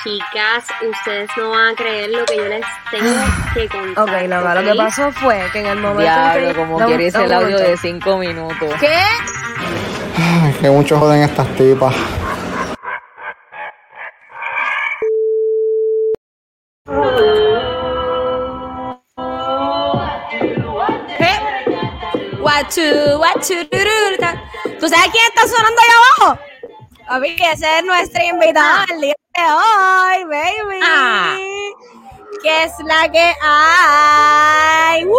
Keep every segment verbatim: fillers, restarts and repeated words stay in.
Chicas, ustedes no van a creer lo que yo les tengo que contar. Ok, loca, lo que pasó fue que en el momento Diablo, en que... como no, quieres no, el no, audio no. de cinco minutos. ¿Qué? Ay, que mucho joden estas tipas. ¿Qué? Guachu, guachu, tururita. ¿Tú sabes quién está sonando ahí abajo? Papi, ese es nuestro invitado del día de hoy, baby. Ah. ¿Qué es la que hay? ¡Woo!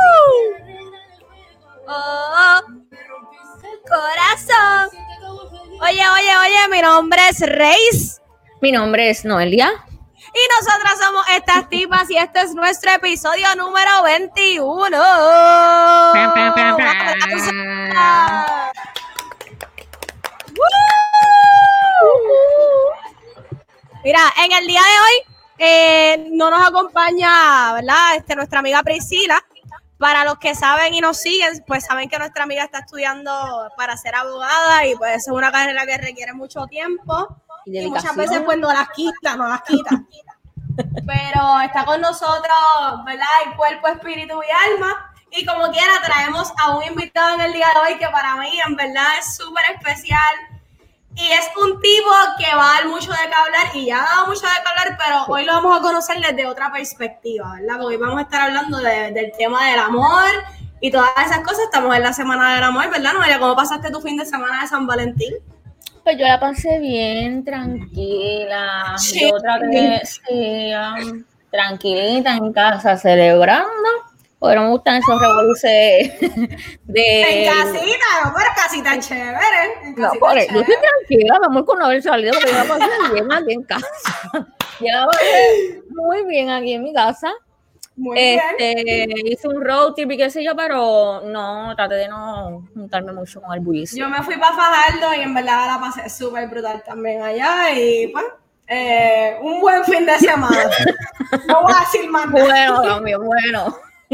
Oh, corazón. Oye, oye, oye, mi nombre es Reis. Mi nombre es Noelia. Y nosotras somos estas tipas y este es nuestro episodio número veintiuno. Pam, pam, pam, pam. Mira, en el día de hoy eh, no nos acompaña, ¿verdad? Este, nuestra amiga Priscila. Para los que saben y nos siguen, pues saben que nuestra amiga está estudiando para ser abogada y pues es una carrera que requiere mucho tiempo y, y muchas veces pues no las quita, no las quita. Pero está con nosotros, ¿verdad? El cuerpo, espíritu y alma. Y como quiera traemos a un invitado en el día de hoy que para mí en verdad es súper especial. Y es un tipo que va a dar mucho de qué hablar y ya ha dado mucho de qué hablar, pero hoy lo vamos a conocer desde otra perspectiva, ¿verdad? Porque hoy vamos a estar hablando de, del tema del amor y todas esas cosas. Estamos en la Semana del Amor, ¿verdad, Noelia? ¿Cómo pasaste tu fin de semana de San Valentín? Pues yo la pasé bien, tranquila. Sí. Yo traté, sí, um, tranquilita en casa, celebrando. Porque no me gustan esos revoluces de... En casita, no, pero casita chévere. En No, casita por eso, yo chévere. estoy tranquila, mi amor, con no haber salido, porque yo la pasé bien aquí en casa. Yo la pasé muy bien aquí en mi casa. Muy este, bien. Hice un road trip y qué sé yo, pero no, traté de no juntarme mucho con el bullicio. Yo me fui para Fajardo y en verdad la pasé súper brutal también allá y pues eh, un buen fin de semana. No voy a decir más nada. Bueno, también, bueno.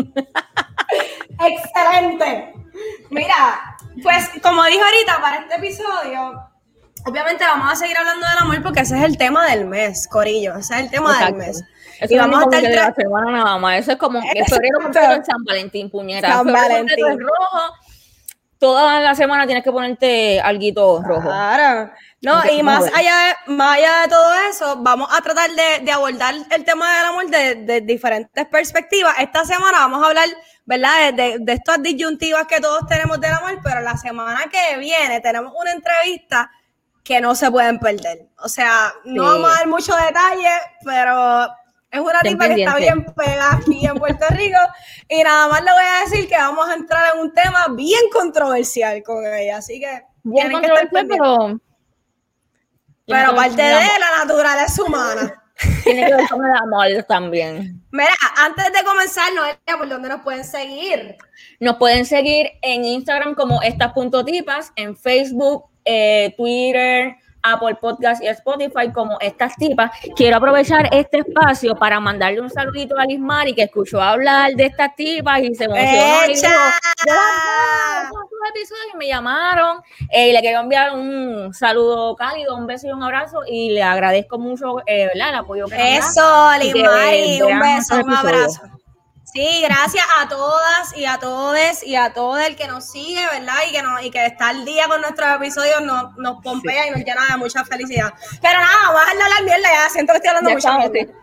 Excelente. Mira, pues como dije ahorita, para este episodio, obviamente vamos a seguir hablando del amor porque ese es el tema del mes, corillo. Ese es el tema Exacto. del mes. Eso Y es vamos a como estar que de la tra- semana nada más. Eso es como que Exacto. febrero completo en San Valentín, puñeta. San Febrero Valentín. completo es rojo. Toda la semana tienes que ponerte alguito rojo. Claro. No, Ok, y vamos más a ver. allá, de, más allá de todo eso, vamos a tratar de, de abordar el tema del amor de, de diferentes perspectivas. Esta semana vamos a hablar, ¿verdad?, de, de, de estas disyuntivas que todos tenemos del amor, pero la semana que viene tenemos una entrevista que no se pueden perder. O sea, no Sí. vamos a dar mucho detalle, pero es una Ten tipa que está pendiente. bien pegada aquí en Puerto Rico y nada más le voy a decir que vamos a entrar en un tema bien controversial con ella, así que Bien tienen que estar controversial, pendientes. pero... Pero tiene que ver parte con el de amor. la naturaleza humana. Tiene que ver con el amor también. Mira, antes de comenzar, Noelia, ¿por dónde nos pueden seguir? Nos pueden seguir en Instagram como estas.tipas, en Facebook, eh, Twitter, Apple Podcast y Spotify como estas tipas. Quiero aprovechar este espacio para mandarle un saludito a Liz Mari, que escuchó hablar de estas tipas y se emocionó y dijo, ¡Echa! yo las veo, sus episodios, y me llamaron. Eh, y le quiero enviar un saludo cálido, un beso y un abrazo y le agradezco mucho eh, ¿verdad? El apoyo que nos da. Eso, Y Liz que Mari, un vean beso, nuestros un episodios. abrazo. Sí, gracias a todas y a todos y a todo el que nos sigue, ¿verdad? Y que, nos, y que está al día con nuestros episodios, nos, nos pompea y nos llena de mucha felicidad. Pero nada, vamos a dejar de hablar mierda, ya siento que estoy hablando Ya mucha estamos, mierda.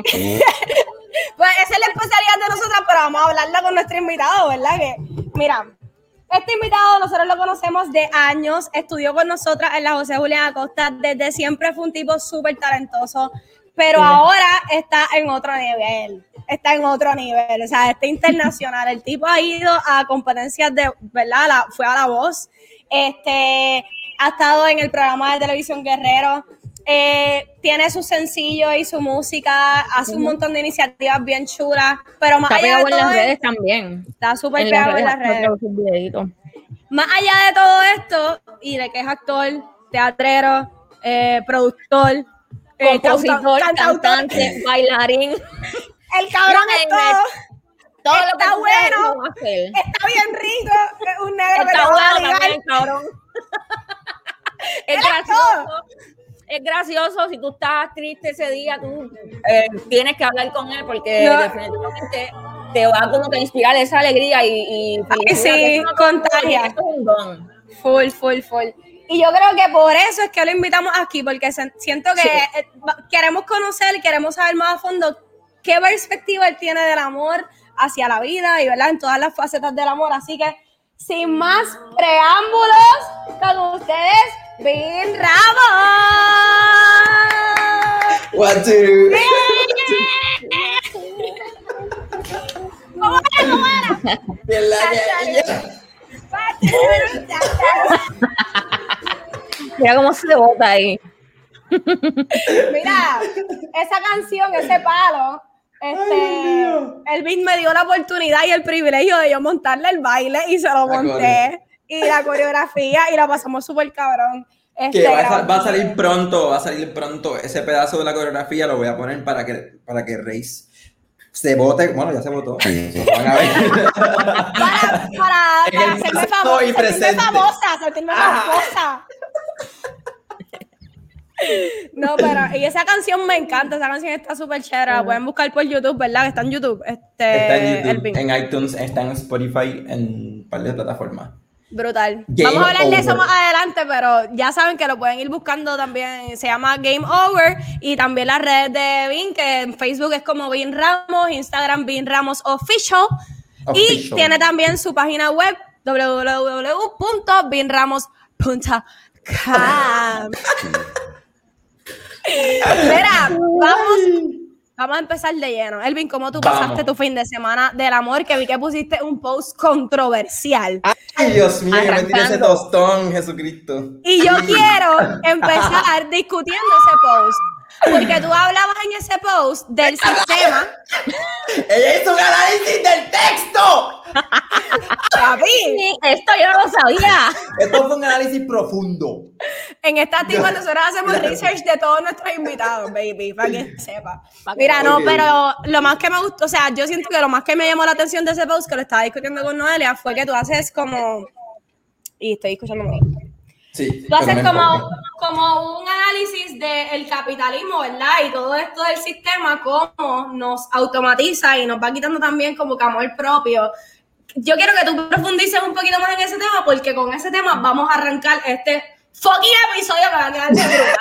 Pues esa es la especialidad de nosotras, pero vamos a hablarla con nuestro invitado, ¿verdad? Que, mira, este invitado nosotros lo conocemos de años, estudió con nosotras en la José Julián Acosta, desde siempre fue un tipo súper talentoso, pero Sí. ahora está en otro nivel, está en otro nivel, o sea, está internacional. El tipo ha ido a competencias de, ¿verdad? La, fue a La Voz, este, ha estado en el programa de televisión Guerrero, eh, tiene su sencillo y su música, hace un montón de iniciativas bien chulas, pero más Está allá de pegado en todo las redes esto, también. está súper En pegado en las redes. otros videitos. Más allá de todo esto, y de que es actor, teatrero, eh, productor, eh, Compositor, canta- cantautor, cantante, bailarín. el cabrón You es name todo, Todo lo Está que tú bueno. quieras, lo va a hacer. está bien rico, es un negro que te Está va a bueno ligar. también, cabrón. Es Él es gracioso. es gracioso. Si tú estás triste ese día, tú eh, tienes que hablar con él porque No. definitivamente te va como que a inspirar esa alegría y, y Ay, sí, no contagia. Esto es un don. Full, full, full. Y yo creo que por eso es que lo invitamos aquí, porque se, siento que Sí. eh, queremos conocer y queremos saber más a fondo qué perspectiva él tiene del amor hacia la vida y, ¿verdad?, en todas las facetas del amor. Así que, sin más preámbulos, con ustedes, Vin Ramos. One, two. ¿Cómo era? ¿Cómo era? Bien la que- Mira cómo se bota ahí. Mira, esa canción, ese palo, este, el Vin me dio la oportunidad y el privilegio de yo montarle el baile y se lo La monté. Y la coreografía y la pasamos súper cabrón. Este, Que va a, sal- va a grabamos- salir pronto, va a salir pronto ese pedazo de la coreografía, lo voy a poner para que, para que Reis se vote, bueno, ya se votó, lo van a ver. para, para, para En el hacerme pasado famosa, y sentirme presente. famosa, sentirme Ah. famosa. No, pero y esa canción me encanta, esa canción está súper chévere, la pueden buscar por YouTube, ¿verdad? Que está en YouTube. Este, Está en el YouTube, Vin. en iTunes, está en Spotify, en un par de plataformas. Brutal. Game Vamos a hablar de eso Over. más adelante, pero ya saben que lo pueden ir buscando también. Se llama Game Over y también las redes de Vin, que en Facebook es como Vin Ramos, Instagram Vin Ramos Official. Y Official. tiene también su página web w w w punto vin ramos punto com. Mira, vamos, vamos a empezar de lleno. Elvin, ¿cómo tú Vamos. pasaste tu fin de semana del amor? Que vi que pusiste un post controversial. Ay, Dios mío, que me tire ese Arrancando. tostón, Jesucristo. Y yo Ay. quiero empezar discutiendo ese post. Porque tú hablabas en ese post del sistema. ¡Ella hizo un análisis del texto! Papi, Sí, esto yo no lo sabía. Esto fue un análisis profundo. en esta tipa Yo- nosotros hacemos Claro. research de todos nuestros invitados, baby, para que sepa. Mira, no, Ok. pero lo más que me gustó, o sea, yo siento que lo más que me llamó la atención de ese post, que lo estaba discutiendo con Noelia, fue que tú haces como. Y estoy escuchando muy bien. Sí. Tú haces pero no como, importa. como un análisis del capitalismo, ¿verdad? Y todo esto del sistema, cómo nos automatiza y nos va quitando también como que amor propio. Yo quiero que tú profundices un poquito más en ese tema, porque con ese tema vamos a arrancar este fucking episodio que va a quedar de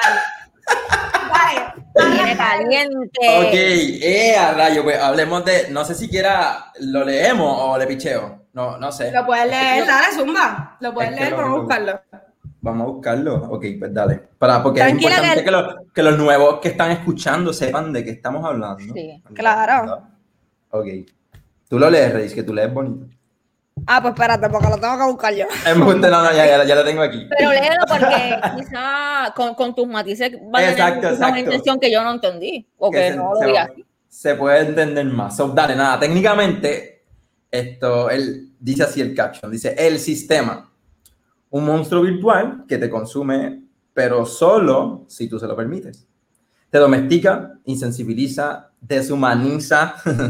brutal. Vale. Viene caliente. Ok, eh, a rayo, pues hablemos de. No sé si siquiera lo leemos o le picheo. No, no sé. Lo puedes leer, dale, zumba. Lo puedes Es que leer, lo- vamos a lo- buscarlo. Vamos a buscarlo. Ok, pues dale. Para, porque Tranquila, es importante que- que, los, que los nuevos que están escuchando sepan de qué estamos hablando. Sí, claro. Ok. Tú lo lees, Reis, que tú lees bonito. Ah, pues espérate, porque lo tengo que buscar yo. Embuste, no, no, ya, ya, ya lo tengo aquí. Pero léelo porque quizá con, con tus matices va a tener Exacto, quizá una exacto. intención que yo no entendí. O que Que se, no lo se- vi así. se puede entender más. So, dale, nada, técnicamente, esto, él dice así el caption, dice, el sistema, un monstruo virtual que te consume, pero solo si tú se lo permites. Te domestica, insensibiliza, deshumaniza,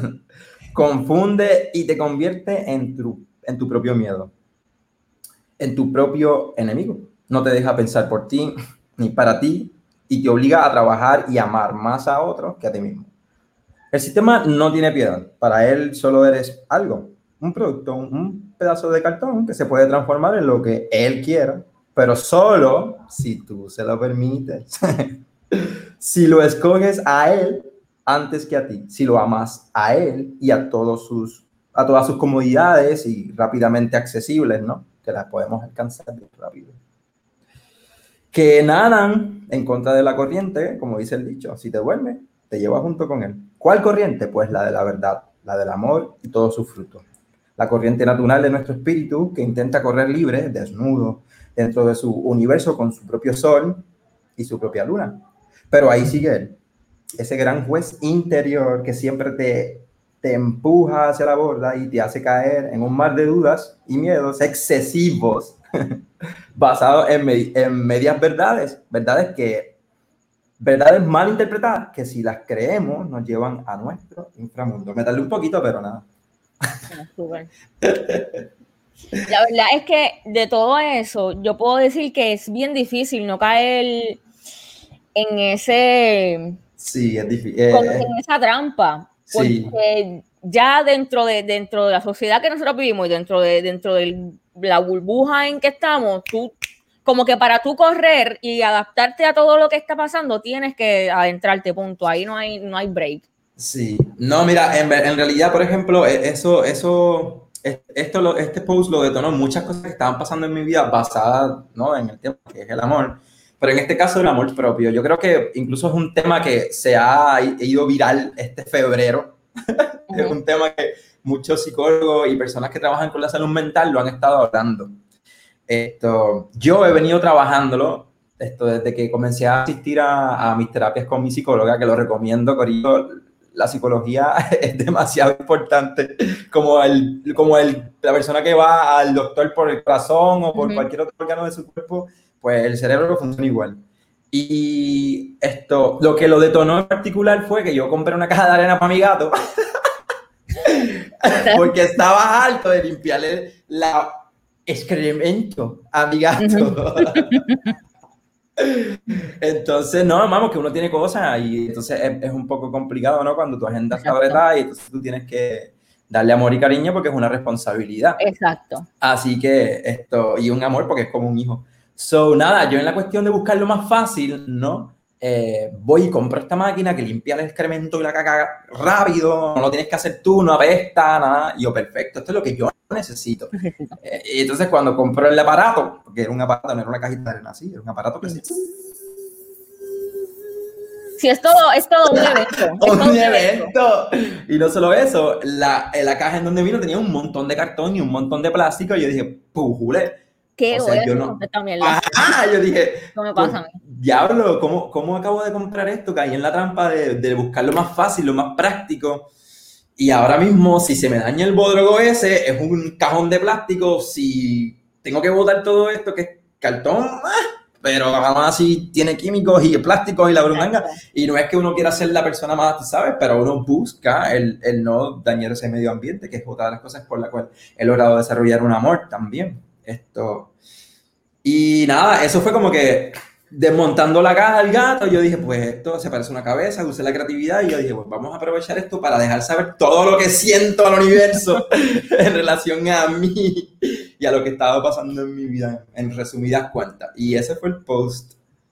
confunde y te convierte en tu, en tu propio miedo, en tu propio enemigo. No te deja pensar por ti ni para ti y te obliga a trabajar y amar más a otros que a ti mismo. El sistema no tiene piedad. Para él solo eres algo, un producto, un, un pedazo de cartón que se puede transformar en lo que él quiera, pero solo si tú se lo permites. Si lo escoges a él antes que a ti, si lo amas a él y a, todos sus, a todas sus comodidades y rápidamente accesibles, ¿no? Que las podemos alcanzar bien rápido. Que nadan en contra de la corriente, como dice el dicho, si te duerme, te lleva junto con él. ¿Cuál corriente? Pues la de la verdad, la del amor y todos sus frutos. La corriente natural de nuestro espíritu que intenta correr libre, desnudo, dentro de su universo con su propio sol y su propia luna. Pero ahí sigue él, ese gran juez interior que siempre te, te empuja hacia la borda y te hace caer en un mar de dudas y miedos excesivos basados en, me, en medias verdades, verdades que, verdades mal interpretadas que si las creemos nos llevan a nuestro inframundo. Me tardé un poquito, pero nada. Súper. La verdad es que de todo eso, yo puedo decir que es bien difícil no caer en ese, Sí, es difícil. como en esa trampa, porque Sí. ya dentro de, dentro de la sociedad que nosotros vivimos y dentro de, dentro de la burbuja en que estamos, tú, como que para tú correr y adaptarte a todo lo que está pasando, tienes que adentrarte, punto. Ahí no hay, no hay break. Sí, no, mira, en, en realidad, por ejemplo, eso, eso, esto, lo, este post lo detonó muchas cosas que estaban pasando en mi vida basadas, ¿no?, en el tema que es el amor, pero en este caso el amor propio. Yo creo que incluso es un tema que se ha ido viral este febrero. Uh-huh. Es un tema que muchos psicólogos y personas que trabajan con la salud mental lo han estado hablando. Esto, yo he venido trabajándolo esto, desde que comencé a asistir a, a mis terapias con mi psicóloga, que lo recomiendo, Corillo. La psicología es demasiado importante, como, el, como el, la persona que va al doctor por el corazón o por uh-huh. cualquier otro órgano de su cuerpo, pues el cerebro funciona igual. Y esto, lo que lo detonó en particular fue que yo compré una caja de arena para mi gato, porque estaba harto de limpiarle la excremento a mi gato. Uh-huh. Entonces, no, vamos, que uno tiene cosas y entonces es, es un poco complicado, ¿no? Cuando tu agenda está apretada y entonces tú tienes que darle amor y cariño porque es una responsabilidad. Exacto. Así que esto, y un amor porque es como un hijo. So, nada, yo en la cuestión de buscar lo más fácil, ¿no? Eh, voy y compro esta máquina que limpia el excremento y la caca rápido, no lo tienes que hacer tú, no apesta, nada. Y yo, perfecto, esto es lo que yo necesito. Eh, y entonces cuando compro el aparato, porque era un aparato, no era una cajita de arena así, era un aparato que se... Sí, es todo, es todo un evento. un, un evento. Y no solo eso, la, la caja en donde vino tenía un montón de cartón y un montón de plástico y yo dije, pujule. ¿Qué? O sea, yo no... Ajá, yo dije, ¿Cómo me pasa a mí? Diablo, ¿cómo, ¿cómo acabo de comprar esto? Caí en la trampa de, de buscar lo más fácil, lo más práctico. Y ahora mismo, si se me daña el bodrogo ese, es un cajón de plástico. Si tengo que botar todo esto, que es cartón, pero además así tiene químicos y plásticos y la brumanga. Y no es que uno quiera ser la persona más, tú sabes, pero uno busca el, el no dañar ese medio ambiente, que es otra de las cosas por la cual he logrado desarrollar un amor también. Esto. Y nada, eso fue como que desmontando la caja al gato, yo dije, pues esto se parece a una cabeza, usé la creatividad y yo dije, pues vamos a aprovechar esto para dejar saber todo lo que siento al universo en relación a mí y a lo que estaba pasando en mi vida, en resumidas cuentas. Y ese fue el post.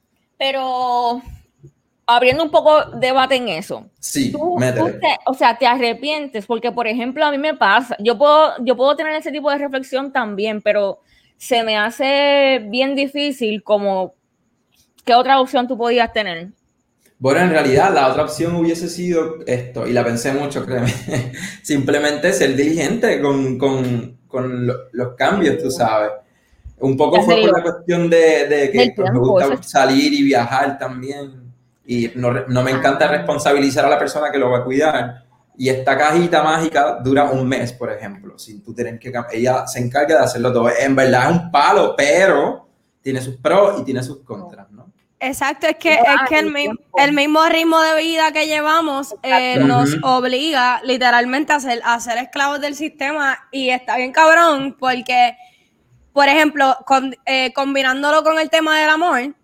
Pero abriendo un poco debate en eso. Sí, tú, métele. tú te, o sea, te arrepientes, porque por ejemplo a mí me pasa, yo puedo, yo puedo tener ese tipo de reflexión también, pero se me hace bien difícil como, ¿qué otra opción tú podías tener? Bueno, en realidad la otra opción hubiese sido esto, y la pensé mucho, créeme, simplemente ser diligente con, con, con lo, los cambios, tú sabes. Un poco fue por la cuestión de, de que pues, me gusta salir y viajar también, y no, no me encanta responsabilizar a la persona que lo va a cuidar. Y esta cajita mágica dura un mes, por ejemplo, sin tú tener que... Ella se encarga de hacerlo todo. En verdad es un palo, pero tiene sus pros y tiene sus contras, ¿no? Exacto, es que, es que el, mi, el mismo ritmo de vida que llevamos eh, nos obliga literalmente a ser, a ser esclavos del sistema y está bien cabrón porque, por ejemplo, con, eh, combinándolo con el tema del amor,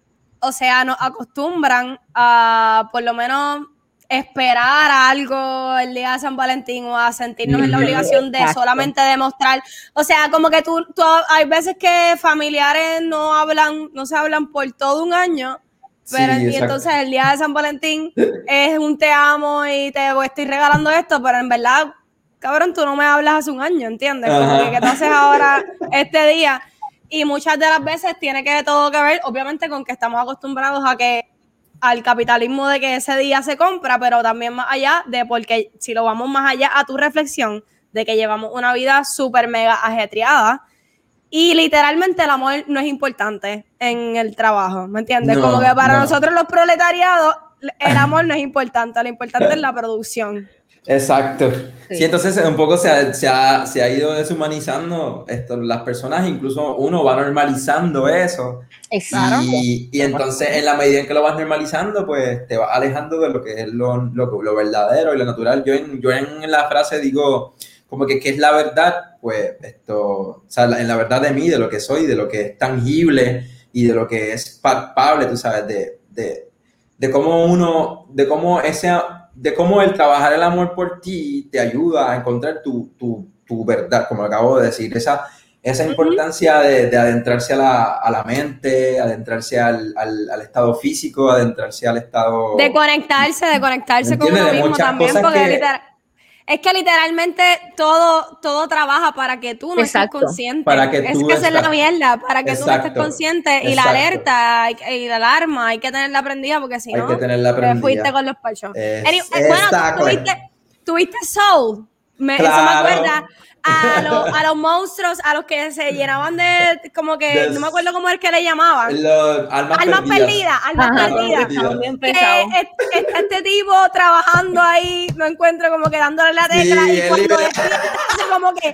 o sea, nos acostumbran a por lo menos esperar algo el día de San Valentín o a sentirnos en la obligación de solamente demostrar, o sea, como que tú, tú hay veces que familiares no hablan, no se hablan por todo un año, pero sí, y entonces el día de San Valentín es un te amo y te estoy regalando esto, pero en verdad, cabrón, tú no me hablas hace un año, ¿entiendes? Como que, ¿qué tú haces ahora este día? Y muchas de las veces tiene que todo que ver, obviamente, con que estamos acostumbrados a que al capitalismo de que ese día se compra, pero también más allá de, porque si lo vamos más allá a tu reflexión de que llevamos una vida súper mega ajetreada y literalmente el amor no es importante en el trabajo, ¿me entiendes? No, como que para no. nosotros los proletariados el amor no es importante, lo importante es la producción. Exacto. Sí, sí, entonces un poco se ha, se ha, se ha ido deshumanizando esto, las personas, incluso uno va normalizando eso. Exacto. Y, y entonces en la medida en que lo vas normalizando, pues te vas alejando de lo que es lo, lo, lo verdadero y lo natural. Yo en, yo en la frase digo como que ¿qué es la verdad? Pues esto, o sea, en la verdad de mí, de lo que soy, de lo que es tangible y de lo que es palpable, tú sabes, de, de, de cómo uno, de cómo ese, de cómo el trabajar el amor por ti te ayuda a encontrar tu, tu, tu verdad, como acabo de decir, esa, esa importancia de, de adentrarse a la, a la mente, adentrarse al, al, al estado físico, adentrarse al estado... De conectarse, de conectarse con uno De mismo muchas también, cosas porque que- literal- es que literalmente todo, todo trabaja para que tú no Exacto. estés consciente. Para que es tú que esa es la estás- mierda, para que tú no estés Exacto, consciente. Y la exacto. alerta hay- y la alarma hay que tenerla prendida porque si Hay no, que tenerla te prendida. fuiste con los pachos. Es- Anyway, eh, bueno, exacto. tuviste, tuviste Soul. Me, Eso me Claro. acuerda a, lo- a los monstruos, a los que se llenaban de, como que, De- no me acuerdo cómo es que le llamaban. Los almas, Almas perdidas. perdidas, almas Ajá, perdidas. estaban bien Que pesados. es- está este tipo trabajando ahí, lo encuentro como que dándole la tecla Sí, y él cuando libera- despierta hace como que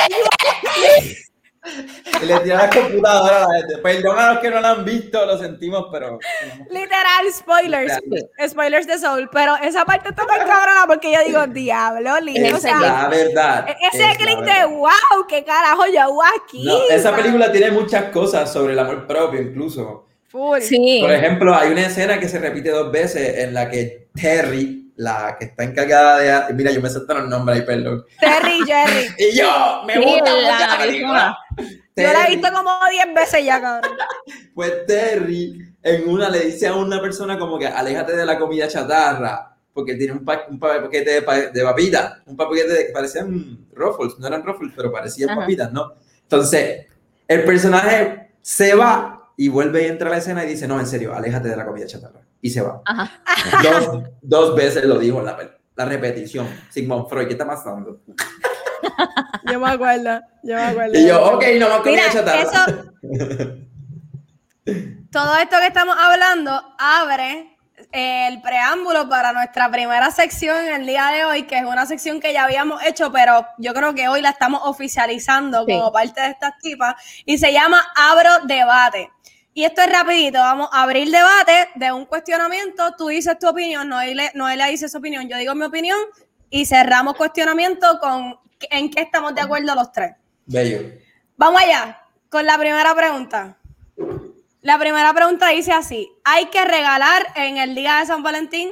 Y le tiran la computadora a la gente. Perdón a los que no la han visto, lo sentimos, pero... literal spoilers, spoilers de Soul, pero esa parte está tan cabrona porque yo digo, diablo, Lee, Es o sea, la verdad. e- ese es la clic de verdad. wow, qué carajo yo hago aquí. No, esa ¿sabes? película tiene muchas cosas sobre el amor propio, incluso. Full. Sí. Por ejemplo, hay una escena que se repite dos veces en la que Terry, la que está encargada de... Mira, yo me salto los nombres ahí, perdón. Terry Jerry. Y yo, me Sí, gusta la mucho la Arizona. película. Yo la he Terry, visto como diez veces ya, cabrón. Pues Terry en una le dice a una persona como que aléjate de la comida chatarra porque tiene un, pa un paquete de, pa de papitas, un paquete de, que parecían Ruffles, no eran Ruffles, pero parecían Ajá. papitas, ¿no? Entonces, el personaje se va y vuelve y entra a la escena y dice, no, en serio, aléjate de la comida chatarra. Y se va. Ajá. Dos, dos veces lo dijo en la, la repetición. Sigmund Freud, ¿qué está pasando? Yo me acuerdo, yo me acuerdo. Y yo, ok, no más comida Mira, chatarra. eso, todo esto que estamos hablando abre eh, el preámbulo para nuestra primera sección en el día de hoy, que es una sección que ya habíamos hecho, pero yo creo que hoy la estamos oficializando Sí. como parte de estas tipas, y se llama Abro Debate. Y esto es rapidito, vamos a abrir debate de un cuestionamiento, tú dices tu opinión, Noelia, Noelia dice su opinión, yo digo mi opinión, y cerramos cuestionamiento con en qué estamos de acuerdo los tres. Bello. Vamos allá, con la primera pregunta. La primera pregunta dice así: ¿hay que regalar en el día de San Valentín?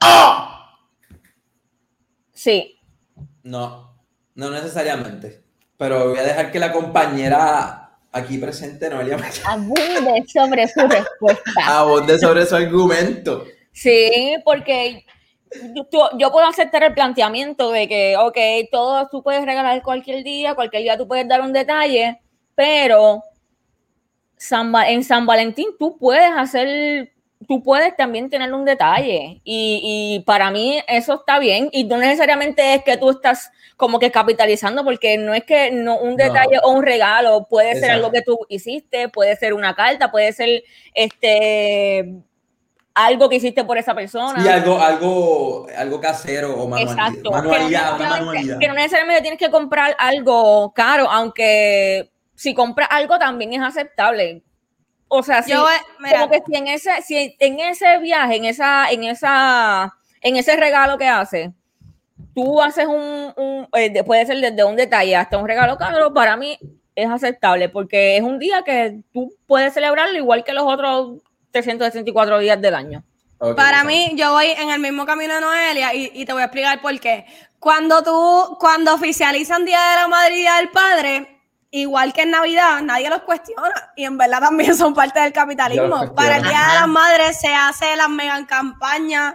Sí. No, no necesariamente. Pero voy a dejar que la compañera aquí presente, Noelia, me Abunde sobre su respuesta. abunde sobre su argumento. Sí, porque yo, yo puedo aceptar el planteamiento de que, ok, todo tú puedes regalar cualquier día, cualquier día tú puedes dar un detalle, pero San, en San Valentín tú puedes hacer, tú puedes también tener un detalle y, y para mí eso está bien y no necesariamente es que tú estás como que capitalizando porque no es que no, un detalle no. o un regalo puede Exacto. ser algo que tú hiciste, puede ser una carta, puede ser este... algo que hiciste por esa persona. Y algo, algo, algo casero o manualidad. Exacto. Manualidad, que, no, una manualidad. Que no necesariamente tienes que comprar algo caro, aunque si compras algo también es aceptable. O sea, si, Yo, mira, como que si en ese, si en ese viaje, en esa, en esa, en ese regalo que haces, tú haces un, un eh, puede ser desde un detalle hasta un regalo caro, para mí es aceptable, porque es un día que tú puedes celebrarlo igual que los otros trescientos sesenta y cuatro días del año. Okay, para mí, yo voy en el mismo camino de Noelia y, y te voy a explicar por qué. Cuando tú, cuando oficializan Día de la Madre y Día del Padre, igual que en Navidad, nadie los cuestiona. Y en verdad también son parte del capitalismo. Para el Día Ajá. de las Madres se hace las mega campañas.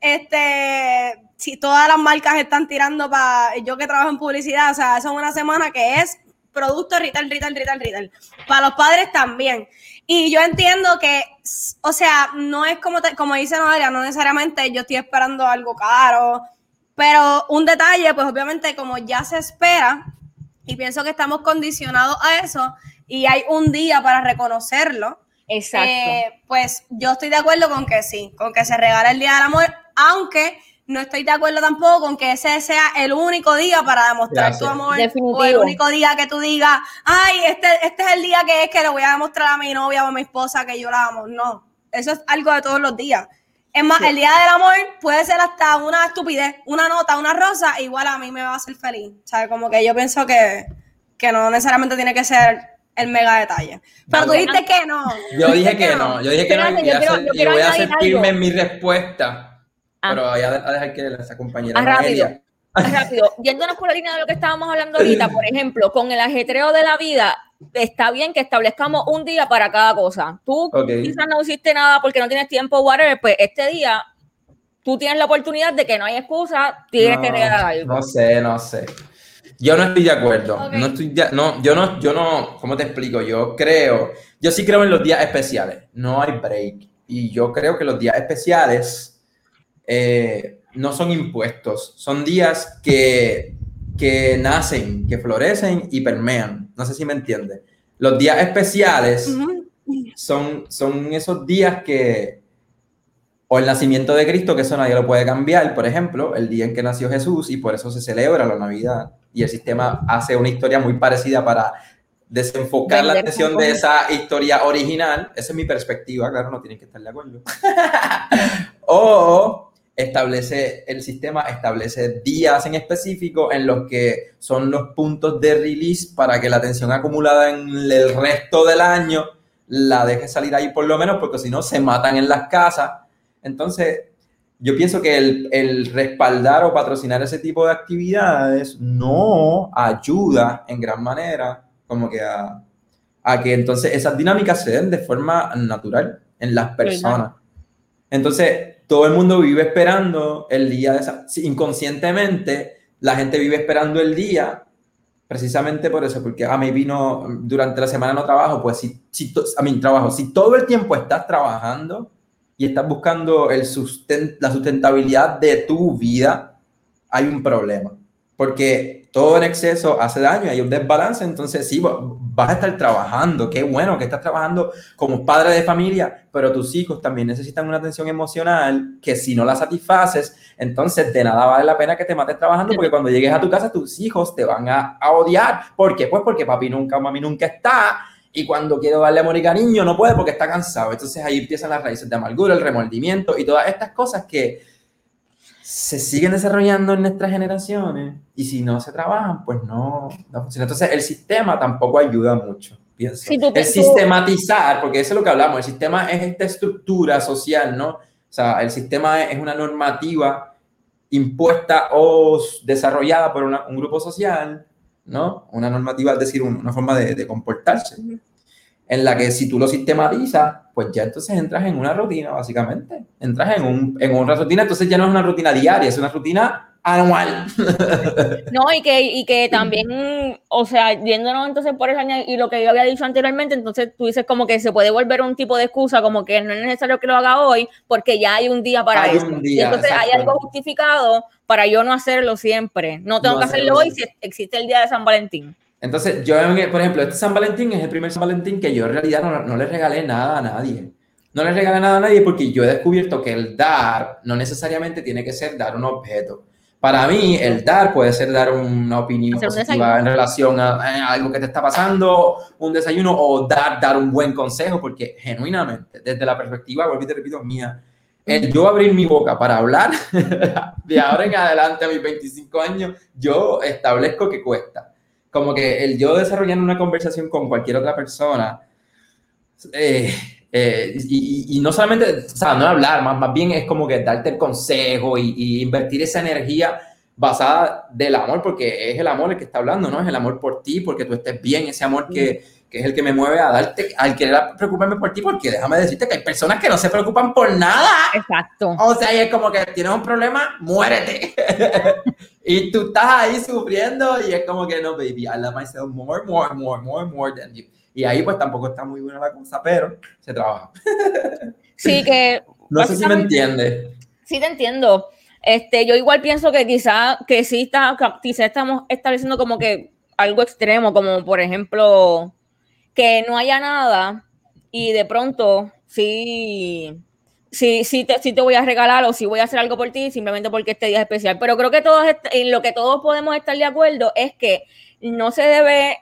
Este, si todas las marcas están tirando para... Yo que trabajo en publicidad, o sea, eso es una semana que es producto retail, retail, retail, retail. Para los padres también. Y yo entiendo que, o sea, no es como, te, como dice Noelia, no necesariamente yo estoy esperando algo caro, pero un detalle, pues obviamente como ya se espera, y pienso que estamos condicionados a eso, y hay un día para reconocerlo. Exacto. Eh, pues yo estoy de acuerdo con que sí, con que se regale el Día del Amor, aunque no estoy de acuerdo tampoco con que ese sea el único día para demostrar Gracias. tu amor. Definitivo. O el único día que tú digas, ay, este, este es el día que es que le voy a demostrar a mi novia o a mi esposa que yo la amo. No, eso es algo de todos los días. Es más, sí. el Día del Amor puede ser hasta una estupidez, una nota, una rosa, igual a mí me va a hacer feliz. O sea, como que yo pienso que, que no necesariamente tiene que ser el mega detalle. Pero tú dijiste que no. Yo dije que no, yo dije que no y voy a ser, y voy a ser firme en mi respuesta. Ah. Pero voy a dejar que esa compañera ah, rápido, rápido. Yéndonos por la línea de lo que estábamos hablando ahorita, por ejemplo, con el ajetreo de la vida, está bien que establezcamos un día para cada cosa. Tú okay. quizás no hiciste nada porque no tienes tiempo, whatever, pues este día tú tienes la oportunidad de que no hay excusa, tienes no, que regalar algo. No sé, no sé. Yo no estoy de acuerdo. Okay. No estoy de, no, yo no, yo no, ¿cómo te explico? Yo creo, yo sí creo en los días especiales. No hay break. Y yo creo que los días especiales eh, no son impuestos. Son días que, que nacen, que florecen y permean. No sé si me entiendes. Los días especiales uh-huh. son, son esos días que, o el nacimiento de Cristo, que eso nadie lo puede cambiar, por ejemplo, el día en que nació Jesús, y por eso se celebra la Navidad. Y el sistema hace una historia muy parecida para desenfocar la atención de esa historia original. Esa es mi perspectiva, claro, no tienen que estar de acuerdo. O establece, el sistema establece días en específico en los que son los puntos de release para que la tensión acumulada en el resto del año la deje salir ahí por lo menos, porque si no se matan en las casas. Entonces, yo pienso que el, el respaldar o patrocinar ese tipo de actividades no ayuda en gran manera como que a, a que entonces esas dinámicas se den de forma natural en las personas. Entonces, todo el mundo vive esperando el día de esa... Inconscientemente, la gente vive esperando el día precisamente por eso, porque a mí vino durante la semana no trabajo, pues si, si a mí trabajo, si todo el tiempo estás trabajando y estás buscando el susten- la sustentabilidad de tu vida, hay un problema. Porque todo en exceso hace daño, hay un desbalance, entonces sí, vas a estar trabajando, qué bueno que estás trabajando como padre de familia, pero tus hijos también necesitan una atención emocional que si no la satisfaces, entonces de nada vale la pena que te mates trabajando, porque cuando llegues a tu casa tus hijos te van a, a odiar. ¿Por qué? Pues porque papi nunca o mami nunca está, y cuando quiero darle amor y cariño no puede porque está cansado. Entonces ahí empiezan las raíces de amargura, el remordimiento y todas estas cosas que se siguen desarrollando en nuestras generaciones, y si no se trabajan, pues no, no funciona. Entonces el sistema tampoco ayuda mucho, pienso. Sí, tú, el tú, sistematizar, porque eso es lo que hablamos, el sistema es esta estructura social, ¿no? O sea, el sistema es una normativa impuesta o desarrollada por una, un grupo social, ¿no? Una normativa, es decir, una forma de, de comportarse, en la que si tú lo sistematizas, pues ya entonces entras en una rutina, básicamente. Entras en, un, en una rutina, entonces ya no es una rutina diaria, es una rutina anual. No, y que, y que también, o sea, yéndonos entonces por esa línea y lo que yo había dicho anteriormente, entonces tú dices como que se puede volver un tipo de excusa, como que no es necesario que lo haga hoy, porque ya hay un día para hay eso. Un día, y entonces exacto. Hay algo justificado para yo no hacerlo siempre. No tengo no que hacerlo hoy si existe el día de San Valentín. Entonces, yo, por ejemplo, este San Valentín es el primer San Valentín que yo en realidad no, no le regalé nada a nadie. No le regalé nada a nadie porque yo he descubierto que el dar no necesariamente tiene que ser dar un objeto. Para mí, el dar puede ser dar una opinión Hacer positiva en relación a, a algo que te está pasando, un desayuno, o dar, dar un buen consejo, porque genuinamente, desde la perspectiva, vuelvo y te repito, mía, el yo abrir mi boca para hablar, de ahora en adelante a mis veinticinco años, yo establezco que cuesta. Como que el yo desarrollar una conversación con cualquier otra persona, eh, eh, y, y, y no solamente, o sea, no hablar, más, más bien es como que darte el consejo y, y invertir esa energía basada del amor, porque es el amor el que está hablando, ¿no? Es el amor por ti, porque tú estés bien, ese amor que, que es el que me mueve a darte, al querer preocuparme por ti, porque déjame decirte que hay personas que no se preocupan por nada. Exacto. O sea, y es como que tienes un problema, muérete. Y tú estás ahí sufriendo y es como que no, baby, I love myself more, more, more, more, more than you. Y ahí pues tampoco está muy buena la cosa, pero se trabaja. Sí, que... No sé si me entiendes. Sí te entiendo. Este, yo igual pienso que quizá que sí está, quizá estamos estableciendo como que algo extremo, como por ejemplo que no haya nada y de pronto sí... Sí, sí te, sí te voy a regalar o sí voy a hacer algo por ti simplemente porque este día es especial. Pero creo que todos en lo que todos podemos estar de acuerdo es que no se debe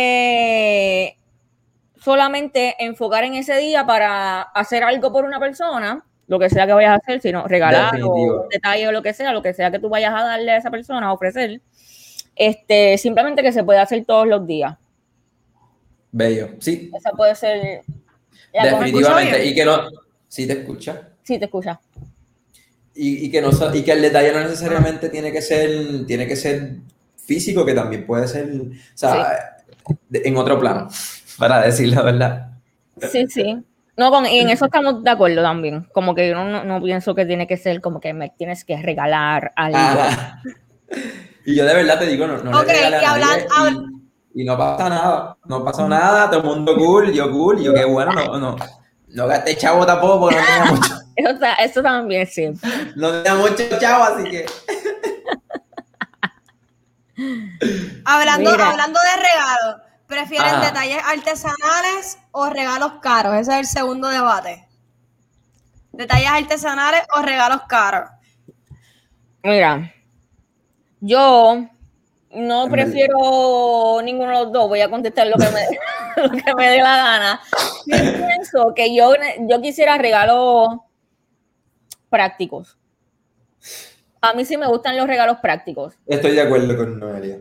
eh, solamente enfocar en ese día para hacer algo por una persona, lo que sea que vayas a hacer, sino regalar Definitivo. o un detalle o lo que sea, lo que sea que tú vayas a darle a esa persona, a ofrecer, este, simplemente que se puede hacer todos los días. Bello, sí, Esa puede ser la definitivamente. bien? Y que no, sí te escucha. Sí, te escucha. Y, y que no so- y que el detalle no necesariamente tiene que ser, tiene que ser físico, que también puede ser, o sea, de- en otro plano, para decir la verdad. Sí, sí. No, con, y en eso estamos de acuerdo también. Como que yo no, no, no pienso que tiene que ser como que me tienes que regalar algo. Ajá. Y yo de verdad te digo, no, no Ok, le regalé y a hablan- nadie y, y no pasa nada, no pasó nada, todo el mundo cool, yo cool, y yo qué bueno, no, no, no gasté chavo tampoco porque no tenía mucho, Eso, está- eso también sí. no tenía mucho chavo, así que... Hablando, Mira. hablando de regalos, ¿prefieren Ajá. detalles artesanales o regalos caros? Ese es el segundo debate. ¿Detalles artesanales o regalos caros? Mira, yo no En prefiero ninguno de los dos. Voy a contestar lo que me, lo que me dé la gana. Yo pienso que yo, yo quisiera regalos prácticos. A mí sí me gustan los regalos prácticos. Estoy de acuerdo con Noelia.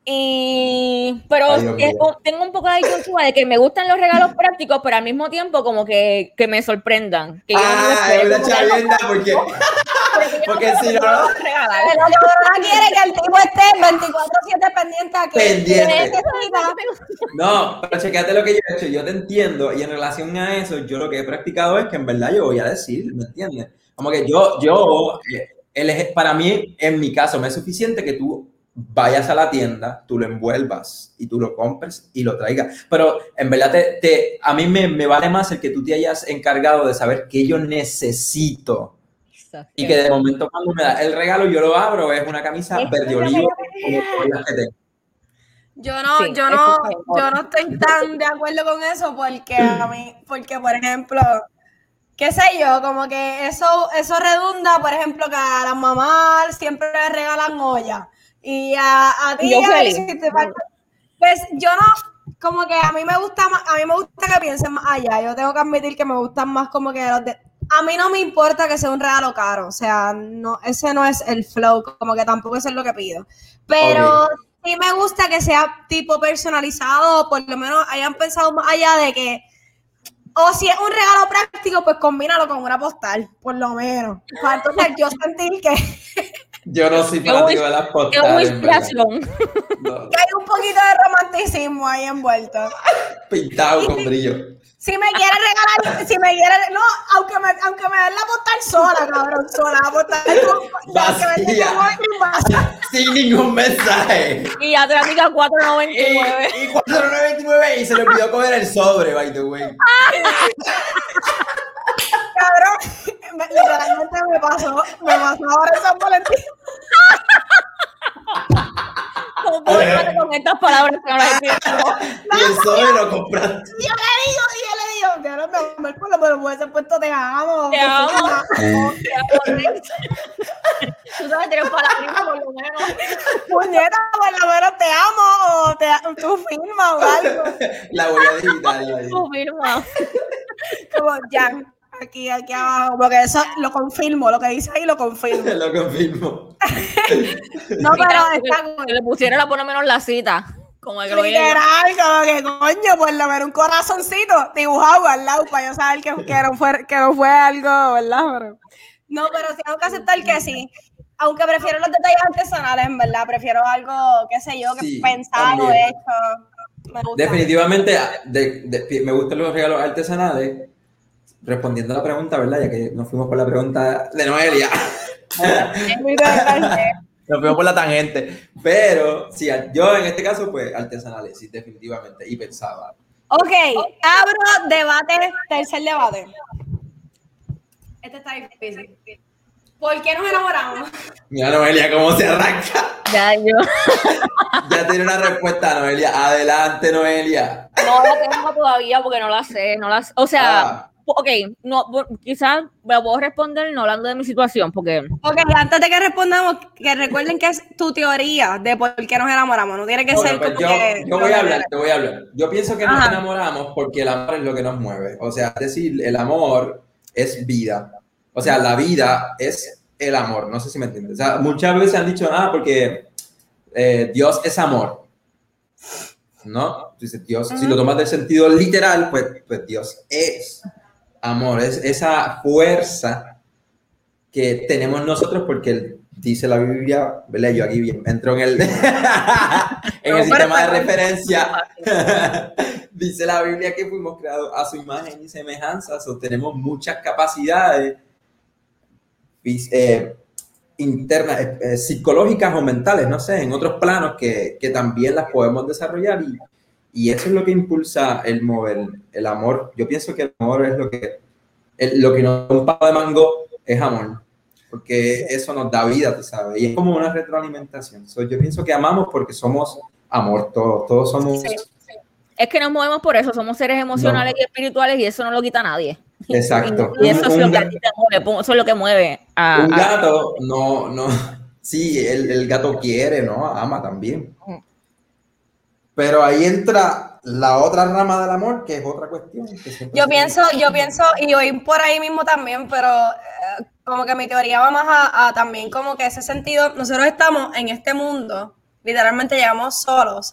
Y, pero Ay, Dios es- mío. tengo un poco de disyuntiva de que me gustan los regalos prácticos, pero al mismo tiempo como que, que me sorprendan. Que yo no me Ah, espere, es una como que, chavienda porque, porque si no, no, regalar. Pero Corona quiere que el tipo esté veinticuatro siete pendiente aquí. Pendiente. Necesita- no, pero chequéate lo que yo he hecho, yo te entiendo, y en relación a eso, yo lo que he practicado es que en verdad yo voy a decir, ¿me entiendes? Como que yo, yo, eh, el eje- para mí, en mi caso, me es suficiente que tú vayas a la tienda, tú lo envuelvas y tú lo compres y lo traigas. Pero en verdad, te, te- a mí me, me vale más el que tú te hayas encargado de saber qué yo necesito. Y que de momento cuando me da el regalo, yo lo abro, es una camisa Esto verde es lo que olivo, yo como todas las que tengo. Yo no, Sí, yo eso no, está bien. yo no estoy tan de acuerdo con eso porque a mí, porque por ejemplo, qué sé yo, como que eso, eso redunda, por ejemplo, que a las mamás siempre les regalan olla. Y a, a ti, Yo a ver feliz. si te falta- pues yo no, como que a mí me gusta más, a mí me gusta que piensen más allá. Yo tengo que admitir que me gustan más como que los de, a mí no me importa que sea un regalo caro, o sea, no, ese no es el flow, como que tampoco eso es lo que pido. Pero Ok. sí me gusta que sea tipo personalizado, por lo menos hayan pensado más allá de que, o si es un regalo práctico, pues combínalo con una postal, por lo menos. Para entonces yo sentir que, Yo no soy Qué fanático buen- de las Qué postales, en verdad. inspiración. No, que hay un poquito de romanticismo ahí envuelto. pintado con brillo. Si me quiere regalar, si me quiere, no, aunque me, aunque me den la postal sola, cabrón, sola, la postal con, Vacía. que me den con vacía. Sin ningún mensaje. Y atrás diga cuatro noventa y nueve. Y, y cuatro nueve veintinueve y se le olvidó coger el sobre, by the way. Cabrón, me- literalmente me pasó, me pasó ahora en San Valentín. ¿Cómo puedo hablar con estas palabras que no las entiendo? Y el sobre lo compraste. Y yo le digo, y yo le digo, cabrón, mi amor, por lo menos puede ser puesto te amo. Te que amo. sea- Te amo, Rex. Tú sabes, tienes palabritas por lo menos. Puñeta, por lo menos te amo, o te, tú firma o algo. La huella digital. ahí. Tu firma. Como ya, aquí, aquí abajo, porque eso lo confirmo, lo que dice ahí lo confirmo. Lo confirmo. No, pero Que- está que le pusiera por lo menos la cita. Como que lo oye yo. literal, como que coño, por lo menos un corazoncito dibujado al lado para yo saber que, que, no, fue, que no fue algo, ¿verdad? Pero, no, pero sí tengo que aceptar que sí. Aunque prefiero los detalles artesanales, en verdad, prefiero algo, qué sé yo, que Sí, pensado, también. hecho. Me gusta. Definitivamente de- de- me gustan los regalos artesanales. Respondiendo a la pregunta, ¿verdad? Ya que nos fuimos por la pregunta de Noelia. Es muy interesante. Nos fuimos por la tangente. Pero, sí, yo en este caso, pues, artesanales, sí, definitivamente. Y pensaba. Ok, abro debate, tercer debate. Este está difícil. ¿Por qué nos enamoramos? Mira, Noelia, cómo se arranca. Ya, yo. Ya tiene una respuesta, Noelia. Adelante, Noelia. No la tengo todavía porque no la sé. No la sé. O sea, Ah, ok, no, quizás la puedo responder no hablando de mi situación, porque Ok, antes de que respondamos, que recuerden que es tu teoría de por qué nos enamoramos. No tiene que bueno, ser pues como yo, que. yo voy a hablar, te voy a hablar. Yo pienso que nos Ajá. enamoramos porque el amor es lo que nos mueve. O sea, es decir, el amor es vida. O sea, la vida es el amor. No sé si me entiendes. O sea, muchas veces han dicho, ah, porque eh, Dios es amor. ¿no? Dice Dios, uh-huh. Si lo tomas del sentido literal, pues, pues Dios es amor, es esa fuerza que tenemos nosotros porque dice la Biblia, ¿verdad? Yo aquí bien, entro en el, en el sistema de referencia. Dice la Biblia que fuimos creados a su imagen y semejanza, so, tenemos muchas capacidades eh, internas, eh, psicológicas o mentales, no sé, en otros planos que, que también las podemos desarrollar y, y eso es lo que impulsa el mover, el amor. Yo pienso que el amor es lo que, el, lo que nos da un palo de mango es amor, porque eso nos da vida, tú sabes, y es como una retroalimentación. So, yo pienso que amamos porque somos amor, todos, todos somos... Sí. Es que nos movemos por eso, somos seres emocionales no. y espirituales y eso no lo quita nadie. Exacto. Y eso, un, es, lo que a ti te mueve, eso es lo que mueve a... Un gato, a... no, no, sí, el, el gato quiere, ¿no? Ama también. Pero ahí entra la otra rama del amor, que es otra cuestión. Que yo pienso, yo pienso, y voy por ahí mismo también, pero eh, como que mi teoría va más a, a también como que ese sentido, nosotros estamos en este mundo, literalmente llegamos solos,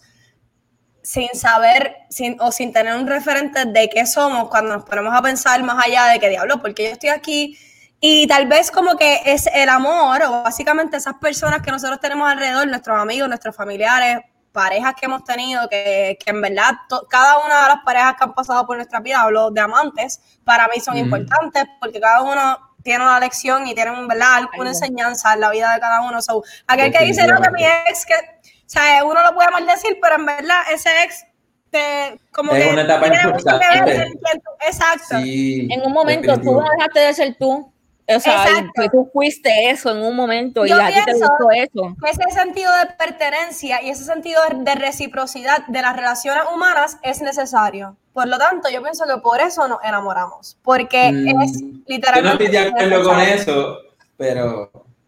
sin saber sin, o sin tener un referente de qué somos cuando nos ponemos a pensar más allá de que diablo, porque yo estoy aquí y tal vez como que es el amor o básicamente esas personas que nosotros tenemos alrededor, nuestros amigos, nuestros familiares, parejas que hemos tenido, que, que en verdad to, cada una de las parejas que han pasado por nuestra vida, hablo de amantes, para mí son mm. importantes porque cada uno tiene una lección y tiene ¿verdad? Una enseñanza en la vida de cada uno. So, aquel que dice no, que mi ex que o sea, uno lo puede maldecir, pero en verdad ese ex te, como es que una etapa importante. Exacto. Sí, en un momento tú no dejaste de ser tú. O sea, que tú fuiste eso en un momento yo y a ti te gustó eso. Que ese sentido de pertenencia y ese sentido de reciprocidad de las relaciones humanas es necesario. Por lo tanto, yo pienso que por eso nos enamoramos. Porque mm, es literalmente... Yo no estoy de acuerdo con eso, pero...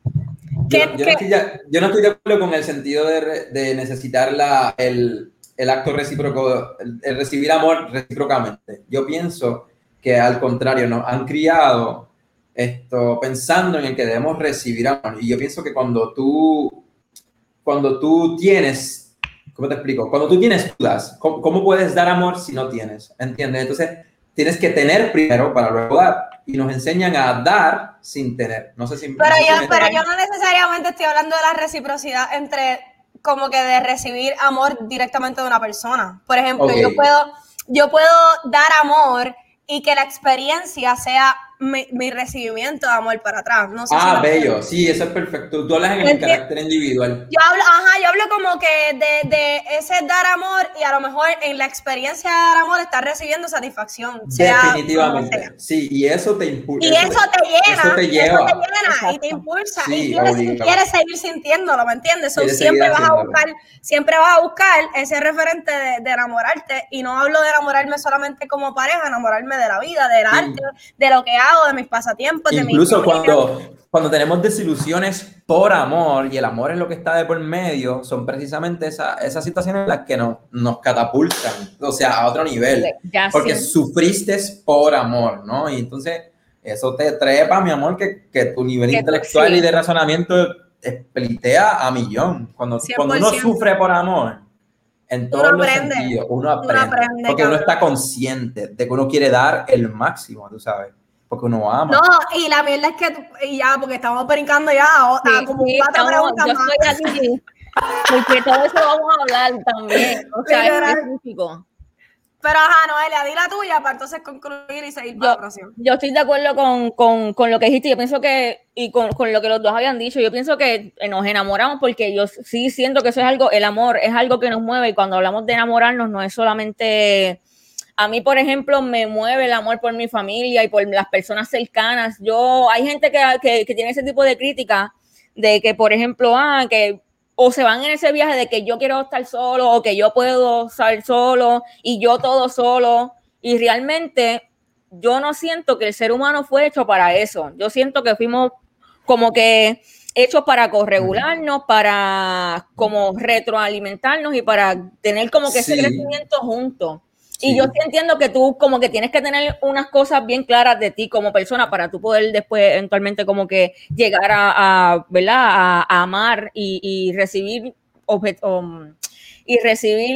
Yo, yo, no estoy de, yo no estoy de acuerdo con el sentido de, de necesitar la, el, el acto recíproco, el, el recibir amor recíprocamente. Yo pienso que al contrario, nos han criado esto, pensando en el que debemos recibir amor. Y yo pienso que cuando tú, cuando tú tienes, ¿cómo te explico? Cuando tú tienes dudas, ¿cómo, cómo puedes dar amor si no tienes? ¿Entiendes? Entonces, tienes que tener primero para luego dar. Y nos enseñan a dar sin tener. No sé si... Pero, no sé yo, si pero yo no necesariamente estoy hablando de la reciprocidad entre, como que de recibir amor directamente de una persona. Por ejemplo, okay. yo puedo, yo puedo dar amor y que la experiencia sea mi, mi recibimiento de amor para atrás. No sé ah, si bello. Sí, eso es perfecto. Tú hablas en el carácter individual. Yo hablo, ajá, yo hablo como que de, de ese dar amor y a lo mejor en la experiencia de dar amor estás recibiendo satisfacción. Definitivamente. Sea, sí, y eso te impulsa. Y eso, eso te llena. Eso te lleva. Eso te llena y te impulsa. Sí, y quieres, y quieres seguir sintiéndolo, ¿me entiendes? So, Quieres siempre vas a buscar, siempre vas a buscar ese referente de, de enamorarte. Y no hablo de enamorarme solamente como pareja, enamorarme de la vida, del sí. arte, de lo que hago, de mis pasatiempos. Incluso de mi cuando, cuando tenemos desilusiones por amor, y el amor es lo que está de por medio, son precisamente esa, esas situaciones en las que nos, nos catapultan, o sea, a otro nivel. Ya porque sí. sufriste por amor, ¿no? Y entonces eso te trepa, mi amor, que, que tu nivel que intelectual sí. y de razonamiento explitea a millón. Cuando, cuando uno sufre por amor, en todos uno los aprende. sentidos, uno aprende. Uno aprende porque cabrón. Uno está consciente de que uno quiere dar el máximo, tú sabes. Porque uno ama. No, y la mierda es que, tú, y ya, porque estamos brincando ya a, sí, a como sí, cuatro estamos, preguntas yo más. Estoy aquí, porque todo eso lo vamos a hablar también. O sea, es específico. Pero ajá, Noelia, di la tuya para entonces concluir y seguir para la próxima. Yo estoy de acuerdo con, con, con lo que dijiste. Yo pienso que, y con, con lo que los dos habían dicho, yo pienso que nos enamoramos porque yo sí siento que eso es algo, el amor es algo que nos mueve. Y cuando hablamos de enamorarnos, no es solamente... A mí, por ejemplo, me mueve el amor por mi familia y por las personas cercanas. Yo, hay gente que, que, que tiene ese tipo de crítica de que, por ejemplo, ah, que o se van en ese viaje de que yo quiero estar solo o que yo puedo estar solo y yo todo solo. Y realmente yo no siento que el ser humano fue hecho para eso. Yo siento que fuimos como que hechos para corregularnos, para como retroalimentarnos y para tener como que sí. ese crecimiento juntos. Sí. Y yo sí entiendo que tú como que tienes que tener unas cosas bien claras de ti como persona para tú poder después eventualmente como que llegar a, a ¿verdad? A, a amar y, y recibir objet, um, y recibir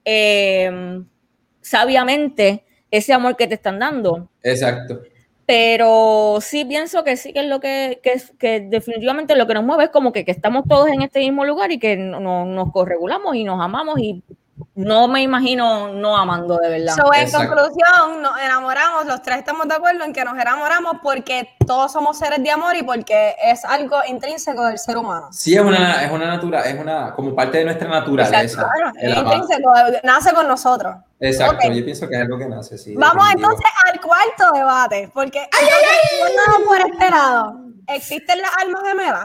eh, sabiamente ese amor que te están dando. Exacto. Pero sí pienso que sí que es lo que, que, que definitivamente lo que nos mueve es como que, que estamos todos en este mismo lugar y que no, no, nos corregulamos y nos amamos y no me imagino no amando de verdad. So, en Exacto. conclusión, nos enamoramos, los tres estamos de acuerdo en que nos enamoramos porque todos somos seres de amor y porque es algo intrínseco del ser humano. Sí, es una, es una natura, es una, como parte de nuestra naturaleza. Claro, el es amar. intrínseco, nace con nosotros. Exacto, Ok. yo pienso que es algo que nace, sí. Vamos definitivo. entonces al cuarto debate, porque ay, ay, ay, vamos por este lado. ¿Existen las almas gemelas?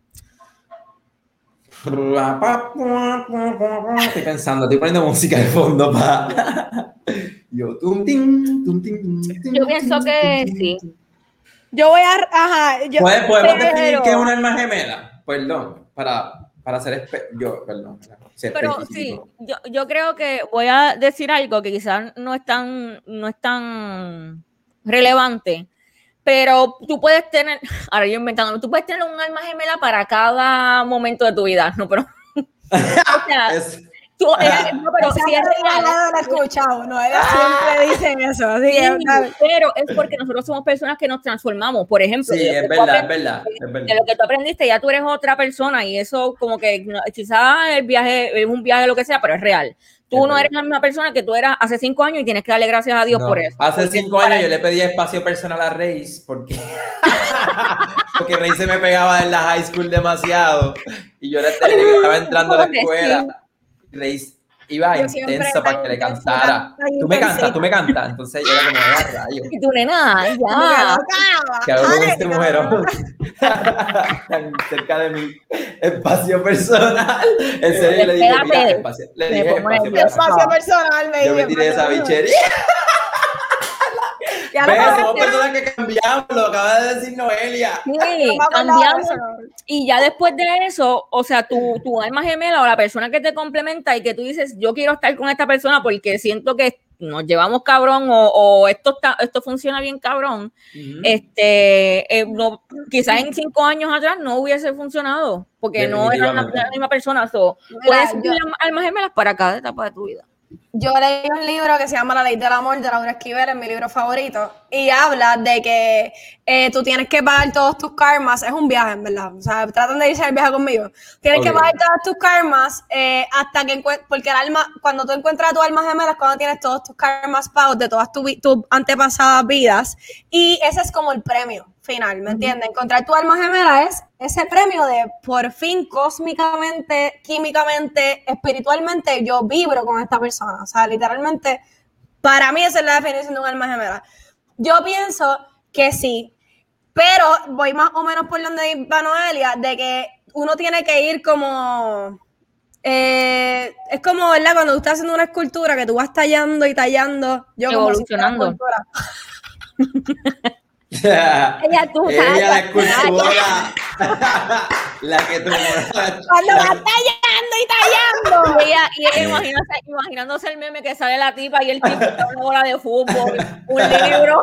Estoy pensando, estoy poniendo música de fondo para. Yo, tum, tin, tum, tin, tum, tin, Yo pienso tum, que tum, sí. tum. Yo voy a, ajá, yo, ¿Podemos, podemos pero- definir qué es una alma gemela? Perdón, para, para ser espe- yo, perdón, ser Pero sí, específico. yo, yo creo que voy a decir algo que quizás no es tan, no es tan relevante, pero tú puedes tener, ahora yo inventando, tú puedes tener un alma gemela para cada momento de tu vida, ¿no? Pero, o sea, Es- tú, eh, no, pero esa sí es real. no la he escuchado, no, ellas siempre dicen eso, así que, Sí, pero es porque nosotros somos personas que nos transformamos. Por ejemplo, sí, de lo que es tú verdad, es aprendiste- verdad, es de verdad. lo que tú aprendiste, ya tú eres otra persona y eso como que no, quizás el viaje es un viaje lo que sea, pero es real. Tú Es no verdad. eres la misma persona que tú eras hace cinco años y tienes que darle gracias a Dios No, por eso. hace Porque cinco para- años yo le pedí espacio personal a Reis porque, porque Reis se me pegaba en la high school demasiado y yo era el que estaba entrando a la escuela. Reis iba Yo siempre intensa para que le tan intensa, cantara. tan Tú me cantas, intensita. tú me cantas. Entonces yo era como, "Ah, rayos, Y tu nena, como que ya. no, ¿qué hago con dale, este no. mujerón? Tan cerca de mi espacio personal. En serio, yo le dije, mira, Espérate. espacio, le Me dije pongo espacio nerviosa. personal. Espacio personal, baby. Yo me tiré esa bichería. Ya no ¿Ves? me Somos acuerdo- personas que cambiamos, lo acaba de decir Noelia. Sí, no me acordaba de cambiamos. eso, no. Y ya después de eso, o sea, tu, tu alma gemela o la persona que te complementa y que tú dices, yo quiero estar con esta persona porque siento que nos llevamos cabrón o, o esto, está, esto funciona bien cabrón, Ujú. este, eh, no, quizás en cinco años atrás no hubiese funcionado porque no era la, Definitivamente. la misma persona. So, Mira, puedes yo- tener almas gemelas para cada etapa de tu vida. Yo leí un libro que se llama La Ley del Amor de Laura Esquivel, es mi libro favorito, y habla de que eh, tú tienes que pagar todos tus karmas, es un viaje, en verdad, o sea, tratan de irse al viaje conmigo, tienes que Ok. pagar todos tus karmas eh, hasta que encuentres, porque el alma, cuando tú encuentras a tu alma gemela es cuando tienes todos tus karmas pagos de todas tu vi- tus antepasadas vidas, y ese es como el premio final, ¿me entiendes? Encontrar tu alma gemela es ese premio de por fin cósmicamente, químicamente, espiritualmente yo vibro con esta persona, o sea, literalmente para mí esa es la definición de un alma gemela. Yo pienso que sí, pero voy más o menos por donde va Noelia, de que uno tiene que ir como... eh, es como, ¿verdad? Cuando tú estás haciendo una escultura que tú vas tallando y tallando, yo como si fuera Evolucionando. escultura. Ella, tú, Ella, la sabes, escultura. La que tú. Cuando vas tallando y tallando. Y ella, y ella imaginándose, imaginándose el meme que sale la tipa y el tipo con una bola de fútbol, un libro.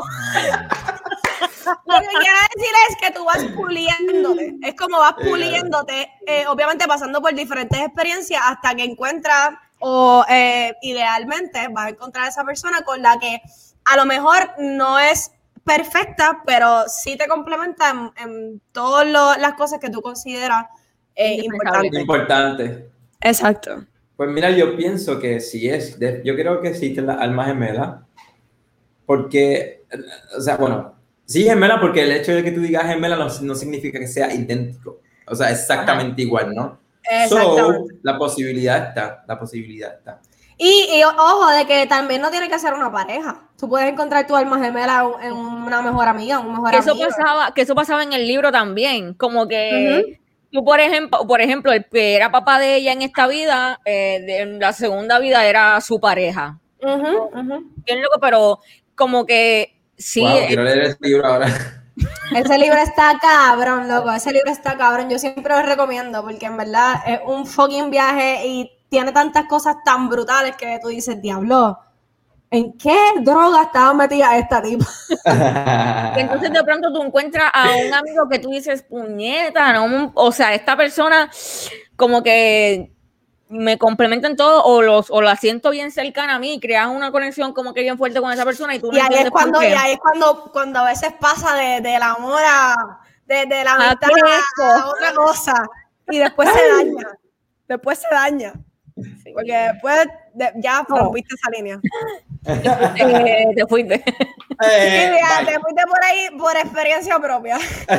Lo que quiero decir es que tú vas puliéndote. Es como vas puliéndote, eh, obviamente pasando por diferentes experiencias hasta que encuentras, o eh, idealmente vas a encontrar a esa persona con la que a lo mejor no es perfecta, pero sí te complementa en, en todas lo- las cosas que tú consideras eh, Indispensable. importantes. Importante. Exacto. Pues mira, yo pienso que sí es. de- yo creo que existen las almas gemelas. Porque, o sea, bueno, sí gemela porque el hecho de que tú digas gemela no, no significa que sea idéntico. O sea, exactamente igual, ¿no? So, Exactamente. la posibilidad está, la posibilidad está. Y, y ojo, de que también no tiene que ser una pareja. Tú puedes encontrar tu alma gemela en una mejor amiga, un mejor Que eso amigo. pasaba, que eso pasaba en el libro también, como que tú, por ejemplo, por ejemplo, el que era papá de ella en esta vida, eh, de- en la segunda vida era su pareja. Ujú, ujú. Bien loco, pero como que sí, Wow, eh, quiero leer ese libro ahora. Ese libro está cabrón, loco. Ese libro está cabrón. Yo siempre lo recomiendo porque en verdad es un fucking viaje y tiene tantas cosas tan brutales que tú dices, diablo, ¿en qué droga estaba metida esta tipa? y entonces de pronto tú encuentras a un amigo que tú dices, puñeta, ¿no? O sea, esta persona como que me complementan todo o los o la siento bien cercana a mí, creas una conexión como que bien fuerte con esa persona y tú no Y ahí es entiendes por cuando, qué. y ahí es cuando, cuando a veces pasa de, del amor a, de, de la ¿A amistad qué es esto? a otra cosa. Y después se daña. Después se daña. Porque después de- ya No. rompiste esa línea. Eh, te fuiste. Eh, Sí, ya, bye. te fuiste por ahí por experiencia propia.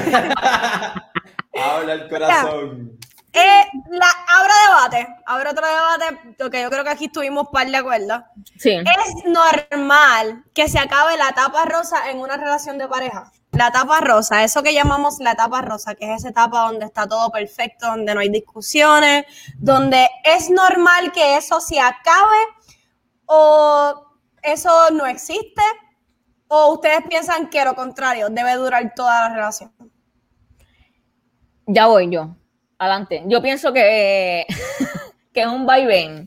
Habla el corazón. Eh, la, abro debate, abro otro debate, porque yo creo que aquí estuvimos par de acuerdo. Sí. ¿Es normal que se acabe la etapa rosa en una relación de pareja? La etapa rosa, eso que llamamos la etapa rosa, que es esa etapa donde está todo perfecto, donde no hay discusiones, donde es normal que eso se acabe o eso no existe, o ustedes piensan que lo contrario, debe durar toda la relación. Ya voy yo. Adelante. Yo pienso que, que es un vaivén.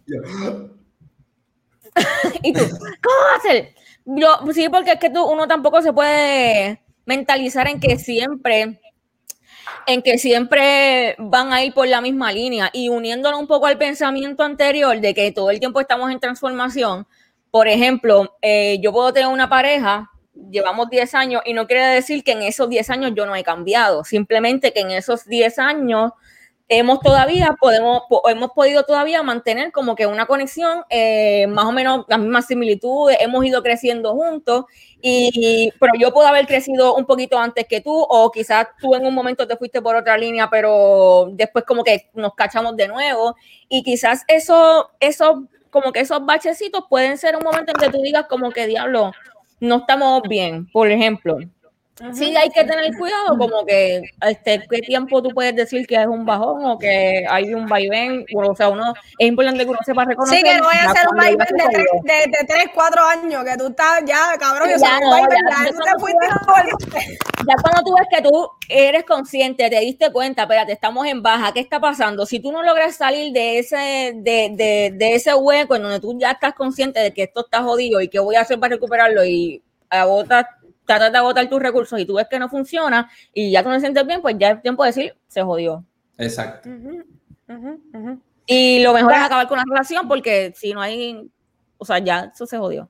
¿Y tú? ¿Cómo va a ser? Yo, sí, porque es que tú, uno tampoco se puede mentalizar en que siempre, en que siempre van a ir por la misma línea y uniéndolo un poco al pensamiento anterior de que todo el tiempo estamos en transformación. Por ejemplo, eh, yo puedo tener una pareja, llevamos diez años y no quiere decir que en esos diez años yo no he cambiado, simplemente que en esos diez años hemos todavía, podemos, po- hemos podido todavía mantener como que una conexión, eh, más o menos las mismas similitudes, hemos ido creciendo juntos, y, pero yo puedo haber crecido un poquito antes que tú, o quizás tú en un momento te fuiste por otra línea, pero después como que nos cachamos de nuevo, y quizás eso, eso, como que esos bachecitos pueden ser un momento en que tú digas como que diablo, no estamos bien, por ejemplo. Sí, hay que tener cuidado, como que este, qué tiempo tú puedes decir que es un bajón o que hay un vaivén. O sea, uno es importante que uno sepa reconocer. Sí, que no vaya a ya ser un cuando ya vaivén de se tres, dio. de, de tres, cuatro años, que tú estás ya, cabrón, yo Ya soy un no, vaivén, ya- ya, ya eso cuando te fuiste y tú no volviste. Ya cuando tú ves que tú eres consciente, te diste cuenta, espérate, estamos en baja, ¿qué está pasando? Si tú no logras salir de ese, de, de, de ese hueco en donde tú ya estás consciente de que esto está jodido y qué voy a hacer para recuperarlo y agotas, tratas de agotar tus recursos y tú ves que no funciona y ya tú no te sientes bien, pues ya es tiempo de decir, se jodió. Exacto. Ujú, ujú, ujú. Y lo mejor Ya. es acabar con la relación porque si no hay, o sea, ya eso se jodió.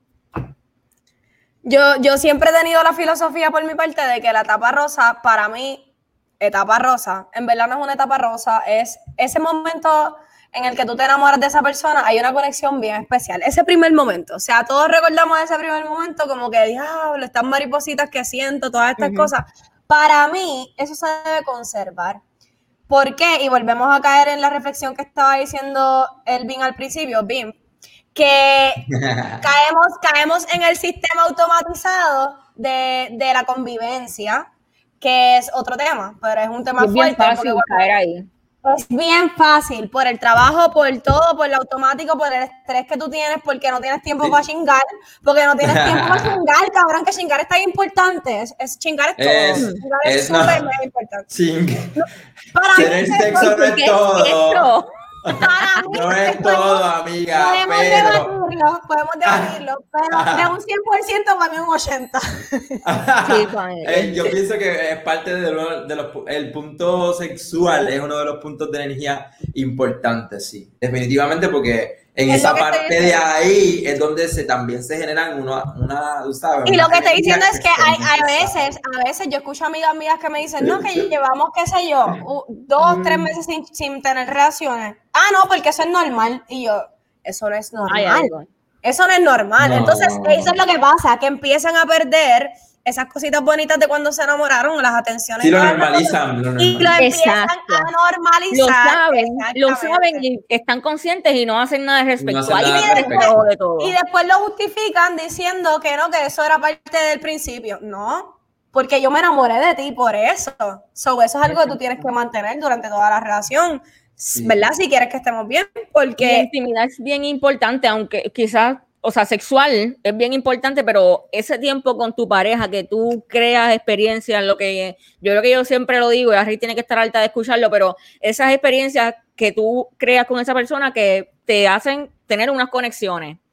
Yo, yo siempre he tenido la filosofía por mi parte de que la etapa rosa, para mí, etapa rosa, en verdad no es una etapa rosa, es ese momento en el que tú te enamoras de esa persona, hay una conexión bien especial. Ese primer momento, o sea, todos recordamos ese primer momento como que, diablo, estas maripositas que siento, todas estas Ujú. cosas. Para mí, eso se debe conservar. ¿Por qué? Y volvemos a caer en la reflexión que estaba diciendo Elvin al principio, Bim, que caemos, caemos en el sistema automatizado de, de la convivencia, que es otro tema, pero es un tema Y es bien fuerte. fácil porque, caer ahí. es bien fácil, por el trabajo, por todo, por lo automático, por el estrés que tú tienes, porque no tienes tiempo Sí. para chingar, porque no tienes tiempo para chingar, cabrón, que chingar es tan importante, es, es chingar es todo, Es- chingar es es no- súper mega importante. Ching. Para mí, Tener sexo no es ¿Qué es todo. esto? para mí, No es podemos- todo, amiga, podemos pero. debatirlo, podemos debatirlo, pero de un cien por ciento para mí un ochenta por ciento. Sí, Juan, Eh, yo pienso que es parte de, lo- de los, el punto sexual, es uno de los puntos de energía importantes, sí. Definitivamente, porque en Es esa lo que estoy parte de diciendo. ahí es donde se, también se generan una, una tú sabes, Y lo unas que estoy diciendo energías es que hay, son hay necesarias. veces, a veces yo escucho amigas mías que me dicen, no, que llevamos, qué sé yo, u- dos, tres meses sin, sin tener relaciones. Ah, no, porque eso es normal. Y yo, eso no es normal. Hay algo. Eso no es normal. No. Entonces, eso es lo que pasa, que empiezan a perder esas cositas bonitas de cuando se enamoraron, las atenciones. Sí, lo todas las normalizan, lo cosas, y lo normalizan. empiezan Exacto. a normalizar. Lo saben, lo Exactamente. saben y están conscientes y no hacen nada al respecto. hacen Ahí nada al viene el respecto. juego de todo. Y después lo justifican diciendo que no, que eso era parte del principio. No, porque yo me enamoré de ti por eso. So, eso es algo que tú tienes que mantener durante toda la relación, Sí. ¿verdad? Si quieres que estemos bien, Y la porque intimidad es bien importante, aunque quizás, o sea, sexual es bien importante, pero ese tiempo con tu pareja, que tú creas experiencias, lo que yo creo que yo siempre lo digo, y Harry tiene que estar alta de escucharlo, pero esas experiencias que tú creas con esa persona que te hacen tener unas conexiones.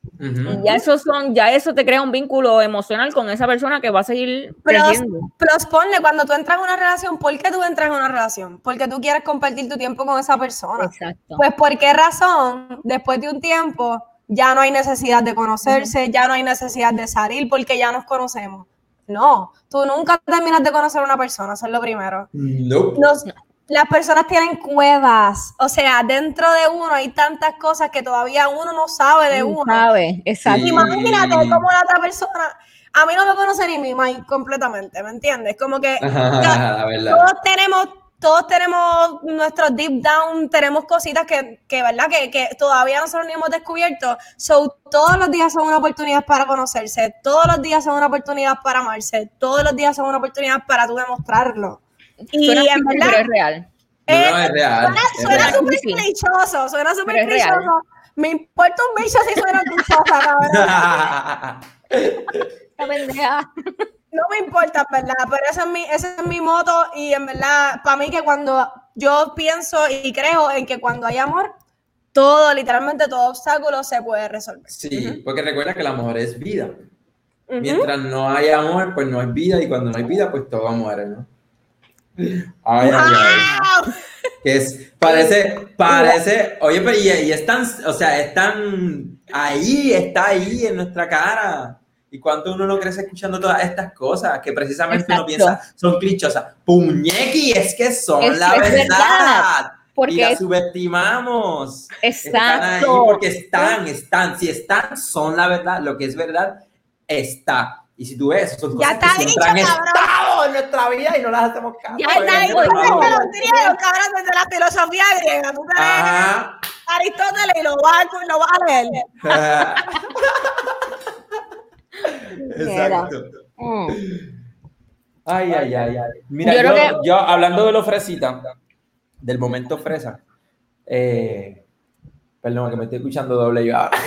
Ujú. Y ya eso son, ya eso te crea un vínculo emocional con esa persona que va a seguir Plus, creciendo. plus ponle, cuando tú entras en una relación, ¿por qué tú entras en una relación? Porque tú quieres compartir tu tiempo con esa persona. Exacto. Pues ¿por qué razón, después de un tiempo, ya no hay necesidad de conocerse, uh-huh. ya no hay necesidad de salir porque ya nos conocemos? No, tú nunca terminas de conocer a una persona, eso es lo primero. Nope. Nos, las personas tienen cuevas, o sea, dentro de uno hay tantas cosas que todavía uno no sabe de No uno. sabe, exacto. Sí. Imagínate cómo la otra persona, a mí no me conoce ni mi mamá completamente, ¿me entiendes? Como que La verdad. todos tenemos, todos tenemos nuestros deep down, tenemos cositas que, que ¿verdad? Que, que todavía nosotros ni hemos descubierto. So, todos los días son una oportunidad para conocerse, todos los días son una oportunidad para amarse, todos los días son una oportunidad para tú demostrarlo. Y Suena en verdad, pero es real. Eh, No, es real. Suena, es suena real. súper Sí. clichoso, suena súper Pero es real. clichoso. Me importa un bicho si suena clichosa, cabrón. Esta pendeja. No me importa, ¿verdad? Pero ese es mi, ese es mi moto y en verdad, para mí que cuando yo pienso y creo en que cuando hay amor, todo, literalmente todo obstáculo se puede resolver. Sí, Uh-huh. porque recuerda que el amor es vida. Uh-huh. Mientras no hay amor, pues no hay vida, y cuando no hay vida, pues todo muere, ¿no? Ay, ¡Wow! ay, ay. Que es, parece, parece, oye, pero y, y es tan, o sea, es tan, ahí, está ahí en nuestra cara. Y cuánto uno no crece escuchando todas estas cosas que precisamente Exacto. uno piensa son clichosas. Puñequi, es que son Es la que es verdad. verdad. Porque y las es- subestimamos. Exacto. Están ahí porque están, están. Si están, son la verdad. Lo que es verdad está. Y si tú ves, son Ya cosas que está siempre han dicho, cabrón. estado en nuestra vida y no las hacemos caso. Ya Está Obviamente, ahí, Oye, tú por eres de favor. los griegos, cabrón, desde la filosofía griega. Tú te lees Ajá. Aristóteles y lo vas a, lo vas a leer. Exacto. Mm. Ay, ay, ay, ay. Mira, Yo yo, creo yo, hablando de lo fresita, del momento fresa, eh, perdón, que me estoy escuchando doble yo ahora.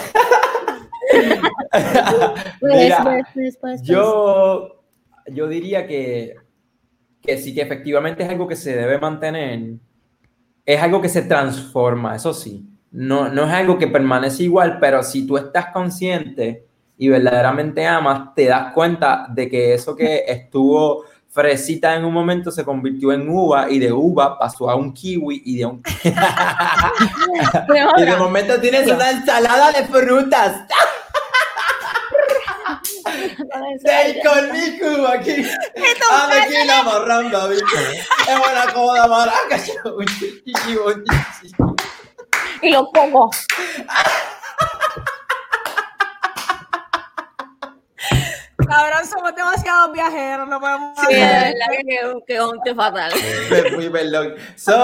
Mira, Pues, pues, pues, yo, yo diría que, que sí, que efectivamente es algo que se debe mantener, es algo que se transforma, eso sí, no, no es algo que permanece igual, pero si tú estás consciente y verdaderamente amas, te das cuenta de que eso que estuvo fresita en un momento se convirtió en uva, y de uva pasó a un kiwi, y de un y de momento tienes una ensalada de frutas. Del colmico aquí. Ah, me quiero la morramba, bicho. Es una coda maraca. Y los pocos. Cabrón, somos demasiados viajeros, no podemos Sí, hacer. es verdad que, que onte fatal. Me fui, perdón. So,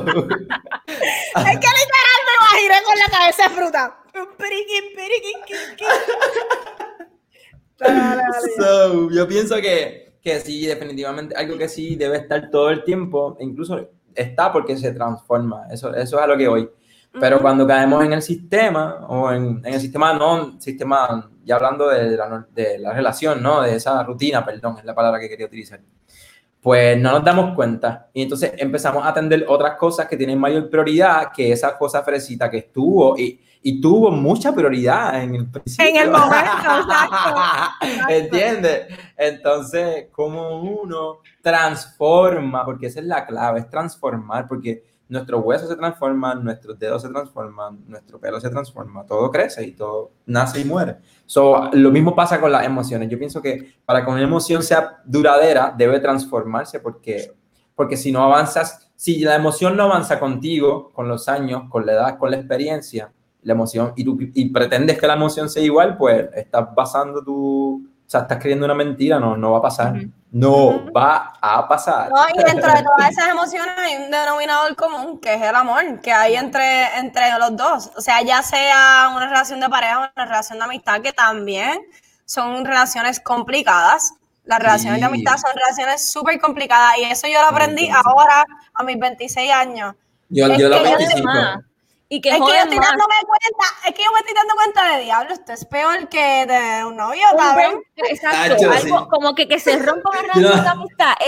Es que literal me imaginé con la cabeza de fruta. Un periquín, periquín, quin, quin. Dale, dale, dale. so, yo pienso que, que sí, definitivamente, algo que sí debe estar todo el tiempo, incluso está porque se transforma. Eso, eso es a lo que voy. Pero Ujú. cuando caemos en el sistema, o en, en el sistema, no, sistema, ya hablando de la, de la relación, ¿no? De esa rutina, perdón, es la palabra que quería utilizar. Pues no nos damos cuenta. Y entonces empezamos a atender otras cosas que tienen mayor prioridad que esa cosa fresita que estuvo, y, y tuvo mucha prioridad en el principio. En el momento, exacto. ¿Entiendes? Entonces, como uno transforma, porque esa es la clave, es transformar, porque nuestros huesos se transforman, nuestros dedos se transforman, nuestro pelo se transforma, todo crece y todo nace y muere. So, lo mismo pasa con las emociones. Yo pienso que para que una emoción sea duradera, debe transformarse, porque, porque si no avanzas, si la emoción no avanza contigo, con los años, con la edad, con la experiencia, la emoción, y, tú, y pretendes que la emoción sea igual, pues estás basando tu, o sea, estás creyendo una mentira, no, no va a pasar. Uh-huh. No Uh-huh. va a pasar. No, y dentro de todas esas emociones hay un denominador común, que es el amor, que hay entre, entre los dos. O sea, ya sea una relación de pareja o una relación de amistad, que también son relaciones complicadas. Las relaciones Sí. de amistad son relaciones súper complicadas, y eso yo lo aprendí Entonces, ahora a mis veintiséis años. Yo, Es yo los que yo veinticinco. más. Y que Es que yo joden estoy más. dándome cuenta, es que yo me estoy dando cuenta de diablo, esto es peor que tener un novio, Un cabrón. break, exacto, Tacho, algo sí. como que, que se rompa una Yo- relación de amistad es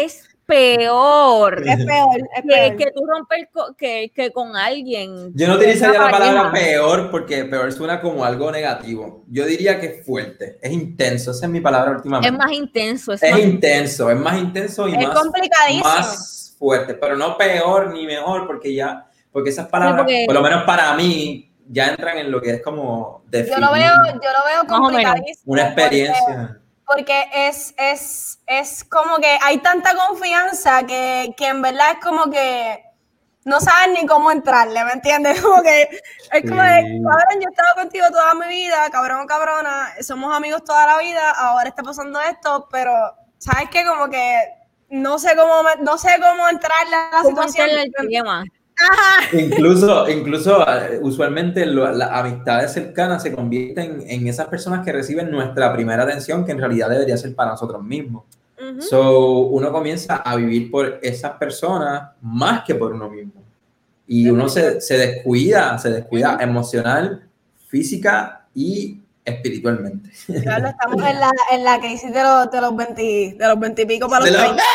peor. Es peor, es Que, peor. que tú romper co- que, que con alguien. Yo no utilizaría la Una palabra pareja. peor porque peor suena como algo negativo. Yo diría que es fuerte, es intenso. Esa es mi palabra últimamente. Es más intenso. Es, Es más intenso, es más intenso y Es más, complicadísimo. más fuerte, pero no peor ni mejor porque ya, porque esas palabras, porque- por lo menos para mí, ya entran en lo que es como Yo definir lo veo, yo lo veo Más o menos. complicadísimo. una experiencia. Porque, porque es, es, es como que hay tanta confianza que, que en verdad es como que no sabes ni cómo entrarle, ¿me entiendes? Como que es como de, Sí. cabrón, yo he estado contigo toda mi vida, cabrón o cabrona, somos amigos toda la vida, ahora está pasando esto, pero ¿sabes qué? Como que no sé cómo, me- no sé cómo entrarle a la ¿Cómo situación. entrarle al tema? Ajá. Incluso, incluso eh, usualmente lo- las amistades cercanas se convierten en esas personas que reciben nuestra primera atención, que en realidad debería ser para nosotros mismos. Ujú. So, uno comienza a vivir por esas personas más que por uno mismo. Y uno se, se descuida, se descuida Ujú. emocional, física y espiritualmente. Claro, estamos en la, en la crisis de los, de los veinte, de los veinte y pico para los De los- treinta.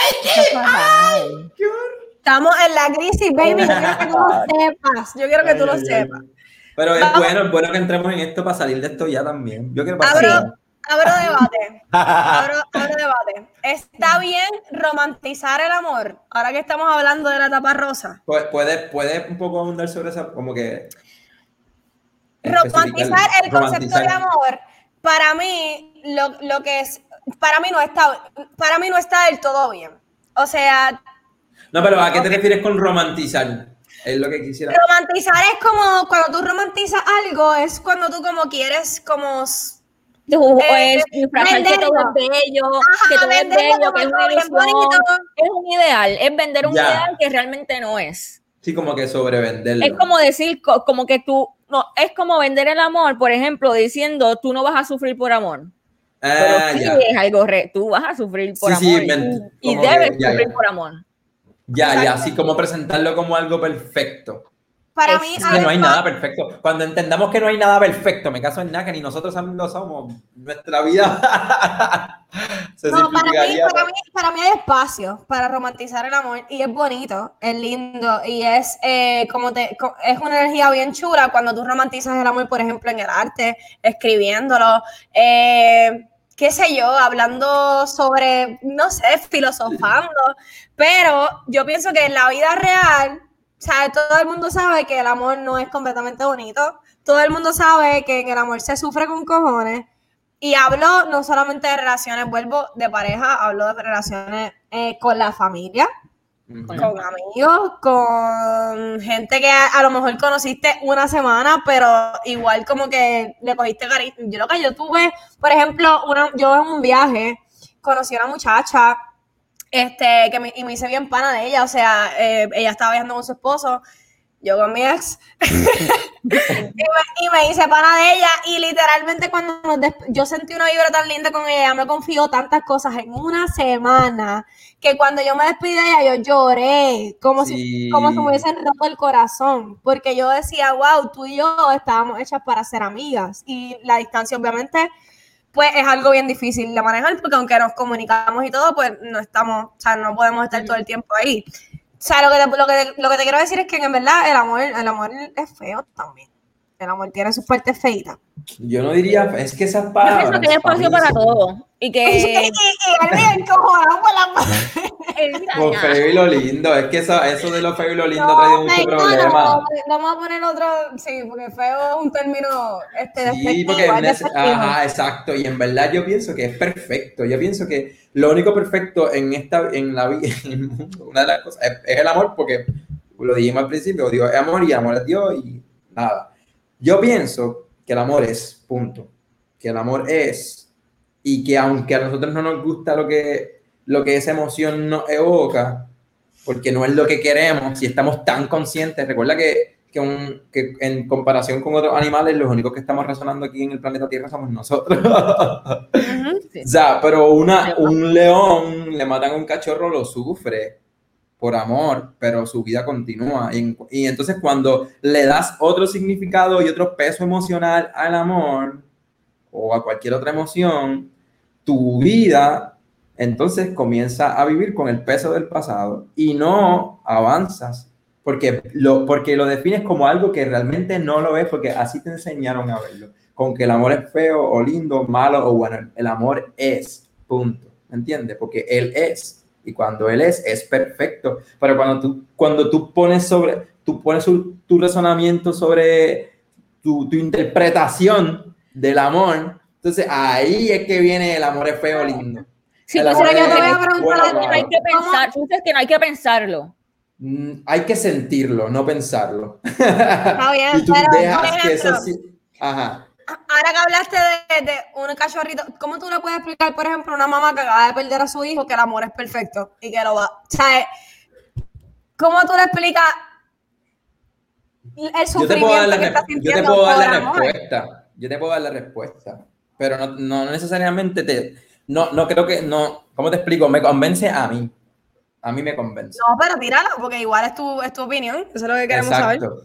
Estamos en la crisis, baby. Yo quiero que tú lo sepas. Yo quiero que tú lo Ay, ay, ay. sepas. Pero es Vamos. bueno, es bueno que entremos en esto para salir de esto ya también. Yo quiero pasar. Abro, abro debate. Abro, abro debate. ¿Está bien romantizar el amor? Ahora que estamos hablando de la etapa rosa. Pu- ¿Puedes puede un poco abundar sobre eso? Como que. Romantizar el concepto de Romantizar. amor, para mí, lo, lo que es, para mí no está, para mí no está del todo bien. O sea, No, pero ¿a qué te refieres con romantizar? Es lo que quisiera. romantizar es como cuando tú romantizas algo, es cuando tú como quieres como s- Tú, Eh, es disfrazar que todo es bello, Ajá, que todo es venderlo bello, como que es algo una bien ilusión. bonito. Es un ideal, es vender un Ya. ideal que realmente no es. Sí, como que sobrevenderlo. Es como decir, co- como que tú, no, es como vender el amor, por ejemplo, diciendo, tú no vas a sufrir por amor. Pero Ah, sí ya. es algo re, tú vas a sufrir por Sí, sí, amor ment- y, y como que- debes ya, sufrir ya. por amor. Ya, ya, Exacto. así como presentarlo como algo perfecto. Para Es mí, Es a que ver, no hay pa- nada perfecto. Cuando entendamos que no hay nada perfecto, me caso en nada, que ni nosotros no somos, nuestra vida se no, para mí, simplificaría. para mí, para mí hay espacio para romantizar el amor y es bonito, es lindo y es eh, como te, co- es una energía bien chula cuando tú romantizas el amor, por ejemplo, en el arte, escribiéndolo, eh, qué sé yo, hablando sobre, no sé, filosofando, pero yo pienso que en la vida real, o sea, todo el mundo sabe que el amor no es completamente bonito, todo el mundo sabe que en el amor se sufre con cojones. Y hablo no solamente de relaciones, vuelvo de pareja, hablo de relaciones eh, con la familia, Ujú. con amigos, con gente que a, a lo mejor conociste una semana, pero igual como que le cogiste cariño. Yo lo que yo tuve, por ejemplo, una, yo en un viaje conocí a una muchacha este, que me, y me hice bien pana de ella, o sea, eh, ella estaba viajando con su esposo, yo con mi ex. y, me, y me hice pana de ella y literalmente cuando nos desp- yo sentí una vibra tan linda con ella, ella me confió tantas cosas en una semana que cuando yo me despedí de ella yo lloré como, Sí. si, como si me hubiesen roto el corazón porque yo decía, wow, tú y yo estábamos hechas para ser amigas y la distancia obviamente pues es algo bien difícil de manejar porque aunque nos comunicamos y todo pues no estamos, o sea, no podemos estar todo el tiempo ahí. O sea, lo que, te, lo, que te, lo que te quiero decir es que en verdad el amor, el amor es feo también. El amor tiene sus partes feitas. Yo no diría, es que esas Yo palabras. pienso que hay espacio mí para son- todo. Y Y, y, que. y él me encojonado por la Lo feo y lo lindo, es que eso, eso de lo feo y lo lindo No, trae mucho venga, problema. no, vamos a poner otro, sí, porque feo es un término este, Sí, despectivo, porque es es nece- despectivo. ajá, exacto, y en verdad yo pienso que es perfecto. Yo pienso que lo único perfecto en esta, en la vida, en el mundo, una de las cosas es, es el amor, porque lo dijimos al principio, Dios es amor y amor es Dios y nada. Yo pienso que el amor es, punto, que el amor es y que aunque a nosotros no nos gusta lo que, lo que esa emoción nos evoca, porque no es lo que queremos, si estamos tan conscientes, recuerda que, que, un, que en comparación con otros animales, los únicos que estamos razonando aquí en el planeta Tierra somos nosotros. Ujú. O sea, pero una, un león, le matan a un cachorro, lo sufre por amor, pero su vida continúa. Y, y entonces cuando le das otro significado y otro peso emocional al amor o a cualquier otra emoción, tu vida entonces comienza a vivir con el peso del pasado y no avanzas porque lo, porque lo defines como algo que realmente no lo es, porque así te enseñaron a verlo, con que el amor es feo o lindo, malo o bueno. El amor es, punto, ¿me entiendes? Porque él es, y cuando él es, es perfecto. Pero cuando tú, cuando tú pones sobre, tú pones su, tu razonamiento sobre tu, tu interpretación del amor, entonces ahí es que viene el amor es feo o lindo. Sí, El pues amor yo te es- voy a es preguntar, bueno, que no hay malo. que pensar, tú dices que no hay que pensarlo. Mm, Hay que sentirlo, no pensarlo. Está bien, Y tú pero, dejas por que eso ejemplo, sí. Ajá. ahora que hablaste de, de un cachorrito, ¿cómo tú le puedes explicar, por ejemplo, a una mamá que acaba de perder a su hijo que el amor es perfecto y que lo va? O sea, ¿cómo tú le explicas el Yo te puedo dar sufrimiento la, que está re- yo sintiendo te puedo dar por la amor? respuesta. Yo te puedo dar la respuesta. Pero no, no necesariamente te. No, no creo que. No, ¿cómo te explico? Me convence a mí. A mí me convence. No, pero tírala, porque igual es tu, es tu opinión. Eso es lo que queremos saber. Exacto.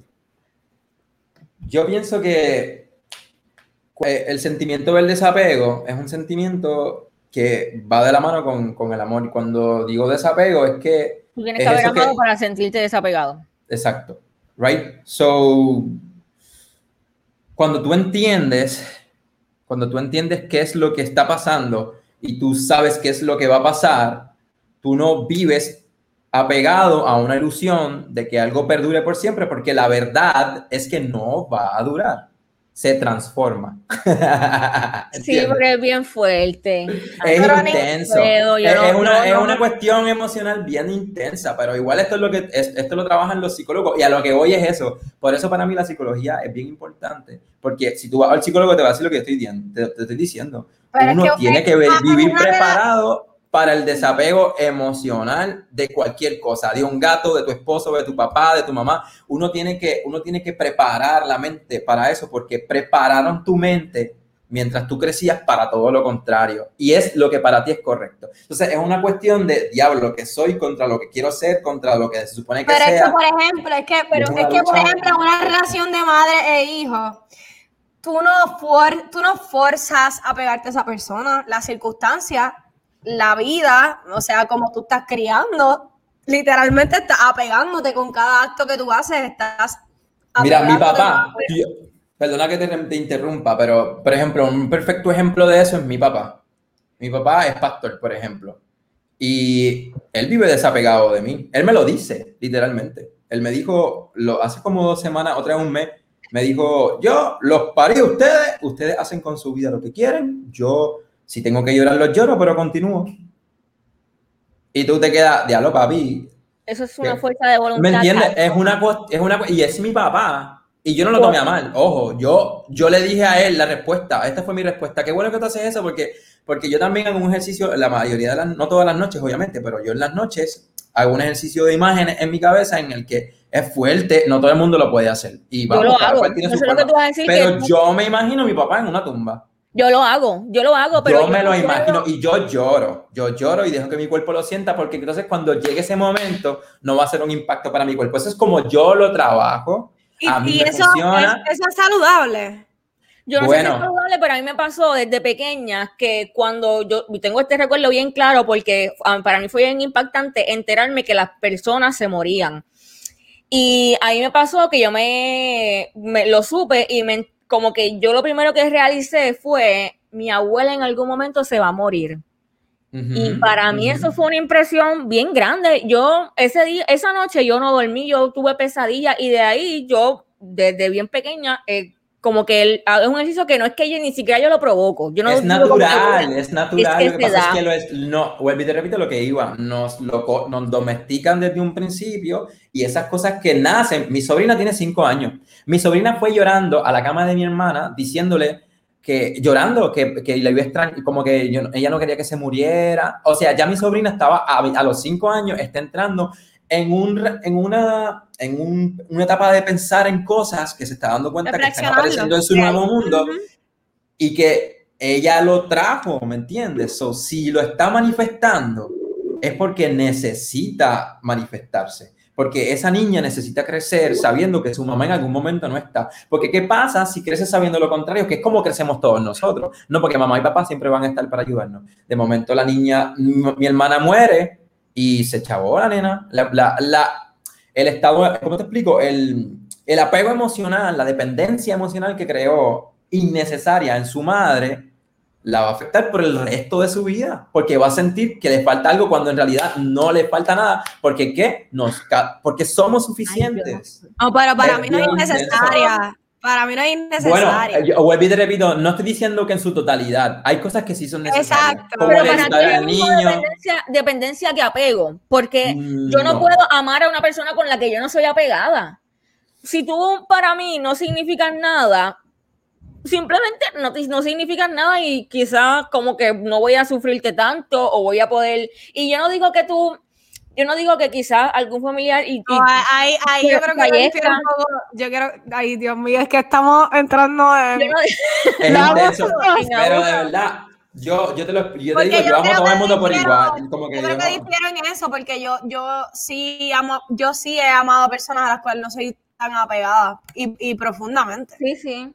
Yo pienso que eh, el sentimiento del desapego es un sentimiento que va de la mano con, con el amor. Y cuando digo desapego es que Tú tienes es que haber eso amado que- para sentirte desapegado. Exacto. Right? So, cuando tú entiendes, cuando tú entiendes qué es lo que está pasando y tú sabes qué es lo que va a pasar, tú no vives apegado a una ilusión de que algo perdure por siempre, porque la verdad es que no va a durar. Se transforma. Sí, ¿Entiendes? porque es bien fuerte. Es Pero ni- intenso. puedo, yo es, no- es una, yo es no- una cuestión emocional bien intensa, pero igual esto es lo que es- esto lo trabajan los psicólogos y a lo que voy es eso. Por eso para mí la psicología es bien importante, porque si tú vas al psicólogo te va a decir lo que estoy diciendo, te, te estoy diciendo. Pero Uno es que tiene es que ver- una- vivir una rela- preparado para el desapego emocional de cualquier cosa, de un gato, de tu esposo, de tu papá, de tu mamá. Uno tiene que, uno tiene que preparar la mente para eso, porque prepararon tu mente mientras tú crecías para todo lo contrario. Y es lo que para ti es correcto. Entonces, es una cuestión de diablo, que soy contra lo que quiero ser, contra lo que se supone que Pero es sea. que, por ejemplo, es que, Es una es que, por lucha. ejemplo, una relación de madre e hijo, tú no, for- tú no forzas a pegarte a esa persona. Las circunstancias, la vida, o sea, como tú estás criando, literalmente estás apegándote con cada acto que tú haces, estás Mira, mi apegándote papá, más. yo- perdona que te, te interrumpa, pero, por ejemplo, un perfecto ejemplo de eso es mi papá. Mi papá es pastor, por ejemplo, y él vive desapegado de mí. Él me lo dice, literalmente. Él me dijo, lo, hace como dos semanas, otra vez un mes, me dijo, yo los parí a ustedes, ustedes hacen con su vida lo que quieren, yo, si tengo que llorar, los lloro, pero continúo. Y tú te quedas, diablo, papi. Eso es una ¿Qué? fuerza de voluntad. ¿Me entiendes? Es una, cos- es una, y es mi papá. Y yo no lo tomé a mal. Ojo, yo, yo le dije a él la respuesta. Esta fue mi respuesta. Qué bueno que tú haces eso porque, porque yo también hago un ejercicio, la mayoría de las, no todas las noches, obviamente, pero yo en las noches hago un ejercicio de imágenes en mi cabeza en el que es fuerte, no todo el mundo lo puede hacer. Y vamos, Yo lo cada hago. cual tiene Eso su es lo que forma. tú vas a decir. Pero que yo me imagino a mi papá en una tumba. yo lo hago, yo lo hago, pero yo me lo no imagino puedo- y yo lloro, yo lloro y dejo que mi cuerpo lo sienta porque entonces cuando llegue ese momento no va a ser un impacto para mi cuerpo. Eso es como yo lo trabajo, Y, a mí y me eso, funciona. es, eso es saludable. Yo no sé si Bueno. es saludable, pero a mí me pasó desde pequeña que cuando yo tengo este recuerdo bien claro porque ah, para mí fue bien impactante enterarme que las personas se morían. Y a mí me pasó que yo me, me lo supe y me, como que yo lo primero que realicé fue mi abuela en algún momento se va a morir. Ujú, Y para mí ujú. eso fue una impresión bien grande. Yo ese día, esa noche yo no dormí, yo tuve pesadillas y de ahí yo desde bien pequeña eh, como que el, es un ejercicio que no es que yo ni siquiera yo lo provoco. Yo no Es digo como que, natural, es natural. es que lo que se pasa da. es que lo es, no, vuelvo y te repito lo que iba, nos, lo, co- nos domestican desde un principio y esas cosas que nacen. Mi sobrina tiene cinco años. Mi sobrina fue llorando a la cama de mi hermana diciéndole que, llorando, que, que la iba a extrañar, como que yo, ella no quería que se muriera. O sea, ya mi sobrina estaba a, a los cinco años, está entrando en, un, en, una, en un, una etapa de pensar en cosas que se está dando cuenta que están Reflexionando. apareciendo en su Sí. nuevo mundo. Ujú. Y que ella lo trajo, ¿me entiendes? So, si lo está manifestando, es porque necesita manifestarse. Porque esa niña necesita crecer sabiendo que su mamá en algún momento no está. Porque ¿qué pasa si creces sabiendo lo contrario? Que es como crecemos todos nosotros. No, porque mamá y papá siempre van a estar para ayudarnos. De momento la niña, mi, mi hermana muere y se chavó la nena. La, la, la, el estado, ¿cómo te explico? El, el apego emocional, la dependencia emocional que creó innecesaria en su madre, la va a afectar por el resto de su vida, porque va a sentir que le falta algo cuando en realidad no le falta nada, porque ¿qué? Nos, porque somos suficientes. No, pero para Es mí no es bien innecesaria. intenso. Para mí no es innecesaria. Bueno, yo vuelvo y te repito, no estoy diciendo que en su totalidad, hay cosas que sí son necesarias. Exacto. Como Pero el para ti educar es al lo mismo niño. dependencia, dependencia que apego, porque Mm, yo no, no. puedo amar a una persona con la que yo no soy apegada. Si tú para mí no significas nada, simplemente no, no significan nada y quizás como que no voy a sufrirte tanto o voy a poder... Y yo no digo que tú, yo no digo que quizás algún familiar y... y No, ahí, ahí yo creo que fallezca. difiere un poco. Yo quiero, ay, Dios mío, es que estamos entrando en. Yo no- Es No, intenso, no, pero de verdad, yo, yo te lo yo te Porque digo, yo, amo a creo todo que el mundo por difiero- igual. Como que Yo creo yo que no- difiero en eso, porque yo, yo sí amo, yo sí he amado a personas a las cuales no soy tan apegada y, y profundamente. Sí, sí.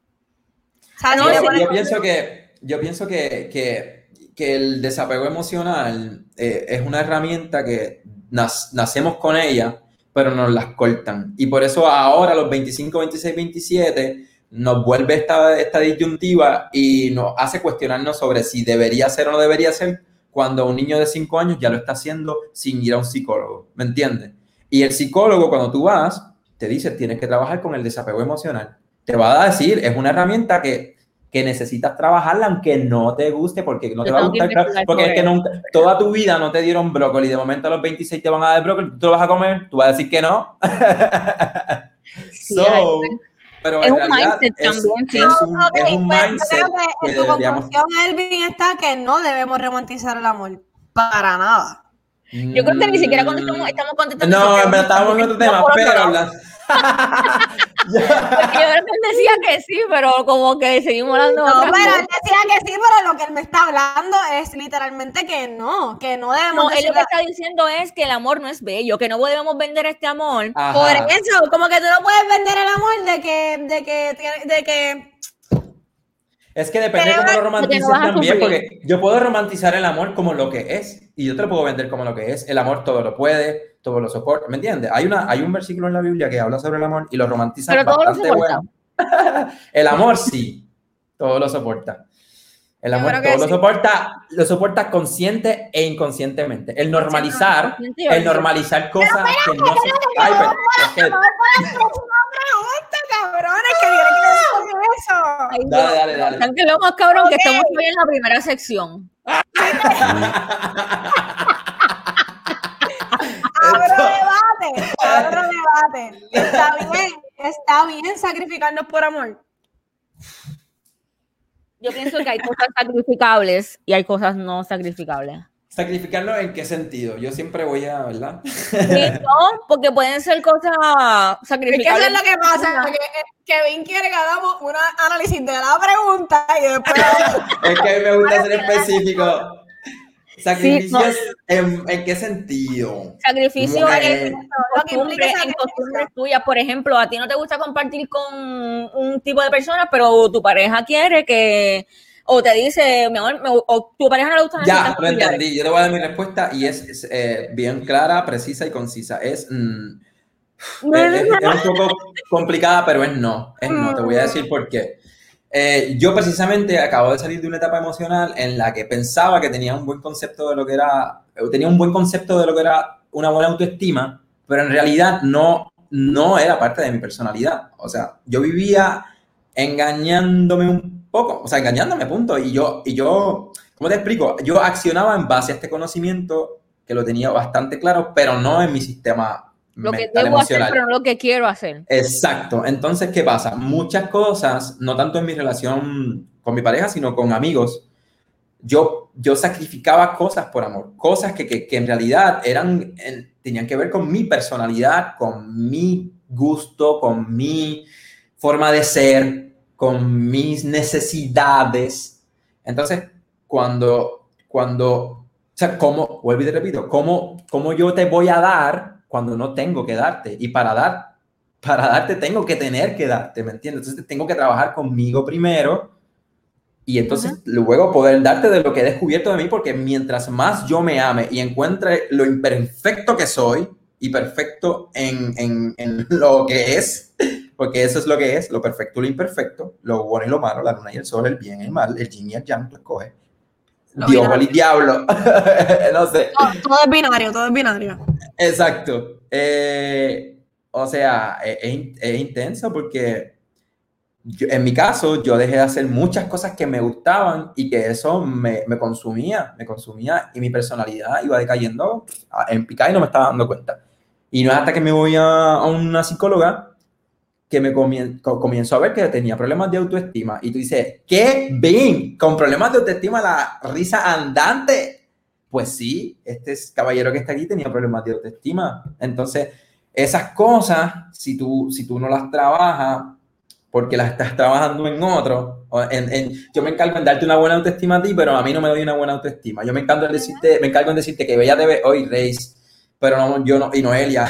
O sea, No, si le yo, pones- yo pienso que, yo pienso que, que, que el desapego emocional eh, es una herramienta que nas- nacemos con ella, pero nos las cortan. Y por eso ahora, a los veinticinco, veintiséis, veintisiete, nos vuelve esta, esta disyuntiva y nos hace cuestionarnos sobre si debería ser o no debería ser, cuando un niño de cinco años ya lo está haciendo sin ir a un psicólogo. ¿Me entiendes? Y el psicólogo, cuando tú vas, te dice, tienes que trabajar con el desapego emocional. Te va a decir, es una herramienta que, que necesitas trabajarla aunque no te guste, porque no te Yo va a tengo que gustar, claro, investigar porque es sobre que nunca, toda tu vida no te dieron brócoli, de momento a los veintiséis te van a dar brócoli, tú te lo vas a comer, tú vas a decir que no. Sí, So, hay- pero es en un realidad mindset es, también, sí. es un, Ok, es un pues, mindset yo creo que que en tu deberíamos... conclusión, Elvin, está que no debemos romantizar el amor. Para nada. Yo creo que ni siquiera contestamos, estamos contestando. No, eso, en verdad estábamos en otro tema, por otro pero... lado. la- Porque yo creo que él decía que sí, pero como que seguimos hablando de No, otras pero cosas. él decía que sí, pero lo que él me está hablando es literalmente que no, que no debemos No, él decir lo que está diciendo es que el amor no es bello, que no debemos vender este amor. Ajá. por eso, como que tú no puedes vender el amor de que, de que, tiene- de que, Es que depende Pero cómo lo de que romantices no vas a también, sufrir. porque yo puedo romantizar el amor como lo que es, y yo te lo puedo vender como lo que es. El amor todo lo puede, todo lo soporta, ¿me entiendes? Hay, una, hay un versículo en la Biblia que habla sobre el amor y lo romantiza Pero todo lo bastante soporta. bueno. El amor sí, todo lo soporta. El Yo amor creo que todo lo sí. soporta, lo soporta consciente e inconscientemente. El normalizar, Consciente y el olvidado. normalizar cosas que no se... Ay, pero, es que- no pregunta, cabrones, que viene que decir eso. Ay, Dios. Dale, dale, dale. Tan que lo más cabrón que Ok. estamos hoy en la primera sección. Abro debate, abro debate. Está bien, está bien sacrificarnos por amor. Yo pienso que hay cosas sacrificables y hay cosas no sacrificables. ¿Sacrificarlo en qué sentido? Yo siempre voy a, ¿verdad? Sí, no, porque pueden ser cosas Es que sacrificables. eso es lo que pasa, que Kevin quiere que hagamos un análisis de la pregunta y después... Es que a mí me gusta ser específico. ¿Sacrificios Sí, en, en qué sentido? Sacrificio Bueno, en lo que implica costumbres, en sacrificio. costumbres tuyas. Por ejemplo, a ti no te gusta compartir con un tipo de personas, pero tu pareja quiere que, o te dice, mi amor, me- o tu pareja no le gusta Ya, lo entendí. Yo te voy a dar mi respuesta y es, es, eh, bien clara, precisa y concisa. Es, mm, es, es- es un poco complicada, pero es no. Es no. Te voy a decir por qué. Eh, yo precisamente acabo de salir de una etapa emocional en la que pensaba que tenía un buen concepto de lo que era, tenía un buen concepto de lo que era una buena autoestima, pero en realidad no, no era parte de mi personalidad. O sea, yo vivía engañándome un poco, o sea, engañándome, punto. Y yo, y yo, ¿cómo te explico? Yo accionaba en base a este conocimiento que lo tenía bastante claro, pero no en mi sistema Lo que mental debo hacer, emocional. pero no lo que quiero hacer. Exacto. Entonces, ¿qué pasa? Muchas cosas, no tanto en mi relación con mi pareja, sino con amigos, yo, yo sacrificaba cosas por amor, cosas que, que, que en realidad eran, en- tenían que ver con mi personalidad, con mi gusto, con mi forma de ser, con mis necesidades. Entonces, cuando, cuando, o sea, ¿cómo, vuelvo y te repito, cómo, cómo yo te voy a dar cuando no tengo que darte. Y para dar, para darte tengo que tener que darte, ¿me entiendes? Entonces tengo que trabajar conmigo primero y entonces uh-huh. luego poder darte de lo que he descubierto de mí, porque mientras más yo me ame y encuentre lo imperfecto que soy y perfecto en, en, en lo que es, porque eso es lo que es, lo perfecto y lo imperfecto, lo bueno y lo malo, la luna y el sol, el bien y el mal, el yin y el yang, tú escoges. No, Dios o el diablo, no sé. Todo, todo es binario, todo es binario. Exacto. Eh, o sea, es, es, es intenso porque yo, en mi caso, yo dejé de hacer muchas cosas que me gustaban y que eso me, me consumía, me consumía y mi personalidad iba decayendo en picada y no me estaba dando cuenta. Y no es hasta que me voy a, a una psicóloga que me comien, comienzo a ver que tenía problemas de autoestima. Y tú dices, ¿qué? ¿Bien? ¿Con problemas de autoestima la risa andante? Pues sí, este caballero que está aquí tenía problemas de autoestima. Entonces, esas cosas, si tú, si tú no las trabajas, porque las estás trabajando en otro, en, en, yo me encargo en darte una buena autoestima a ti, pero a mí no me doy una buena autoestima. Yo me encargo en decirte, me encargo en decirte que Bella te ve hoy, Reis, pero no, yo no, y Noelia,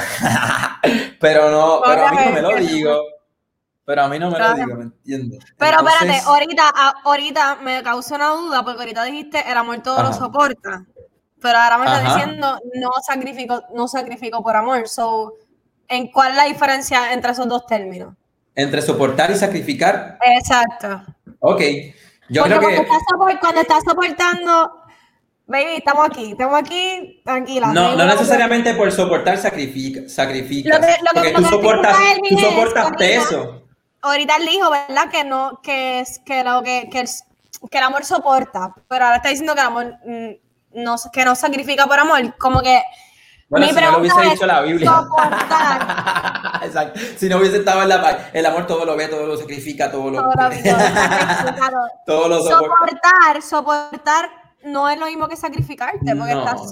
pero no, pero a mí no me lo digo. Pero a mí no me claro. lo digo, ¿me entiendes? Pero Entonces, espérate, ahorita, ahorita me causa una duda, porque ahorita dijiste el amor todo ajá. lo soporta, pero ahora me estás diciendo no sacrifico, no sacrifico por amor. So, ¿en cuál es la diferencia entre esos dos términos? Entre soportar y sacrificar. Exacto. Ok, yo porque creo cuando que... Estás soport, cuando estás soportando, baby, estamos aquí, estamos aquí, tranquila. No, no necesariamente por soportar sacrifica, sacrificas, lo que, lo porque que, tú lo soportas, tú soportas es, peso. Ahorita él dijo, ¿verdad? Que no, que es que lo que, que, el, que el amor soporta, pero ahora está diciendo que el amor no, que no sacrifica por amor, como que bueno, mi si no lo hubiese dicho la Biblia. Soportar. Exacto. Si no hubiese estado en la paz, el amor todo lo ve, todo lo sacrifica, todo lo... Todo lo, todo, todo lo soporta. Soportar, soportar no es lo mismo que sacrificarte, porque no. estás...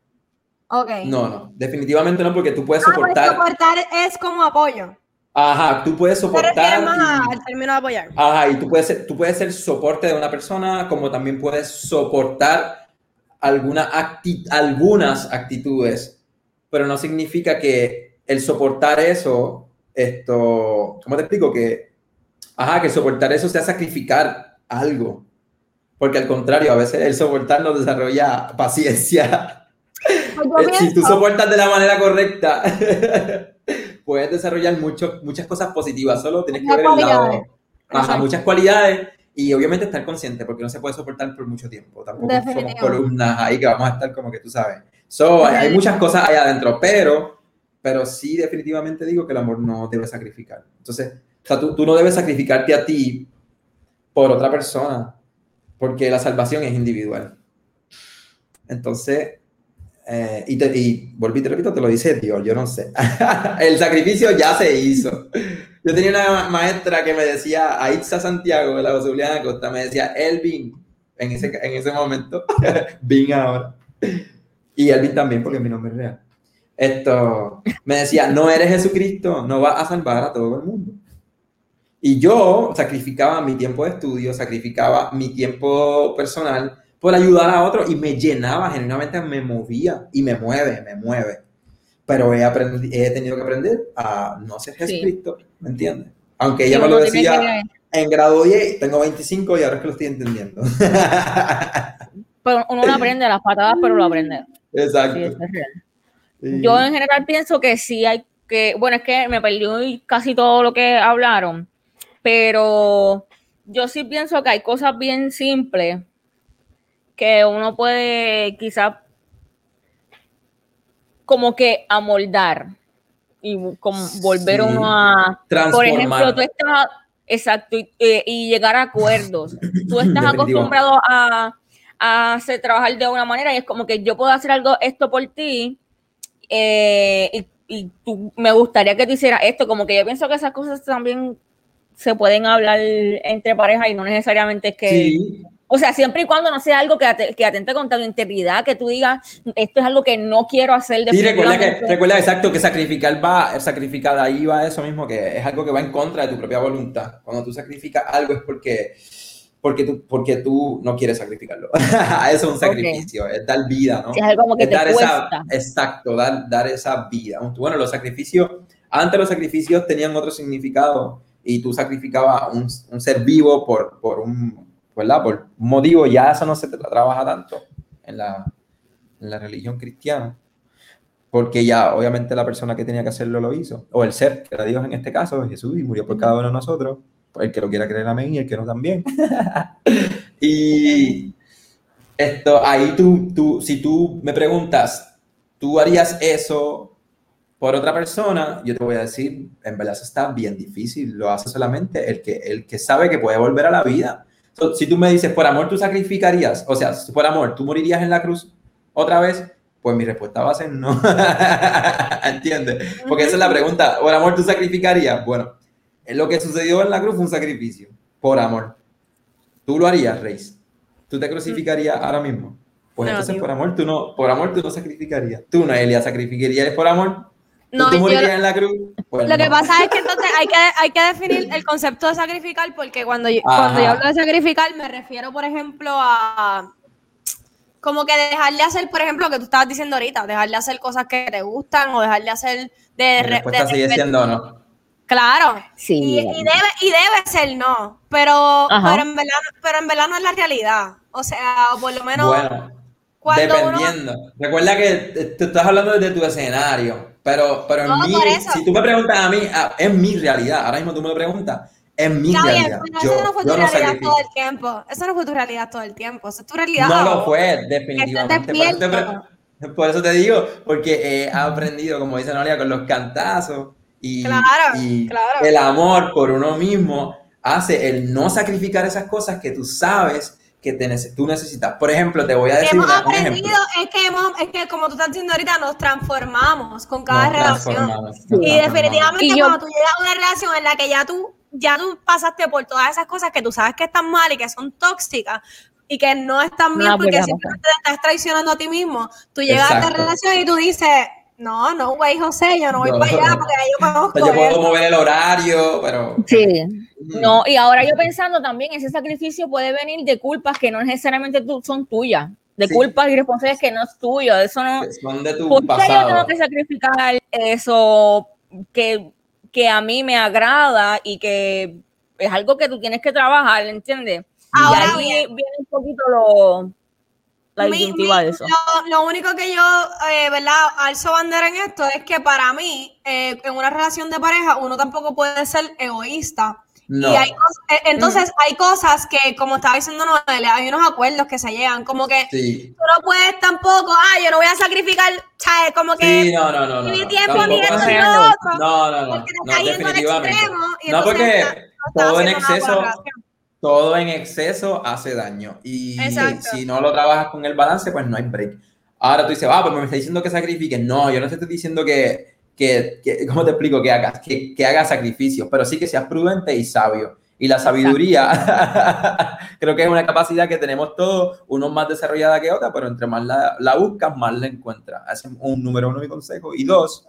Okay. No, no, definitivamente no, porque tú puedes ah, soportar... soportar es como apoyo. Ajá, tú puedes soportar... Te refieres más y, al término de apoyar. Ajá, y tú puedes, ser, tú puedes ser soporte de una persona, como también puedes soportar alguna acti algunas actitudes, pero no significa que el soportar eso, esto, ¿cómo te explico? Que, ajá, que soportar eso sea sacrificar algo, porque al contrario, a veces el soportar nos desarrolla paciencia. Pues si tú soportas de la manera correcta, puedes desarrollar mucho, muchas cosas positivas, solo tienes que ver el lado, ajá, muchas cualidades. Y obviamente estar consciente, porque no se puede soportar por mucho tiempo. Tampoco somos columnas ahí que vamos a estar como que tú sabes. So, hay muchas cosas ahí adentro, pero, pero sí definitivamente digo que el amor no debe sacrificar. Entonces, o sea, tú, tú no debes sacrificarte a ti por otra persona, porque la salvación es individual. Entonces, eh, y, te, y volví, te repito, te lo dice Dios, yo no sé. El sacrificio ya se hizo. Yo tenía una maestra que me decía, Aitza Santiago, de la José Juliana Costa, me decía, Elvin, en ese, en ese momento, Vin ahora, y Elvin también, porque mi nombre es real. Esto, me decía, no eres Jesucristo, no vas a salvar a todo el mundo. Y yo sacrificaba mi tiempo de estudio, sacrificaba mi tiempo personal por ayudar a otros y me llenaba, genuinamente me movía y me mueve, me mueve. Pero he, he tenido que aprender a no ser Jesucristo, sí. ¿Me entiendes? Aunque ella sí, me lo decía en grado diez, tengo veinticinco y ahora es que lo estoy entendiendo. Pero uno no aprende las patadas, pero lo aprende. Exacto. Sí, eso es real. Sí. Yo en general pienso que sí hay que, bueno, es que me perdió casi todo lo que hablaron, pero yo sí pienso que hay cosas bien simples que uno puede quizás como que amoldar y como volver sí. uno a por ejemplo tú estás exacto y, eh, y llegar a acuerdos. Tú estás acostumbrado a, a hacer, trabajar de una manera y es como que yo puedo hacer algo esto por ti eh, y, y tú me gustaría que tú hicieras esto, como que yo pienso que esas cosas también se pueden hablar entre parejas y no necesariamente es que sí. O sea, siempre y cuando no sea algo que, at que atente contra tu integridad, que tú digas, esto es algo que no quiero hacer. Sí, recuerda, que, recuerda exacto que sacrificar va, sacrificar ahí va eso mismo, que es algo que va en contra de tu propia voluntad. Cuando tú sacrificas algo es porque porque tú, porque tú no quieres sacrificarlo. Eso es un sacrificio, okay. Es dar vida, ¿no? Sí, es algo como que es te dar cuesta. Esa, exacto, dar, dar esa vida. Bueno, los sacrificios, antes los sacrificios tenían otro significado y tú sacrificabas un, un ser vivo por, por, un, ¿verdad? Por un motivo, ya eso no se trabaja tanto en la, en la religión cristiana. Porque ya, obviamente, la persona que tenía que hacerlo lo hizo. O el ser, que era Dios en este caso, Jesús, y murió por cada uno de nosotros. El que lo quiera creer, amén, y el que no también. Y esto, ahí tú, tú, si tú me preguntas, ¿tú harías eso por otra persona? Yo te voy a decir, en verdad eso está bien difícil. Lo hace solamente el que, el que sabe que puede volver a la vida. So, si tú me dices, por amor, ¿tú sacrificarías? O sea, por amor, ¿tú morirías en la cruz otra vez? Pues mi respuesta va a ser no. ¿Entiendes? Porque esa es la pregunta. ¿Por amor tú sacrificarías? Bueno, lo que sucedió en la cruz fue un sacrificio. Por amor. ¿Tú lo harías, Reis? ¿Tú te crucificarías ahora mismo? Pues no, entonces tío. por amor tú no, por amor tú no sacrificarías. ¿Tú, Noelia, sacrificarías por amor? ¿Tú, no, tú morirías yo, en la cruz? Pues lo no. que pasa es que entonces hay que, hay que definir el concepto de sacrificar, porque cuando yo, cuando yo hablo de sacrificar me refiero, por ejemplo, a... como que dejar de hacer, por ejemplo, lo que tú estabas diciendo ahorita, dejar de hacer cosas que te gustan o dejar de hacer... De, Mi respuesta de, sigue de, siendo no. Claro, sí, y, y, debe, y debe ser no, pero, pero, en verdad, pero en verdad no es la realidad. O sea, o por lo menos... Bueno, dependiendo. Uno... Recuerda que tú estás hablando desde tu escenario, pero, pero en no, mí, si tú me preguntas a mí, es mi realidad, ahora mismo tú me lo preguntas, es mi Está realidad. Bien, pero yo, eso no fue tu yo realidad sacrifico. todo el tiempo. Eso no fue tu realidad todo el tiempo. Eso es tu realidad. No ahora. lo fue, definitivamente. Por eso, te, por eso te digo, porque he aprendido, como dice Noelia, con los cantazos y, claro, y claro. el amor por uno mismo hace el no sacrificar esas cosas que tú sabes que te, tú necesitas. Por ejemplo, te voy a decir hemos una, aprendido, un ejemplo. Es que, hemos, es que, como tú estás diciendo ahorita, nos transformamos con cada nos relación. Nos y definitivamente y cuando yo, tú llegas a una relación en la que ya tú, ya tú pasaste por todas esas cosas que tú sabes que están mal y que son tóxicas y que no están bien no, porque simplemente te estás traicionando a ti mismo, tú llegas Exacto. a esta relación y tú dices... No, no, güey, José, yo no voy no, para allá porque yo conozco. Yo puedo mover el horario, pero... Sí. No, y ahora yo pensando también, ese sacrificio puede venir de culpas que no necesariamente tú, son tuyas. De sí. culpas y responsabilidades que no es tuyo. Eso no... Son de tu ¿Por qué pasado? yo tengo que sacrificar eso que, que a mí me agrada y que es algo que tú tienes que trabajar, ¿entiendes? Ahora y ahí bien. viene un poquito lo... La mi, mi, de lo, lo único que yo, eh, ¿verdad? Alzo bandera en esto es que para mí, eh, en una relación de pareja, uno tampoco puede ser egoísta. No. Y hay cosas, eh, entonces, mm. hay cosas que, como estaba diciendo Noelia, hay unos acuerdos que se llegan, como que sí. tú no puedes tampoco, ah, yo no voy a sacrificar, ¿sabes? Como que sí, no, no, no, mi no, tiempo no, ni esto ni lo otro. No, no, no, porque te no, está yendo al extremo. Y no, porque está, no todo en exceso... Todo en exceso hace daño y Exacto. si no lo trabajas con el balance, pues no hay break. Ahora tú dices, ah, pues me está diciendo que sacrifiques. No, yo no te estoy diciendo que, que, que ¿cómo te explico? Que hagas, que, que hagas sacrificios, pero sí que seas prudente y sabio. Y la sabiduría creo que es una capacidad que tenemos todos, unos más desarrollada que otra, pero entre más la, la buscas, más la encuentras. Ese es un número uno mi consejo. Y dos,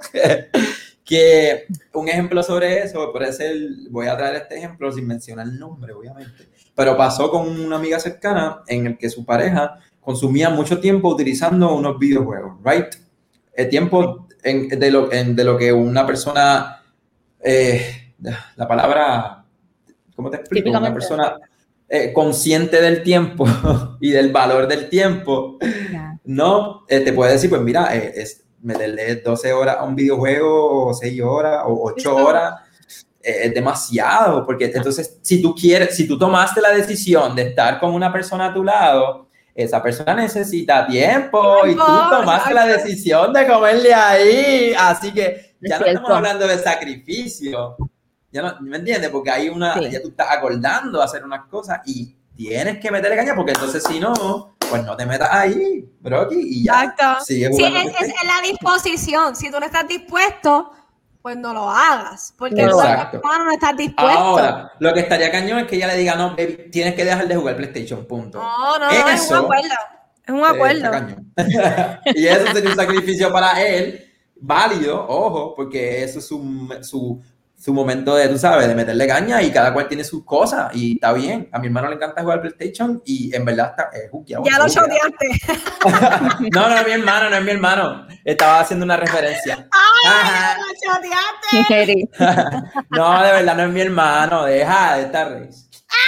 que un ejemplo sobre eso, por eso voy a traer este ejemplo sin mencionar el nombre, obviamente, pero pasó con una amiga cercana en el que su pareja consumía mucho tiempo utilizando unos videojuegos, right? El tiempo en, de, lo, en, de lo que una persona, eh, la palabra, ¿cómo te explico? Una persona eh, consciente del tiempo y del valor del tiempo, yeah. ¿no? Eh, te puede decir, pues mira, eh, es meterle doce horas a un videojuego, o seis horas, o ocho horas, eh, es demasiado, porque entonces, si tú quieres, si tú tomaste la decisión de estar con una persona a tu lado, esa persona necesita tiempo, tiempo y tú tomaste la decisión de comerle ahí, así que ya es no cierto. Estamos hablando de sacrificio, ya no, ¿me entiendes? Porque hay una, sí. ya tú estás acordando hacer unas cosas y tienes que meterle caña, porque entonces si no, pues no te metas ahí, broki, y ya. Exacto. Sigue sí, es, es, es la disposición. Si tú no estás dispuesto, pues no lo hagas, porque tú no estás dispuesto. Ahora, lo que estaría cañón es que ella le diga, no, baby, tienes que dejar de jugar PlayStation, punto. No, no, no, es un acuerdo. Es un acuerdo. Eh, y eso sería un sacrificio para él, válido, ojo, porque eso es su, su su momento de, tú sabes, de meterle caña y cada cual tiene sus cosas y está bien. A mi hermano le encanta jugar PlayStation y en verdad está eh, juqueado. Ya lo juqueado. choteaste. No, no es mi hermano, no es mi hermano. Estaba haciendo una referencia. ¡Ay, lo choteaste! No, de verdad no es mi hermano. Deja de estar reis.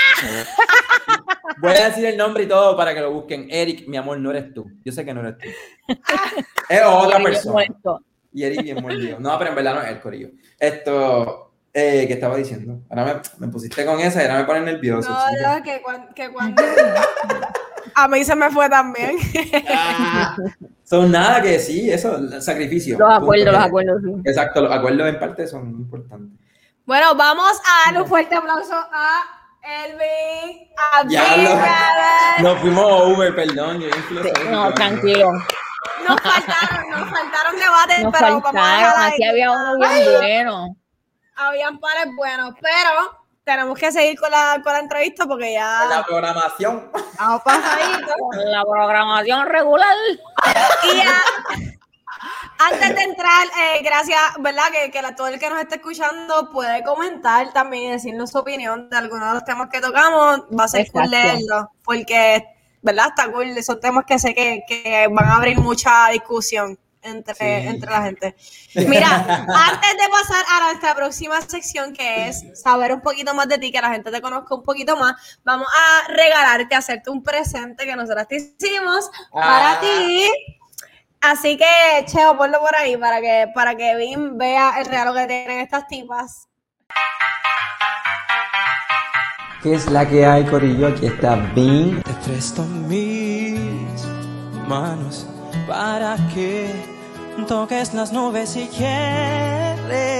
Voy a decir el nombre y todo para que lo busquen. Eric, mi amor, no eres tú. Yo sé que no eres tú. Es otra persona. Y Eric bien mordido. No, pero en verdad no es el corillo. Esto, eh, ¿qué estaba diciendo? Ahora me, me pusiste con esa y ahora me pones nervioso. No, no, que, cuan, que cuando... A mí se me fue también. Ah, son nada que sí, eso, sacrificio. Los acuerdos, los acuerdos, sí. Exacto, los acuerdos en parte son importantes. Bueno, vamos a darle un fuerte aplauso a Elvin. A Ya lo, nos fuimos over, perdón. Yo sí, no, tranquilo. Nos faltaron, nos faltaron debates, nos pero faltaron, vamos a dejar aquí ahí. había uno bien Ay, bueno. Habían pares buenos, pero tenemos que seguir con la, con la entrevista porque ya... La programación. Vamos pasadito. La programación regular. Y ya, antes de entrar, eh, gracias, ¿verdad? Que, que la, todo el que nos esté escuchando puede comentar también y decirnos su opinión de algunos de los temas que tocamos. Va a ser Exacto. cool leerlo, porque, ¿verdad? Está cool. Esos temas que sé que, que van a abrir mucha discusión entre, Sí. entre la gente. Mira, antes de pasar a nuestra próxima sección, que es saber un poquito más de ti, que la gente te conozca un poquito más, vamos a regalarte, hacerte un presente que nosotros te hicimos para Ah. ti. Así que, Cheo, ponlo por ahí para que, para que Vin vea el regalo que tienen estas tipas. ¿Qué es la que hay, corillo? Aquí está Vin. Te presto mis manos para que toques las nubes si quieres.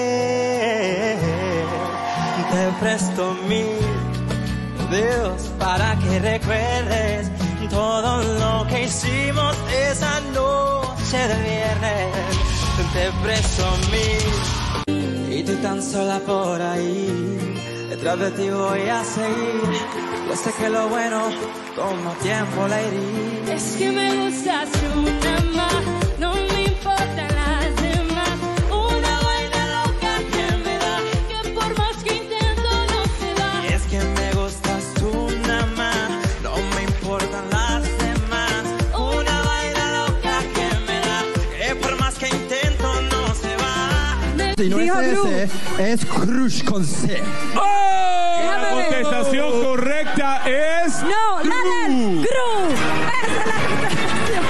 Te presto mis dedos para que recuerdes todo lo que hicimos esa noche de viernes. Te presto mis y tú tan sola por ahí. Detrás de ti voy a seguir. Yo sé que lo bueno toma tiempo la herir. Es que me gustas una más, no me importan las demás. Una vaina loca que me da, que por más que intento no se da. Y es que me gustas tú nada más, no me importan las demás. Una vaina loca que me da, que por más que intento no se va. Si no es ese, es Crush con C. La contestación correcta es... No, la del Gru. Esa es la contestación.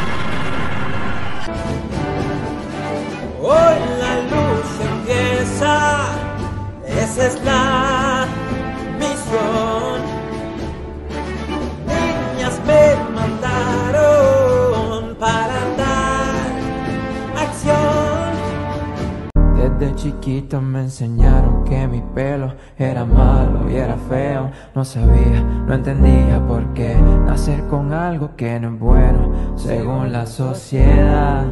Hoy la luz empieza, esa es la misión. Niñas me mandaron para dar acción. Desde chiquito me enseñaron que mi pelo era malo y era feo. No sabía, no entendía por qué nacer con algo que no es bueno según la sociedad.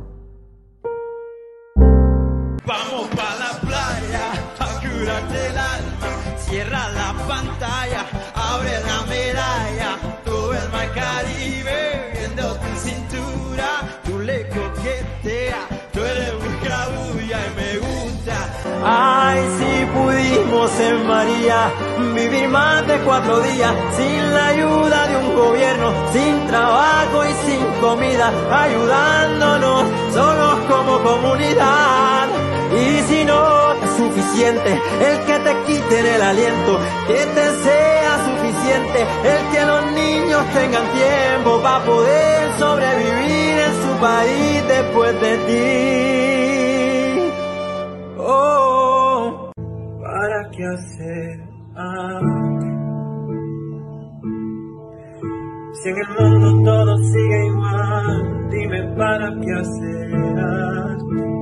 Vamos pa' la playa a curarte el alma. Cierra la pantalla, abre la medalla. Todo el mar Caribe viendo tu cintura. Tú le coqueteas, tú eres busca bulla y me gusta. Ay, si pudimos en María vivir más de cuatro días sin la ayuda de un gobierno, sin trabajo y sin comida, ayudándonos solos como comunidad. Y si no es suficiente el que te quiten el aliento, que te sea suficiente el que los niños tengan tiempo para poder sobrevivir en su país después de ti. Oh, ¿para qué hacer? Ah, si en el mundo todo sigue igual, dime para qué hacer. Ah,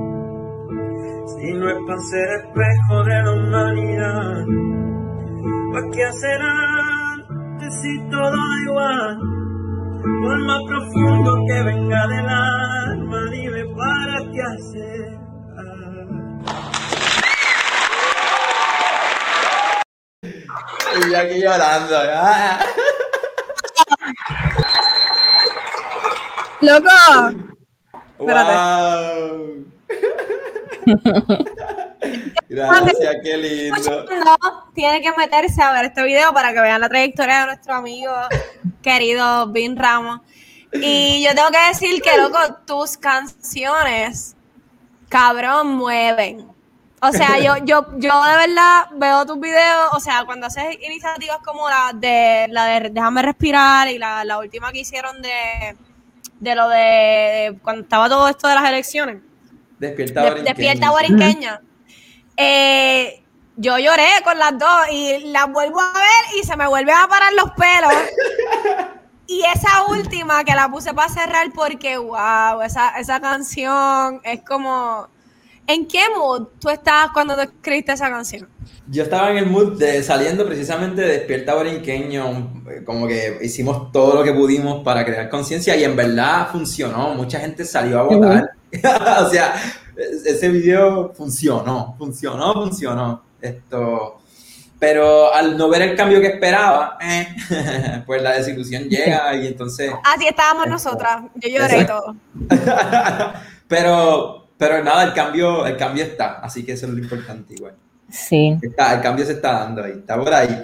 si no es para ser espejo de la humanidad, ¿para qué hacer antes si todo da igual? Por más profundo que venga del alma, dime para qué hacer. Y yo aquí llorando. Ah. ¡Loco! Wow. Gracias, qué lindo. No, tiene que meterse a ver este video para que vean la trayectoria de nuestro amigo querido Vin Ramos. Y yo tengo que decir que, loco, tus canciones, cabrón, mueven. O sea, yo, yo, yo de verdad veo tus videos, o sea, cuando haces iniciativas como la de la de Déjame Respirar y la, la última que hicieron de, de lo de, de cuando estaba todo esto de las elecciones. Despierta De- Borinqueña. Despierta Borinqueña. Eh, yo lloré con las dos y las vuelvo a ver y se me vuelven a parar los pelos. Y esa última que la puse para cerrar porque, wow, esa, esa canción es como... ¿En qué mood tú estabas cuando tú escribiste esa canción? Yo estaba en el mood de saliendo precisamente de Despierta Borinqueño, como que hicimos todo lo que pudimos para crear conciencia y en verdad funcionó, mucha gente salió a votar. Uh-huh. O sea, ese video funcionó, funcionó, funcionó. Esto, pero al no ver el cambio que esperaba, eh, pues la desilusión llega y entonces... Así estábamos esto, nosotras, yo lloré y todo. pero... Pero nada, el cambio, el cambio está, así que eso es lo importante igual. Sí. Está, el cambio se está dando ahí, está por ahí.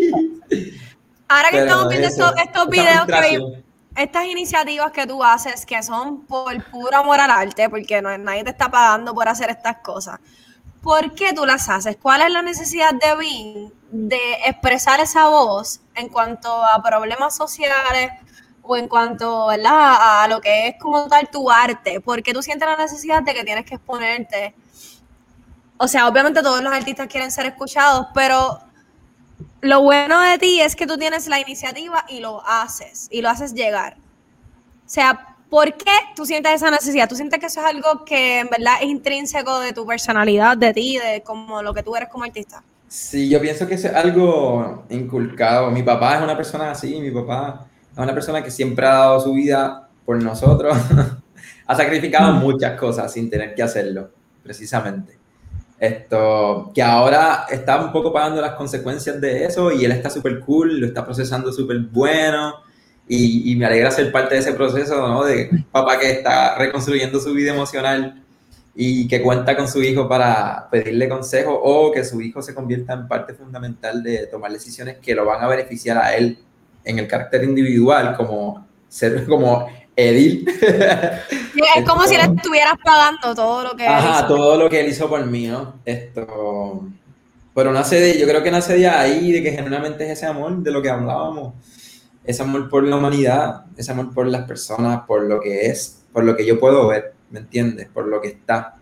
Ahora que Pero estamos viendo eso, estos, estos videos, que, estas iniciativas que tú haces, que son por puro amor al arte, porque no, nadie te está pagando por hacer estas cosas, ¿por qué tú las haces? ¿Cuál es la necesidad de Vin de expresar esa voz en cuanto a problemas sociales o en cuanto, ¿verdad?, a lo que es como tal tu arte? Porque tú sientes la necesidad de que tienes que exponerte. O sea, obviamente todos los artistas quieren ser escuchados, pero lo bueno de ti es que tú tienes la iniciativa y lo haces, y lo haces llegar. O sea, ¿por qué tú sientes esa necesidad? ¿Tú sientes que eso es algo que en verdad es intrínseco de tu personalidad, de ti, de como lo que tú eres como artista? Sí, yo pienso que eso es algo inculcado. Mi papá es una persona así, mi papá... Es una persona que siempre ha dado su vida por nosotros. Ha sacrificado muchas cosas sin tener que hacerlo, precisamente. Esto, que ahora está un poco pagando las consecuencias de eso y él está súper cool, lo está procesando súper bueno y, y me alegra ser parte de ese proceso, ¿no? De papá que está reconstruyendo su vida emocional y que cuenta con su hijo para pedirle consejo o que su hijo se convierta en parte fundamental de tomar decisiones que lo van a beneficiar a él en el carácter individual, como ser como edil. Es como si le estuvieras pagando todo lo que Ajá, él hizo. todo lo que él hizo por mí, ¿no? Esto, pero nace de, yo creo que nace de ahí, de que genuinamente es ese amor de lo que hablábamos, ese amor por la humanidad, ese amor por las personas, por lo que es, por lo que yo puedo ver, ¿me entiendes? Por lo que está.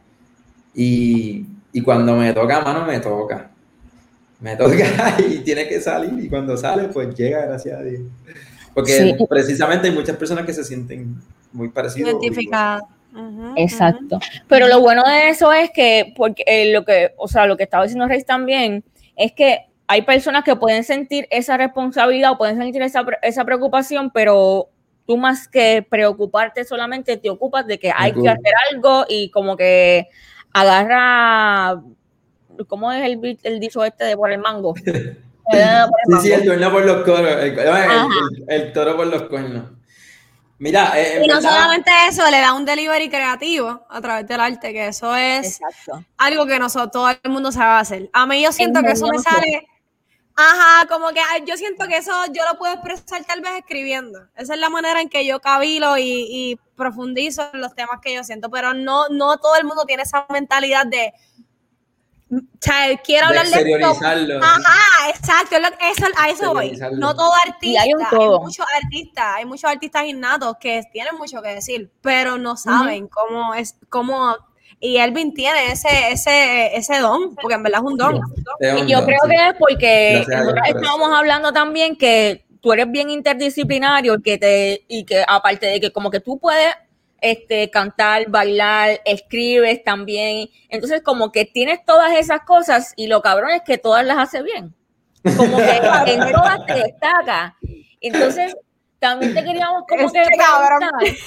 Y, y cuando me toca, mano, me toca. Me toca y tiene que salir y cuando sale pues llega, gracias a Dios, porque sí. Precisamente hay muchas personas que se sienten muy parecidas, identificadas. Uh-huh, exacto, uh-huh. Pero lo bueno de eso es que porque eh, lo que, o sea, lo que estaba diciendo Reis también es que hay personas que pueden sentir esa responsabilidad o pueden sentir esa, esa preocupación, pero tú más que preocuparte solamente te ocupas de que hay uh-huh. que hacer algo y como que agarra. ¿Cómo es el, el dicho este de por el mango? Eh, por el sí, mango. sí, el cuerno por los coros, el, el, el, el toro por los cuernos. Mira, eh, y no verdad, solamente eso, le da un delivery creativo a través del arte, que eso es exacto. Algo que nosotros, todo el mundo sabe hacer. A mí yo siento que eso me sale, ajá, como que yo siento que eso yo lo puedo expresar tal vez escribiendo. Esa es la manera en que yo cabilo y, y profundizo en los temas que yo siento, pero no, no todo el mundo tiene esa mentalidad de... O sea, quiero hablar de esto. Ajá, exacto, eso, a eso voy. No todo artista, hay, todo. hay muchos artistas, hay muchos artistas innatos que tienen mucho que decir, pero no saben uh-huh. cómo es, cómo, y Elvin tiene ese, ese, ese don, porque en verdad es un don. Y yo creo que es porque nosotros estábamos hablando también que tú eres bien interdisciplinario que te, y que aparte de que como que tú puedes Este, cantar, bailar, escribes también, entonces como que tienes todas esas cosas y lo cabrón es que todas las hace bien, como que en todas te destaca, entonces también te queríamos como este que preguntar,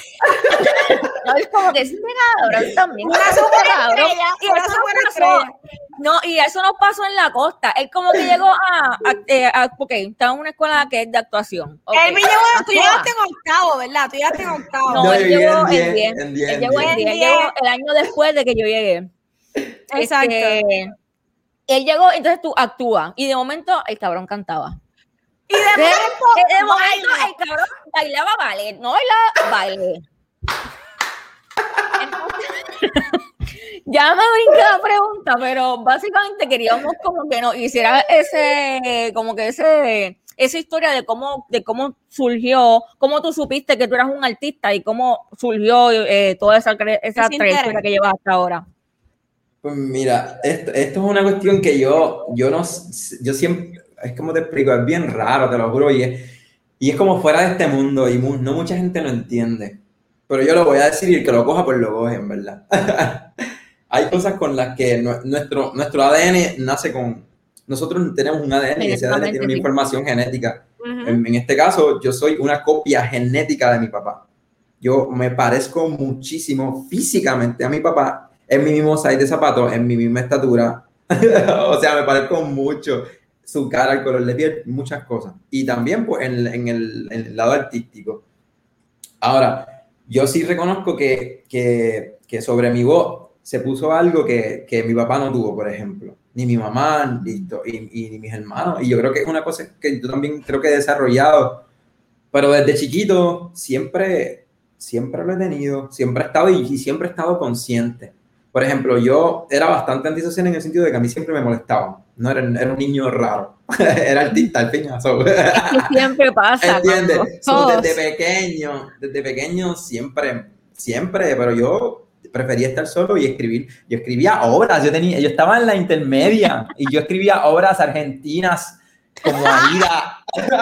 no, es como que este cabrón también, una super cabrón, y eso nos pasó, no, y eso nos pasó en la costa, él como que llegó a, a, a ok, está en una escuela que es de actuación. Okay. Él me llegó, tú llegaste en octavo, ¿verdad? Tú llegaste en octavo. No, no él llegó en diez, él llegó en diez, él llegó el año después de que yo llegué. Exacto. Este, él llegó, entonces tú actúas. Y de momento el cabrón cantaba. Y de De, momento, de- de momento baila. el cabrón bailaba ballet, no bailaba baile. Ya me brinqué la pregunta, pero básicamente queríamos como que nos hiciera ese, como que ese, esa historia de cómo, de cómo surgió, cómo tú supiste que tú eras un artista y cómo surgió eh, toda esa, cre- esa Ese trayectoria interés. que llevas hasta ahora. Pues mira, esto, esto es una cuestión que yo, yo no, s- yo siempre, es como te explico, es bien raro, te lo juro, y es, y es como fuera de este mundo y mu- no mucha gente lo entiende, pero yo lo voy a decir y el que lo coja, pues lo coge, en verdad. Hay cosas con las que nue- nuestro, nuestro A D N nace con, nosotros tenemos un A D N y ese A D N tiene una Sí. información genética. Ujú. En, en este caso, yo soy una copia genética de mi papá. Yo me parezco muchísimo físicamente a mi papá, en mi mismo size de zapatos, en mi misma estatura. O sea, me parezco mucho. Su cara, el color de piel, muchas cosas. Y también pues, en, en el, en el lado artístico. Ahora, yo sí reconozco que, que, que sobre mi voz se puso algo que, que mi papá no tuvo, por ejemplo. Ni mi mamá, ni, to- y, y ni mis hermanos. Y yo creo que es una cosa que yo también creo que he desarrollado. Pero desde chiquito siempre, siempre lo he tenido, siempre he estado y, y siempre he estado consciente. Por ejemplo, yo era bastante antisocial en el sentido de que a mí siempre me molestaban. No era, era un niño raro. Era artista al fin. So. Es que siempre pasa. ¿Entiendes? cuando- So, Todos. desde pequeño, desde pequeño siempre, siempre, pero yo prefería estar solo y escribir. Yo escribía obras, yo tenía, yo estaba en la intermedia y yo escribía obras argentinas como Aida.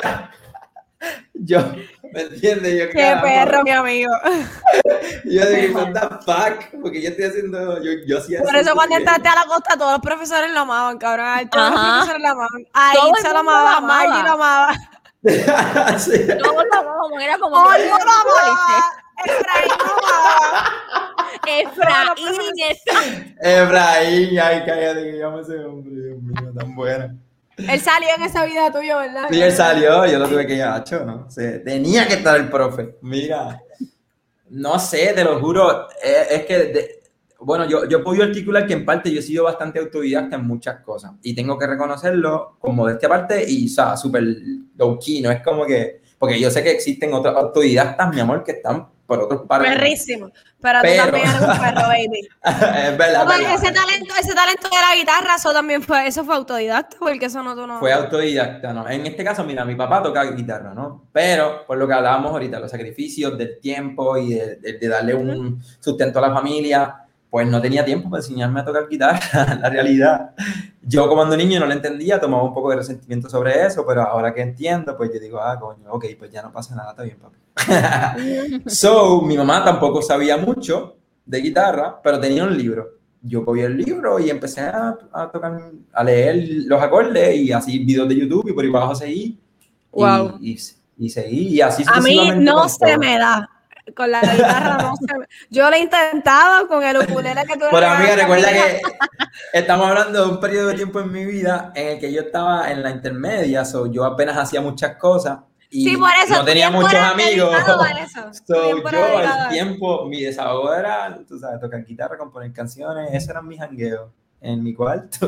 Yo, ¿me entiendes? Yo, Qué caramba, perro, mi amigo. yo digo, what the fuck, porque yo estoy haciendo, yo, yo hacía Por eso cuando entraste a la costa todos los profesores lo amaban, cabrón. Ay, todos los Ajá. profesores lo amaban. Ahí Todo el se lo mundo lo amaba, amaba. Margie lo amaba. Sí. Todos lo amamos, era como Olmo que- lo amaba. Efraín lo amaba. Efraín, exacto. Efraín, ay, cállate, que llamo ese hombre, Dios mío, tan bueno. Él salió en esa vida tuya, ¿verdad? Sí, él salió, yo lo tuve que llevar, ¿no? No sé, tenía que estar el profe. Mira, no sé, te lo juro, es, es que, de- bueno, yo, yo puedo articular que en parte yo he sido bastante autodidacta en muchas cosas y tengo que reconocerlo como de esta parte y, o sea, súper low key, no es como que, porque yo sé que existen otros autodidactas, mi amor, que están por otros pares. Perrísimo. Pero, Pero- tú también eres un perro, baby. Es verdad, Oye, verdad. ese talento, ese talento de la guitarra, eso también fue, eso fue autodidacta, porque eso no tú no. Fue autodidacta, ¿no? En este caso, mira, mi papá toca guitarra, ¿no? Pero, por lo que hablábamos ahorita, los sacrificios del tiempo y de, de- de darle un sustento a la familia, pues no tenía tiempo para enseñarme a tocar guitarra, la realidad. Yo, como ando niño, no lo entendía, tomaba un poco de resentimiento sobre eso, pero ahora que entiendo, pues yo digo, ah, coño, ok, pues ya no pasa nada, está bien, papi. So, mi mamá tampoco sabía mucho de guitarra, pero tenía un libro. Yo cogí el libro y empecé a, a tocar, a leer los acordes y así videos de YouTube y por ahí para abajo seguí. Wow. Y, y, y seguí y así A mí sucesivamente no con se todo. me da. Con la guitarra no se me. Yo lo he intentado con el ukulele que tú Pero le amiga, regalaste a recuerda mi hija. que estamos hablando de un periodo de tiempo en mi vida en el que yo estaba en la intermedia, so yo apenas hacía muchas cosas y Sí, por eso, no tu tenía tiempo muchos era amigos. dedicado a eso. Tu So, tiempo era yo dedicado a el eso. tiempo, mi desahogo era, tú sabes, tocar guitarra, componer canciones, esos eran mis jangueos en mi cuarto.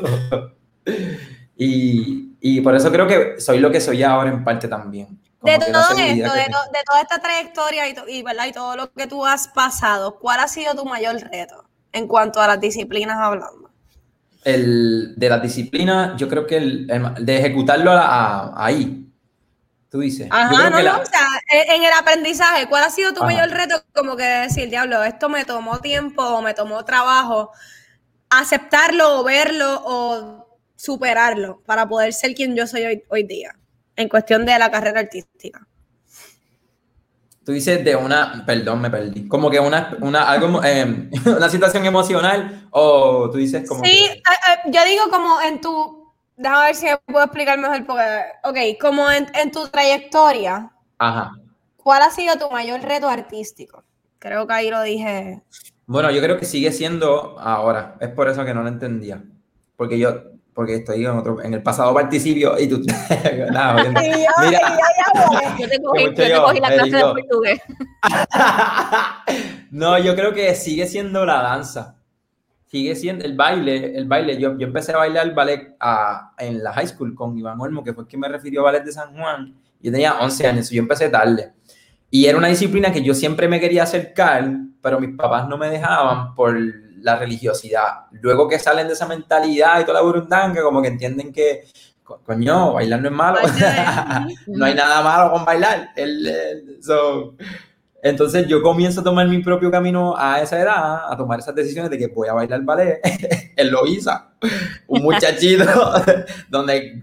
y, y por eso creo que soy lo que soy ahora en parte también. De Como que la todo seguridad esto, que de, tengo. to- de toda esta trayectoria y, to- y, ¿verdad? y todo lo que tú has pasado, ¿cuál ha sido tu mayor reto en cuanto a las disciplinas hablando? El, de la disciplina, yo creo que el, el- de ejecutarlo a, a- ahí, tú dices. Yo Ajá, creo no, que no, la- o sea, en, en el aprendizaje, ¿cuál ha sido tu Ajá. mayor reto? Como que decir, diablo, esto me tomó tiempo o me tomó trabajo, aceptarlo o verlo o superarlo para poder ser quien yo soy hoy, hoy día, en cuestión de la carrera artística. Tú dices de una, perdón, me perdí, como que una, una, algo, eh, una situación emocional o tú dices como Sí, que- eh, eh, yo digo como en tu, déjame ver si me puedo explicar mejor, porque, ok, como en, en tu trayectoria, ajá. ¿cuál ha sido tu mayor reto artístico? Creo que ahí lo dije. Bueno, yo creo que sigue siendo ahora, es por eso que no lo entendía, porque yo, porque estoy en otro, en el pasado participio y tú, nada, oyendo. Y yo, Mira. y yo ya volé. Yo te cogí, yo mucho te yo, cogí la me clase de digo. portugués. No, yo creo que sigue siendo la danza. sigue siendo el baile, el baile. Yo, yo empecé a bailar ballet a, en la high school con Iván Olmo, que fue el que me refirió a ballet de San Juan. Yo tenía once años, yo empecé tarde. Y era una disciplina que yo siempre me quería acercar, pero mis papás no me dejaban por la religiosidad. Luego que salen de esa mentalidad y toda la burundanga, como que entienden que, co- coño, bailar no es malo. No hay nada malo con bailar. El, el- so, entonces yo comienzo a tomar mi propio camino a esa edad, a tomar esas decisiones de que voy a bailar ballet en Loíza, un muchachito donde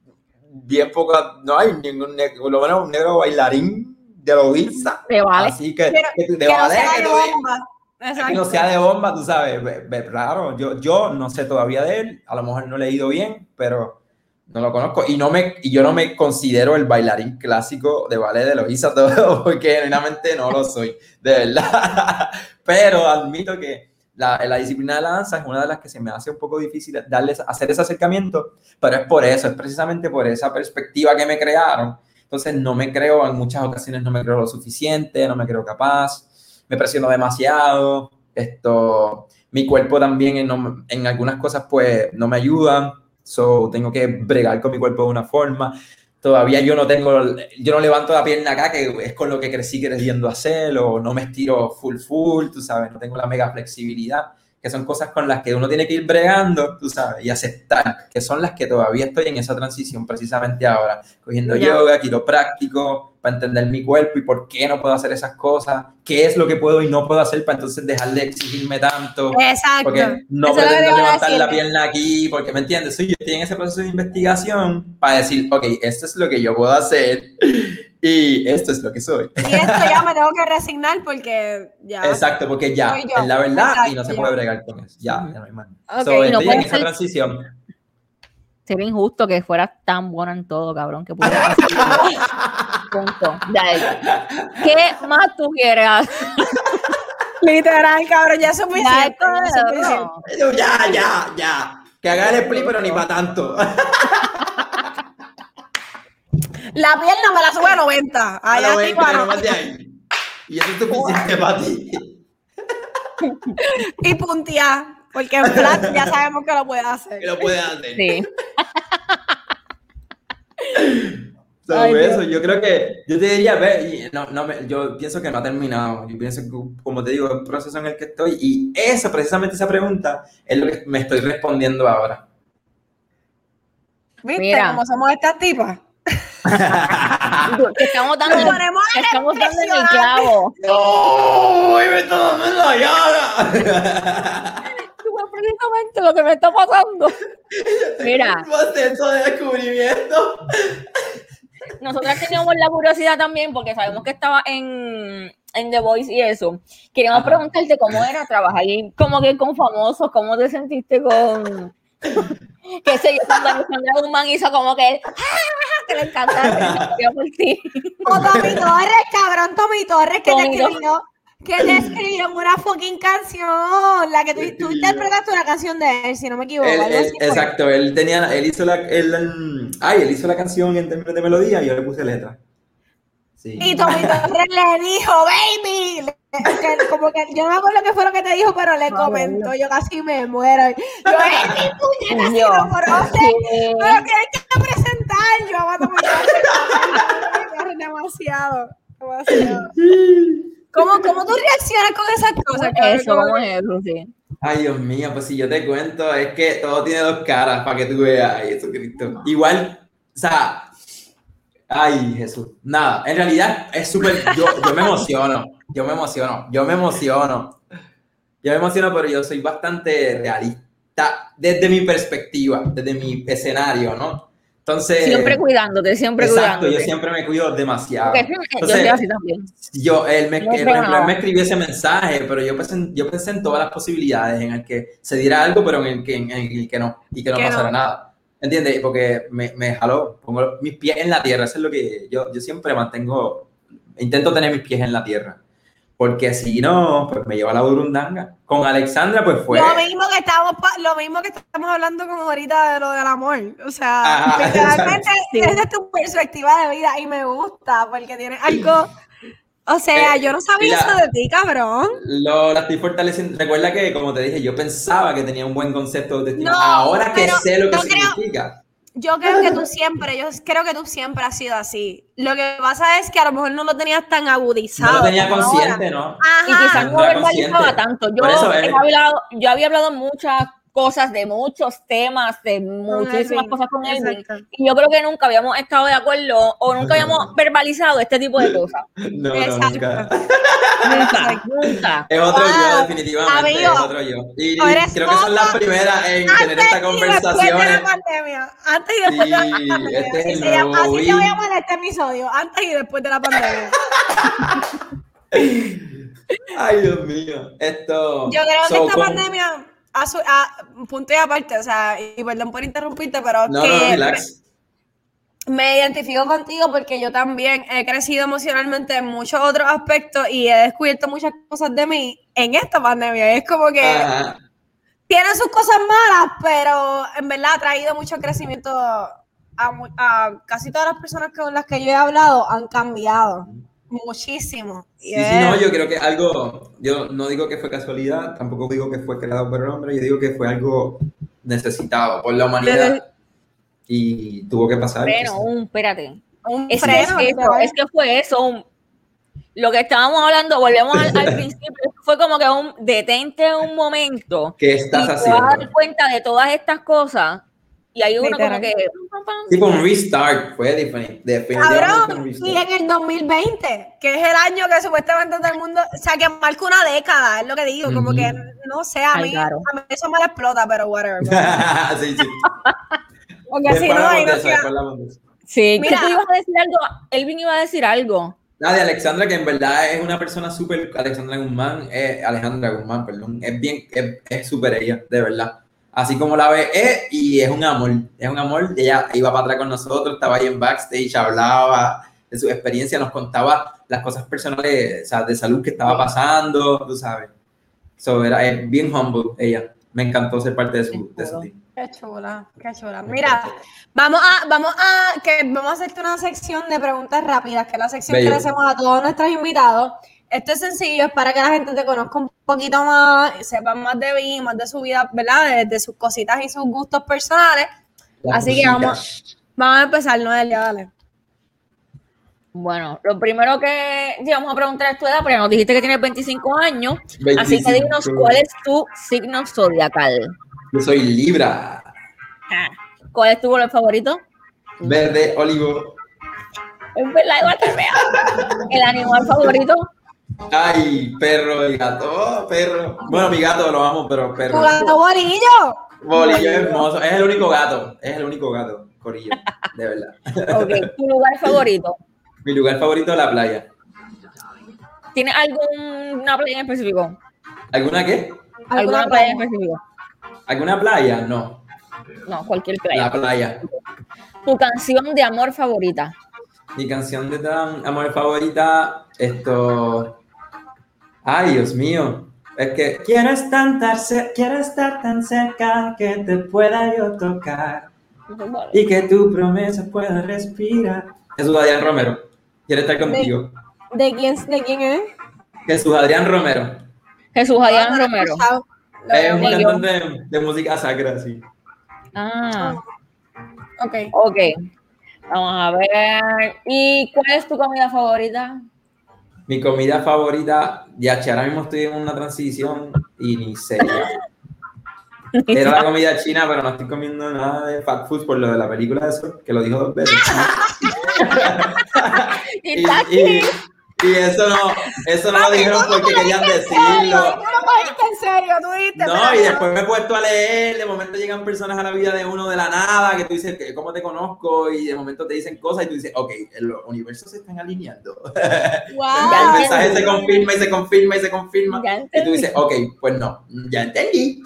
bien poco, no hay ningún negro, por lo menos un negro bailarín de Loíza. De ballet. Así que, Pero que de que no ballet, sea que de tú- bomba. que Exacto. no sea de bomba, tú sabes. Ve- ve- Claro, yo, yo no sé todavía de él, a lo mejor no le he ido bien, pero no lo conozco. Y, no me, y yo no me considero el bailarín clásico de ballet de Loíza, todo, porque genuinamente no lo soy, de verdad. Pero admito que la, la disciplina de la danza es una de las que se me hace un poco difícil darles, hacer ese acercamiento, pero es por eso, es precisamente por esa perspectiva que me crearon. Entonces no me creo, en muchas ocasiones no me creo lo suficiente, no me creo capaz, me presiono demasiado, esto, mi cuerpo también en, en algunas cosas pues no me ayuda, so tengo que bregar con mi cuerpo de una forma. Todavía yo no tengo, yo no levanto la pierna acá, que es con lo que crecí queriendo hacer, o no me estiro full full, tú sabes, no tengo la mega flexibilidad, que son cosas con las que uno tiene que ir bregando, tú sabes, y aceptar, que son las que todavía estoy en esa transición precisamente ahora, cogiendo Ya. yoga, quiropráctico, para entender mi cuerpo y por qué no puedo hacer esas cosas, qué es lo que puedo y no puedo hacer para entonces dejar de exigirme tanto, Exacto. porque no Eso es lo que pretendo te iba a levantar decir. la pierna aquí, porque me entiendes, sí, yo estoy en ese proceso de investigación para decir, ok, esto es lo que yo puedo hacer y esto es lo que soy. Y esto ya me tengo que resignar porque ya. Exacto, porque ya, Soy yo. es la verdad y no Exacto, se ya. puede bregar con eso. Ya, ya no hay más. Ok, So, y no estoy en puede esa ser- transición. Sería injusto que fueras tan buena en todo, cabrón, que pudieras hacer. Punto. Ya, ¿qué más tú quieres? Literal, cabrón, ya es suficiente. Ya, ya es suficiente. cabrón. Ya, ya, ya. Que haga el split, pero ni para tanto. La pierna me la sube a noventa. Allá Bueno, sí, bueno, bueno. más de ahí. Y eso es suficiente para ti. Y puntear. Porque en flat ya sabemos que lo puede hacer. Que lo puedes hacer. Sí. So, Ay, eso, Dios. yo creo que, yo te diría, ve, y no, no me- yo pienso que no ha terminado, yo pienso que, como te digo, es un proceso en el que estoy, y eso, precisamente esa pregunta, es lo que me estoy respondiendo ahora. ¿Viste Mira. cómo somos estas tipas? Te estamos dando, Nos ponemos a te estamos dando en el reflexionar. clavo. ¡No! ¡Me está dando en la llaga! Tú ves precisamente lo que me está pasando. Mira, Un proceso de descubrimiento. nosotras teníamos la curiosidad también porque sabemos que estaba en, en The Voice y eso. Queríamos Ajá. preguntarte cómo era trabajar ahí, como que con famosos, cómo te sentiste con, qué sé yo, cuando Alexandra Guzmán hizo como que, ¡ah! Que le encanta, que por ti. O Tommy Torres, cabrón, Tommy Torres, que te Tommy Torres. escribió, que te escribió una fucking canción. La que tú, tú interpretaste una canción de él, si no me equivoco. Él- algo él- así fue. exacto, él tenía, él hizo la, él, mm, ay, él hizo la canción en términos de melodía y yo le puse letra. Sí. Y Tommy Torres le dijo, baby, le- que- como que yo no me acuerdo qué fue lo que te dijo, pero le comentó, yo casi me muero. Yo, baby, puñeta, si Yo, lo conoces, ¿qué? pero tienes que presentar. Yo amo a Tommy Torres, demasiado, demasiado. ¿Cómo, ¿Cómo tú reaccionas con esas cosas? cabrón? Eso, Como ¿cómo que- es eso? Sí. Ay, Dios mío, pues si yo te cuento, es que todo tiene dos caras para que tú veas, ay, Jesucristo. Igual, o sea, ay, Jesús, nada, en realidad es súper, yo, yo me emociono, yo me emociono, yo me emociono, yo me emociono, pero yo soy bastante realista desde mi perspectiva, desde mi escenario, ¿no? Entonces, Siempre cuidándote, siempre exacto, cuidándote. yo siempre me cuido demasiado. Porque yo Entonces, soy así también. Yo, él me, No él, creo por ejemplo, nada. él me escribió ese mensaje, pero yo pensé, en- yo pensé en todas las posibilidades, en el que se diera algo, pero en el que, en el que no, y que no Que pasara no. nada. ¿Entiendes? Porque me, me jaló, pongo mis pies en la tierra, eso es lo que yo, yo siempre mantengo, intento tener mis pies en la tierra, porque si no, pues me lleva la burundanga. Con Alexandra, pues fue... Lo mismo que estamos pa- lo mismo que estamos hablando como ahorita de lo del amor. O sea, Ajá, literalmente sí. esa es tu perspectiva de vida y me gusta porque tiene algo, O sea, Eh, yo no sabía mira, eso de ti, cabrón. Lo, la estoy fortaleciendo. Recuerda que, como te dije, yo pensaba que tenía un buen concepto de autoestima. No, Ahora que pero sé lo que yo creo- significa. Yo creo que tú siempre, yo creo que tú siempre has sido así. Lo que pasa es que a lo mejor no lo tenías tan agudizado. No lo tenía como consciente, ahora. ¿no? Y Ajá. quizás no No era verbalizaba consciente. tanto. Yo, Por eso he es- hablado, yo había hablado muchas cosas, de muchos temas, de muchísimas Elvin, cosas con Elvin. exacto. Y yo creo que nunca habíamos estado de acuerdo o nunca habíamos verbalizado este tipo de cosas. No, no, Exacto. nunca. Nunca, nunca. Es otro Wow. yo, definitivamente. Amigo, es otro yo. Y, o y eres creo que son las otro primeras en Antes tener estas y después de la conversaciones. pandemia. Antes y después de la Sí, pandemia. este es Así el se llama- nuevo así se Will. va a llamar este episodio. Antes y después de la pandemia. Ay, Dios mío. Esto. Yo creo que so, esta con- pandemia, a su, a, punto y aparte, o sea, y perdón por interrumpirte, pero No, que no, relax. me, me identifico contigo porque yo también he crecido emocionalmente en muchos otros aspectos y he descubierto muchas cosas de mí en esta pandemia. Es como que Ajá. tiene sus cosas malas, pero en verdad ha traído mucho crecimiento a, mu- a casi todas las personas con las que yo he hablado han cambiado muchísimo. Sí, Yeah. sí, no, yo creo que algo, yo no digo que fue casualidad, tampoco digo que fue creado por el hombre, yo digo que fue algo necesitado por la humanidad y tuvo que pasar. Freno, pues. un, espérate. Un Es, freno, que es, eso, literal. es que fue eso. un- lo que estábamos hablando, volvemos al, al principio, fue como que un detente un momento. ¿Qué estás y te vas a haciendo? dar cuenta de todas estas cosas. Y hay uno Literal. como que. Sí, fue un restart, fue diferente, definitivamente fue un Cabrón, y restart. en el dos mil veinte, que es el año que supuestamente todo el mundo, o sea, que marca una década, es lo que digo, como Ujú. que, no sé, a mí, Ay, claro. a mí eso me la explota, pero whatever. Sí, sí. Porque si Después no, ahí hablamos no de eso, queda- después hablamos de eso. Sí, Mira. que tú ibas a decir algo. Elvin iba a decir algo. Nada, de Alexandra, que en verdad es una persona súper, Alexandra Guzmán, eh, Alejandra Guzmán, perdón, es bien, es es súper ella, de verdad. Así como la ve, eh, y es un amor, es un amor, ella iba para atrás con nosotros, estaba ahí en backstage, hablaba de su experiencia, nos contaba las cosas personales, o sea, de salud que estaba pasando, tú sabes. So, era, es bien humble ella, me encantó ser parte de su, de su team. Qué chula, qué chula. Mira, vamos a, vamos a, que vamos a hacerte una sección de preguntas rápidas, que es la sección Bello. que le hacemos a todos nuestros invitados. Esto es sencillo, es para que la gente te conozca un poquito más, sepan más de mí, más de su vida, ¿verdad? De, de sus cositas y sus gustos personales. Las Así que cositas. vamos, vamos a empezar, Noelia, dale. Bueno, lo primero que te vamos a preguntar es tu edad, porque nos dijiste que tienes veinticinco años. Así que dinos veinticinco. cuál es tu signo zodiacal. Yo soy Libra, ¿Cuál es tu color favorito? verde, olivo. Es verdad, igual te veo. ¿El animal favorito? Ay, perro y gato, oh, perro. Bueno, mi gato lo amo, pero perro. ¡Tu gato bolillo! Bolillo es hermoso, es el único gato, es el único gato, Corillo, de verdad. Ok, ¿tu lugar favorito? Mi lugar favorito es la playa. ¿Tienes alguna playa en específico? ¿Alguna qué? ¿Alguna playa en específico? ¿Alguna playa? No, No, cualquier la playa. playa. ¿Tu canción de amor favorita? Mi canción de tan amor favorita, esto... Ay, Dios mío, es que quiero estar, tan cer- quiero estar tan cerca que te pueda yo tocar y que tu promesa pueda respirar. Jesús Adrián Romero, quiere estar contigo. ¿De quién, de quién es? Jesús Adrián Romero. Jesús Adrián No lo he Romero. escuchado. Lo Es un veo. Ni yo. cantante de, de música sacra, sí. Ah, Ok. ok. Vamos a ver. ¿Y cuál es tu comida favorita? Mi comida favorita, ya che, ahora mismo estoy en una transición y ni sé ya. Era la comida china, pero no estoy comiendo nada de fast food por lo de la película de eso, que lo dijo dos veces. Y y, está y, aquí. y eso no, eso no lo dijeron porque querían decirlo. Tú no cogiste en serio, tú dijiste. No, pero y después me he puesto a leer, de momento llegan personas a la vida de uno de la nada, que tú dices, ¿cómo te conozco? Y de momento te dicen cosas y tú dices, ok, los universos se están alineando. Wow. El mensaje se confirma y se confirma y se confirma. Ya Y tú entendí. dices, ok, pues no, ya entendí.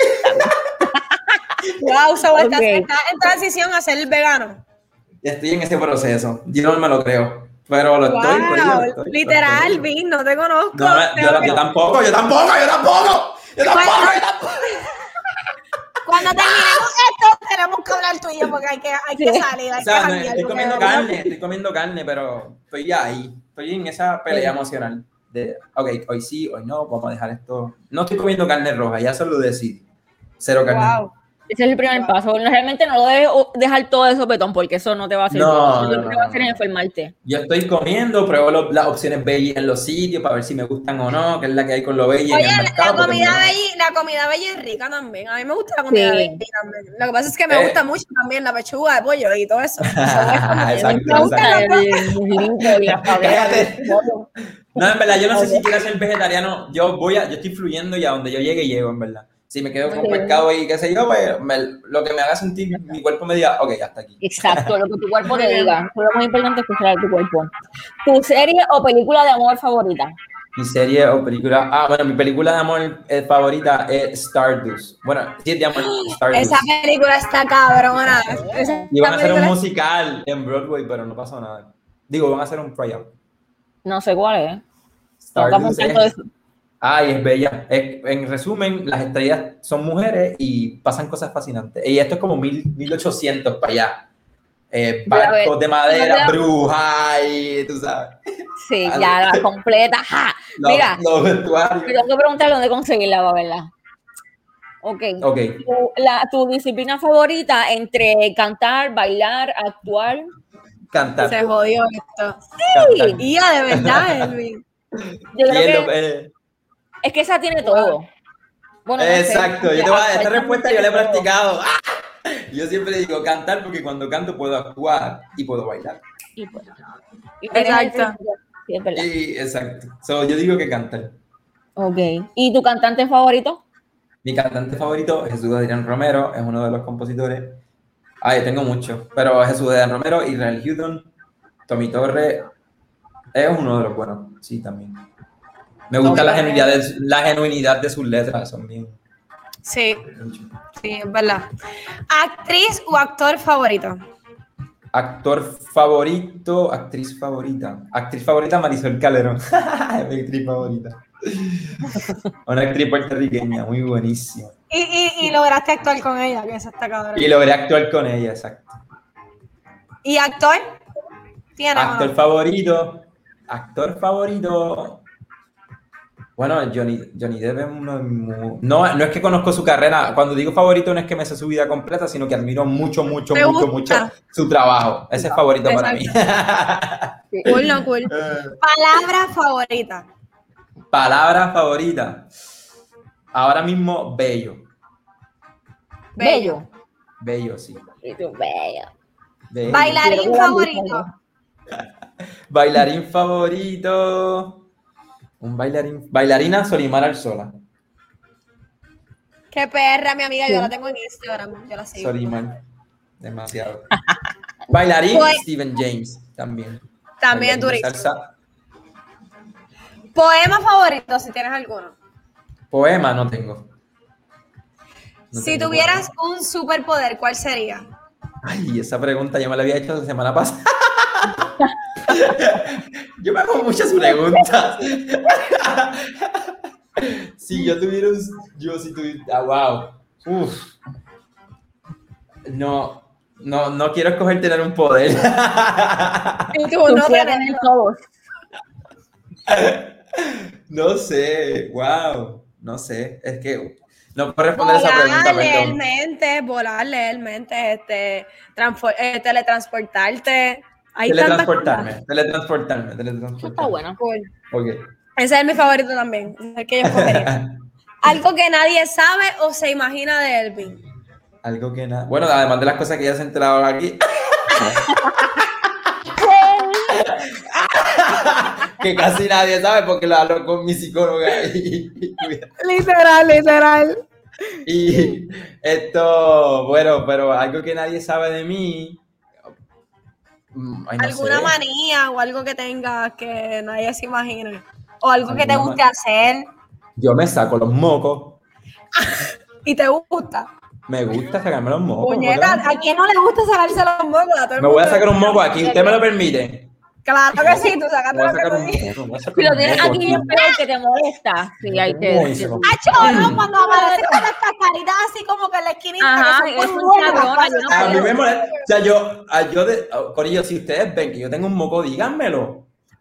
Wow, so estás, Ok. estás en transición a ser vegano. Ya estoy en ese proceso. Yo no me lo creo, pero lo estoy. Wow, Corillo, lo estoy, lo literal, estoy. Vin, no te conozco. No, no, Tengo yo, que- yo tampoco, yo tampoco, yo tampoco. Yo tampoco, yo tampoco. Cuando terminemos esto, tenemos que hablar tú y yo porque hay que, hay que Sí. salir. Hay O sea, que no, janguear, estoy porque comiendo de verdad- carne, estoy comiendo carne, pero estoy ya ahí. Estoy en esa pelea emocional. de, ok, hoy sí, hoy no, vamos a dejar esto. No estoy comiendo carne roja, ya solo decidí. Cero carne roja. Wow. Ese es el primer paso. No, realmente no lo debes dejar todo de sopetón porque eso no te va a hacer No, bien. Lo no, que te no, va a hacer no. es enfermarte. Yo estoy comiendo, pruebo lo- las opciones veggie en los sitios para ver si me gustan o no, que es la que hay con los veggie Oye, en el la, mercado. la porque comida no- veggie, la comida veggie es rica también. A mí me gusta la comida Sí. veggie también. Lo que pasa es que me Eh. gusta mucho también la pechuga de pollo y todo eso. So, es como que Exacto, me gustan exacto. los dos. El muslimito y la fabela. Cállate. No, en verdad, yo no sé si quiero ser vegetariano. Yo voy a, yo estoy fluyendo y a donde yo llegue, llego, en verdad. Si me quedo con Sí. pescado y qué sé yo, pues me- lo que me haga sentir, mi cuerpo me diga, ok, hasta aquí. Exacto, lo que tu cuerpo te diga. Lo más importante es escuchar a tu cuerpo. ¿Tu serie o película de amor favorita? Mi serie o película, ah, bueno, mi película de amor eh, favorita es Stardust. Bueno, sí es de amor, Stardust. Esa película está cabrona. Esa Y van a hacer un película- musical en Broadway, pero no pasó nada. Digo, van a hacer un tryout. No sé cuál es. Tengo que Stardust apuntar todo es, eso. ay, es bella. Es- en resumen, las estrellas son mujeres y pasan cosas fascinantes. Y esto es como mil, mil ochocientos para allá. Eh, Voy a ver. barcos de madera, Voy a- brujas y tú sabes. Sí, Vale. ya la completa. ¡Ja! Los, Mira, los vestuarios. tengo que preguntarle dónde conseguirla, ¿verdad? Ok. Ok, Tu, la, tu disciplina favorita entre cantar, bailar, actuar. cantar. Se jodió esto. cantar. Y ya, de verdad, Elvin. Yo Sí, creo es lo- que eh, es que esa tiene todo. Bueno, no sé. exacto, yo te voy a, esta Actuar respuesta yo la he tiene todo. practicado. Yo siempre digo cantar porque cuando canto puedo actuar y puedo bailar. Y pues, y tienes Exacto. el- Sí, es verdad. Y, exacto. So, yo digo que cantar. Ok. ¿Y tu cantante favorito? Mi cantante favorito, Jesús Adrián Romero, es uno de los compositores. Ay, tengo muchos, pero Jesús Adrián Romero, Israel Houghton, Tommy Torres, es uno de los buenos, sí, también. Me gusta Ok. la, genuinidad de, la genuinidad de sus letras, son bien. Sí, sí, es verdad. ¿Actriz o actor favorito? Actor favorito, actriz favorita. Actriz favorita, Marisol Calderón. Es mi actriz favorita. Una actriz puertorriqueña, muy buenísima. Y, y, y lograste actuar con ella, que esa está cabrón. Y logré actuar con ella, exacto. ¿Y actor? ¿Tiene o no? Actor favorito, actor favorito. Bueno, Johnny, Johnny Depp es uno de mis- no, no es que conozco su carrera. Cuando digo favorito no es que me sé su vida completa, sino que admiro mucho, mucho, ¿Te mucho, gusta? mucho su trabajo. Ese es favorito para mí. Cool, no cool. Palabra favorita. Palabra favorita. Ahora mismo, bello. Bello. Bello, sí. Y tú, bello. Bello. Bailarín favorito. Bailarín favorito. Un bailarín. Bailarina Solimar Alzola. Qué perra, mi amiga, yo la tengo en Instagram. Yo la sigo. Solimar. Demasiado. Bailarín Pues- Steven James también. También Bailarín de durísimo. salsa. Poema favorito, si tienes alguno. Poema no tengo. No Si tengo tuvieras poema. un superpoder, ¿cuál sería? Ay, esa pregunta yo me la había hecho la semana pasada. Yo me hago muchas preguntas. Si yo tuviera un... Yo si tuviera... Ah, wow. Uf. No, no, no quiero escoger tener un poder. Y tú, Tú no quieres tenerlo. tener todos. No sé, wow. No sé, es que no puedo responder esa Volar, pregunta, leer perdón. mentes, volar, leer mentes, este, transfor- eh, teletransportarte. Hay tantas Teletransportarme, cosas. teletransportarme, Eso teletransportarme. está bueno. Cool. Ok. Ese es mi favorito también. Es el que yo escogería. Algo que nadie sabe o se imagina de Elvin. Algo que nada. Bueno, además de las cosas que ya se han enterado aquí. Que casi nadie sabe porque lo hablo con mi psicóloga y, Literal, literal. y esto, bueno, pero algo que nadie sabe de mí. mm, ay, no ¿Alguna sé. manía o algo que tengas que nadie se imagine? O algo que te ¿Alguna guste man- hacer Yo me saco los mocos. y te gusta. Me gusta sacarme los mocos. Puñeta, ¿verdad? ¿a quién no le gusta sacarse los mocos? A todo el Me voy a mundo. sacar un moco aquí. ¿Usted me lo permite? Claro que sí, tú Me sacate voy a lo que sacar tú un digas. moco. me voy a sacar Si lo un tienes moco aquí bien feo que te molesta. Sí, hay que Uy, se decirlo. lo- Acho, ¿no? Cuando aparece con las cascaritas así como que en la esquinita. Ajá, que es son un muy buenas, cabrón, yo no A mí puedo. me molesta. O sea, yo, a- yo de, a- Corillo, si ustedes ven que yo tengo un moco, díganmelo.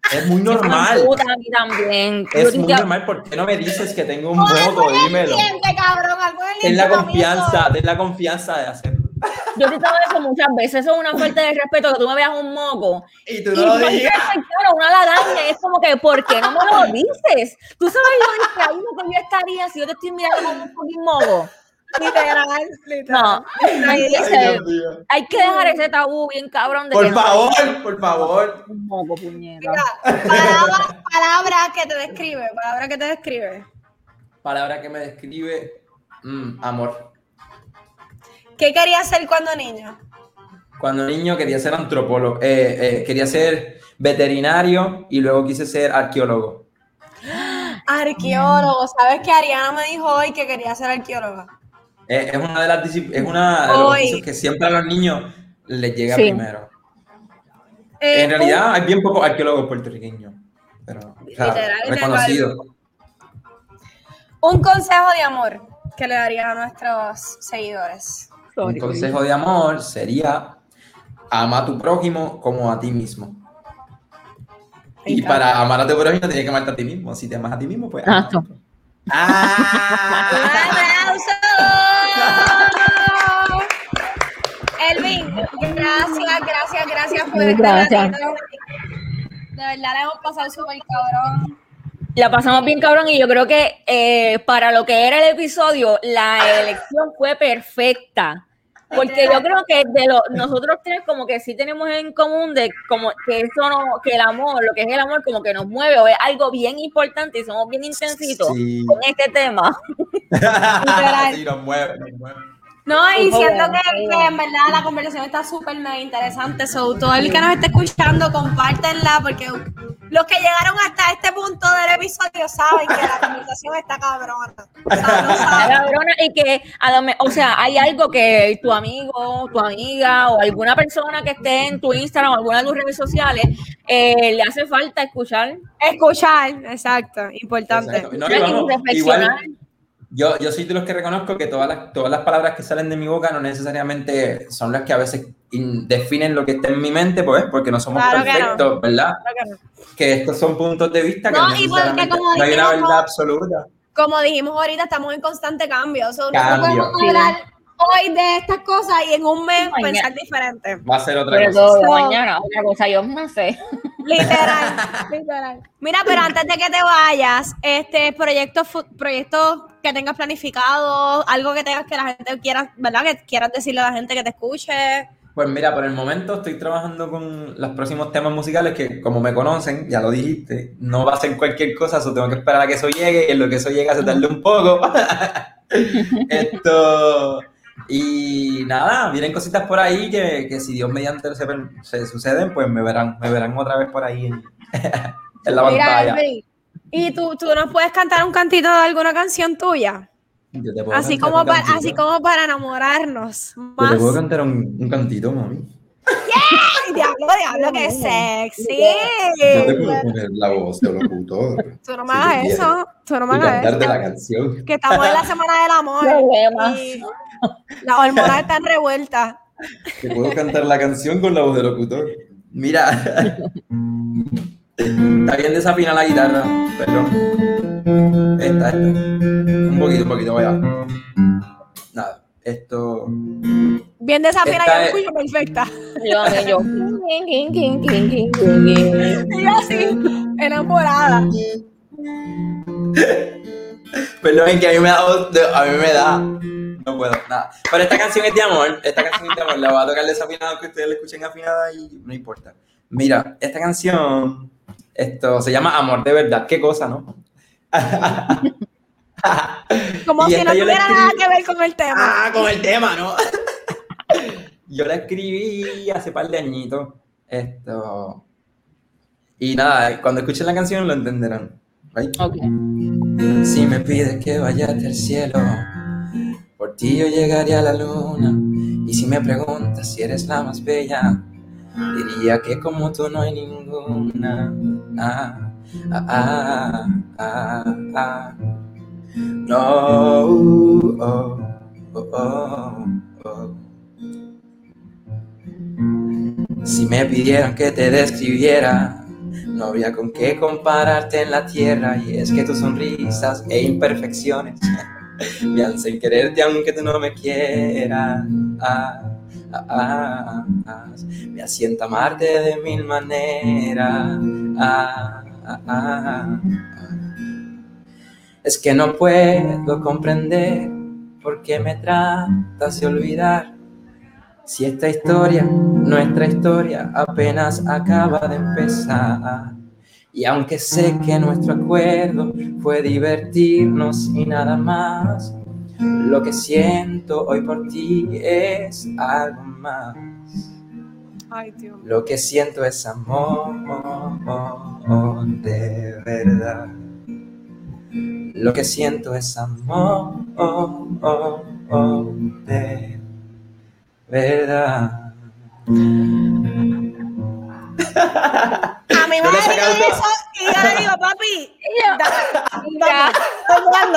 Es muy Esa normal. me puta a mí también. Yo Es digo, muy normal. ¿Por qué no me dices que tengo un Algo en moco? el Dímelo. diente, cabrón, algo en el Ten la diente, confianza, ten la confianza de hacerlo. Yo te he dicho eso muchas veces. Eso es una falta de respeto que tú me veas un moco. Y tú Y no lo yo digas. estoy, claro, una lagaña. Es como que, ¿por qué no me lo dices? Tú sabes lo distraído que yo estaría si yo te estoy mirando como un fucking moco. Literal, literal. No, hay, Ay, Dios mío. hay que dejar ese tabú bien cabrón de Por que no favor, me digas por favor. un moco, puñeta. Mira, palabras palabras que te describe, palabras que te describe. Palabra que me describe. mm, amor. ¿Qué querías ser cuando niño? Cuando niño quería ser antropólogo. eh, eh, quería ser veterinario y luego quise ser arqueólogo. Arqueólogo. ¿Sabes que Ariana me dijo hoy que quería ser arqueóloga? Eh, es una de las discip- es una de los Hoy. oficios que siempre a los niños les llega Sí. primero. Eh, En realidad hay bien pocos arqueólogos puertorriqueños, pero o sea, Literal, reconocidos. Un, un consejo de amor que le darías a nuestros seguidores. Un consejo de amor sería ama a tu prójimo como a ti mismo. Me Y encanta. para amar a tu prójimo tienes que amarte a ti mismo. Si te amas a ti mismo, pues ama a Exacto. otro. ¡Ah! ¡Aplausos! Elvin, gracias, gracias, gracias por este Gracias. ratito. De verdad le hemos pasado súper cabrón. La pasamos bien cabrón y yo creo que eh, para lo que era el episodio, la elección fue perfecta. Porque yo creo que de lo, nosotros tres como que sí tenemos en común de como que eso no, que el amor, lo que es el amor como que nos mueve o es algo bien importante y somos bien intensitos Sí. con este tema. Sí, nos mueve, nos mueve. No, y Muy siento bueno, que, muy que bueno. en verdad la conversación está súper mega interesante. So, todo el que nos esté escuchando, compártenla, porque los que llegaron hasta este punto del episodio saben que la conversación está cabrona. O sea, no La saben. cabrona, y que a lo me- o sea, hay algo que tu amigo, tu amiga o alguna persona que esté en tu Instagram o alguna de tus redes sociales eh, le hace falta escuchar. Escuchar, exacto, importante. Exacto. No, y Y vamos, reflexionar. igual, yo, yo soy de los que reconozco que todas las, todas las palabras que salen de mi boca no necesariamente son las que a veces in- definen lo que está en mi mente, pues, porque no somos Claro que no. perfectos, ¿verdad? Claro que no. Que estos son puntos de vista que No, no, y porque necesariamente como no hay una dijimos, verdad absoluta. Como dijimos ahorita, estamos en constante cambio. So, Cambio. No podemos Sí. hablar hoy de estas cosas y en un mes Mañana. pensar diferente. Va a ser otra Sobre cosa. todo So- mañana, otra cosa, yo no sé. Literal, literal. Mira, pero antes de que te vayas, este proyecto, fu- proyectos que tengas planificado, algo que tengas que la gente quiera, ¿verdad? Que quieras decirle a la gente que te escuche. Pues mira, por el momento estoy trabajando con los próximos temas musicales que, como me conocen, ya lo dijiste, no va a ser cualquier cosa, so tengo que esperar a que eso llegue y en lo que eso llega se tarde un poco. Esto... Y nada, vienen cositas por ahí que, que si Dios mediante se, se suceden, pues me verán, me verán otra vez por ahí en, en la Mira, pantalla. Elvin, ¿y tú, tú nos puedes cantar un cantito de alguna canción tuya? Yo te puedo Así cantar como, un para, cantito. así como para enamorarnos Yo más. te puedo cantar un, un cantito, mami. ¡Ay, diablo, diablo, qué sexy! Yo te puedo poner la voz de locutor. Tú no me si hagas tú eso, tú no me quieres, y hagas cantarte eso. la canción. Que estamos en la semana del amor. Problemas. Y las hormonas están revueltas. Te puedo cantar la canción con la voz de locutor. Mira. Está bien desafinada la guitarra. Perdón. Esta, esta. Un poquito, un poquito, vaya. Nada. Esto. Bien desafinada, Esta yo es- escucho perfecta. Yo, yo. Y yo así, enamorada. Perdón, es que a mí me da. A mí me da. No puedo, nada. Pero esta canción es de amor. Esta canción es de amor. La voy a tocar desafinada, que ustedes la escuchen afinada y no importa. Mira, esta canción. Esto se llama Amor de Verdad. Qué cosa, ¿no? Como Y si esta no yo la tuviera nada escribí- que ver con el tema. Ah, con el tema, ¿no? Yo la escribí hace par de añitos. Esto. Y nada, cuando escuchen la canción lo entenderán. ¿Right? Ok. Si me pides que vaya al cielo, por ti yo llegaría a la luna. Y si me preguntas si eres la más bella, diría que como tú no hay ninguna. Ah, ah, ah, ah, ah. No, oh, oh, oh, oh. Si me pidieran que te describiera, No habría con qué compararte en la tierra, y es que tus sonrisas e imperfecciones me hacen quererte aunque tú no me quieras. Ah, ah, ah, ah. Me asienta amarte de mil maneras. Ah, ah, ah, ah. Es que no puedo comprender por qué me tratas de olvidar. Si esta historia, nuestra historia, apenas acaba de empezar. Y aunque sé que nuestro acuerdo fue divertirnos y nada más, lo que siento hoy por ti es algo más. Ay, Dios. Lo que siento es amor de verdad. Lo que siento es amor de verdad. A mi Yo le madre sacaba dice todo. eso y yo le digo, papi, da- da- ¿para cuándo?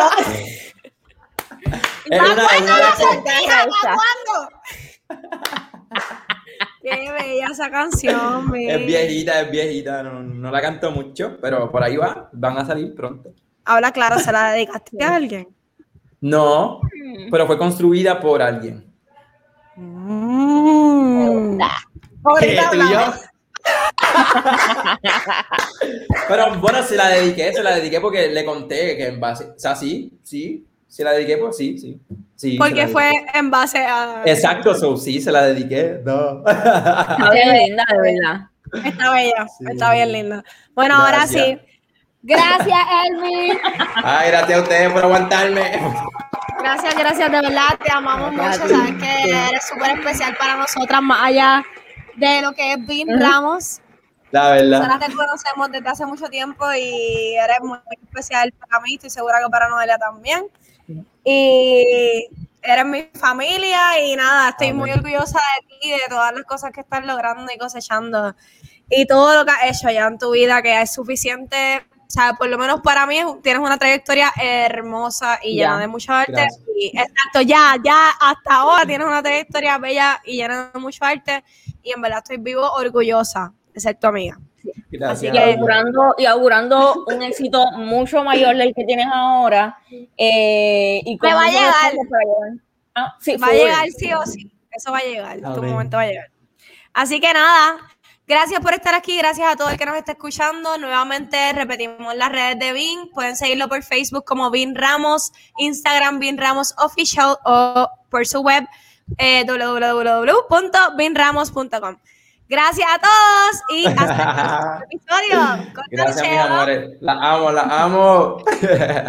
Es una, es una de esas- Hija, ¿para cuándo? Qué bella esa canción, mi. es viejita, es viejita, no, no la canto mucho, pero por ahí va, van a salir pronto. Habla claro, ¿se la dedicaste a alguien? No, pero fue construida por alguien. Mm. ¿Qué, Ahorita tú y yo? hablamos. Pero bueno, se la dediqué, se la dediqué porque le conté que en base, o sea, sí, sí, se la dediqué, pues sí, sí. sí se Porque la fue dediqué. en base a... Exacto, so, sí, se la dediqué. No. Está bien linda, de verdad. Está bella, Sí. está bien linda. Bueno, ahora Gracias. sí. Gracias, Elmi. Ay, gracias a ustedes por aguantarme. Gracias, gracias, de verdad, te amamos mucho. Sabes que eres súper especial para nosotras, más allá de lo que es Vin Ramos. La verdad. Nosotras te conocemos desde hace mucho tiempo y eres muy especial para mí, estoy segura que para Noelia también. Y eres mi familia y nada, estoy Amén. muy orgullosa de ti, de todas las cosas que estás logrando y cosechando y todo lo que has hecho ya en tu vida, que es suficiente. O sea, por lo menos para mí tienes una trayectoria hermosa y Ya. llena de mucho arte. Gracias. Y, exacto, ya, ya hasta ahora tienes una trayectoria bella y llena de mucho arte. Y en verdad estoy vivo orgullosa de ser tu amiga. Gracias. Así Y que- augurando, y augurando un éxito mucho mayor del que tienes ahora. Eh, y con Me va a muchos llegar. esfuerzos para llegar. Ah, sí, Va a full. llegar sí o sí. Eso va a llegar. Tu Amén. momento va a llegar. Así que nada, gracias por estar aquí. Gracias a todo el que nos está escuchando. Nuevamente repetimos las redes de Vin. Pueden seguirlo por Facebook como Vin Ramos, Instagram Vin Ramos Official o por su web eh, w w w punto vin ramos punto com. Gracias a todos y hasta el próximo episodio. Con Gracias, mis Cheo. amores. La amo, la amo.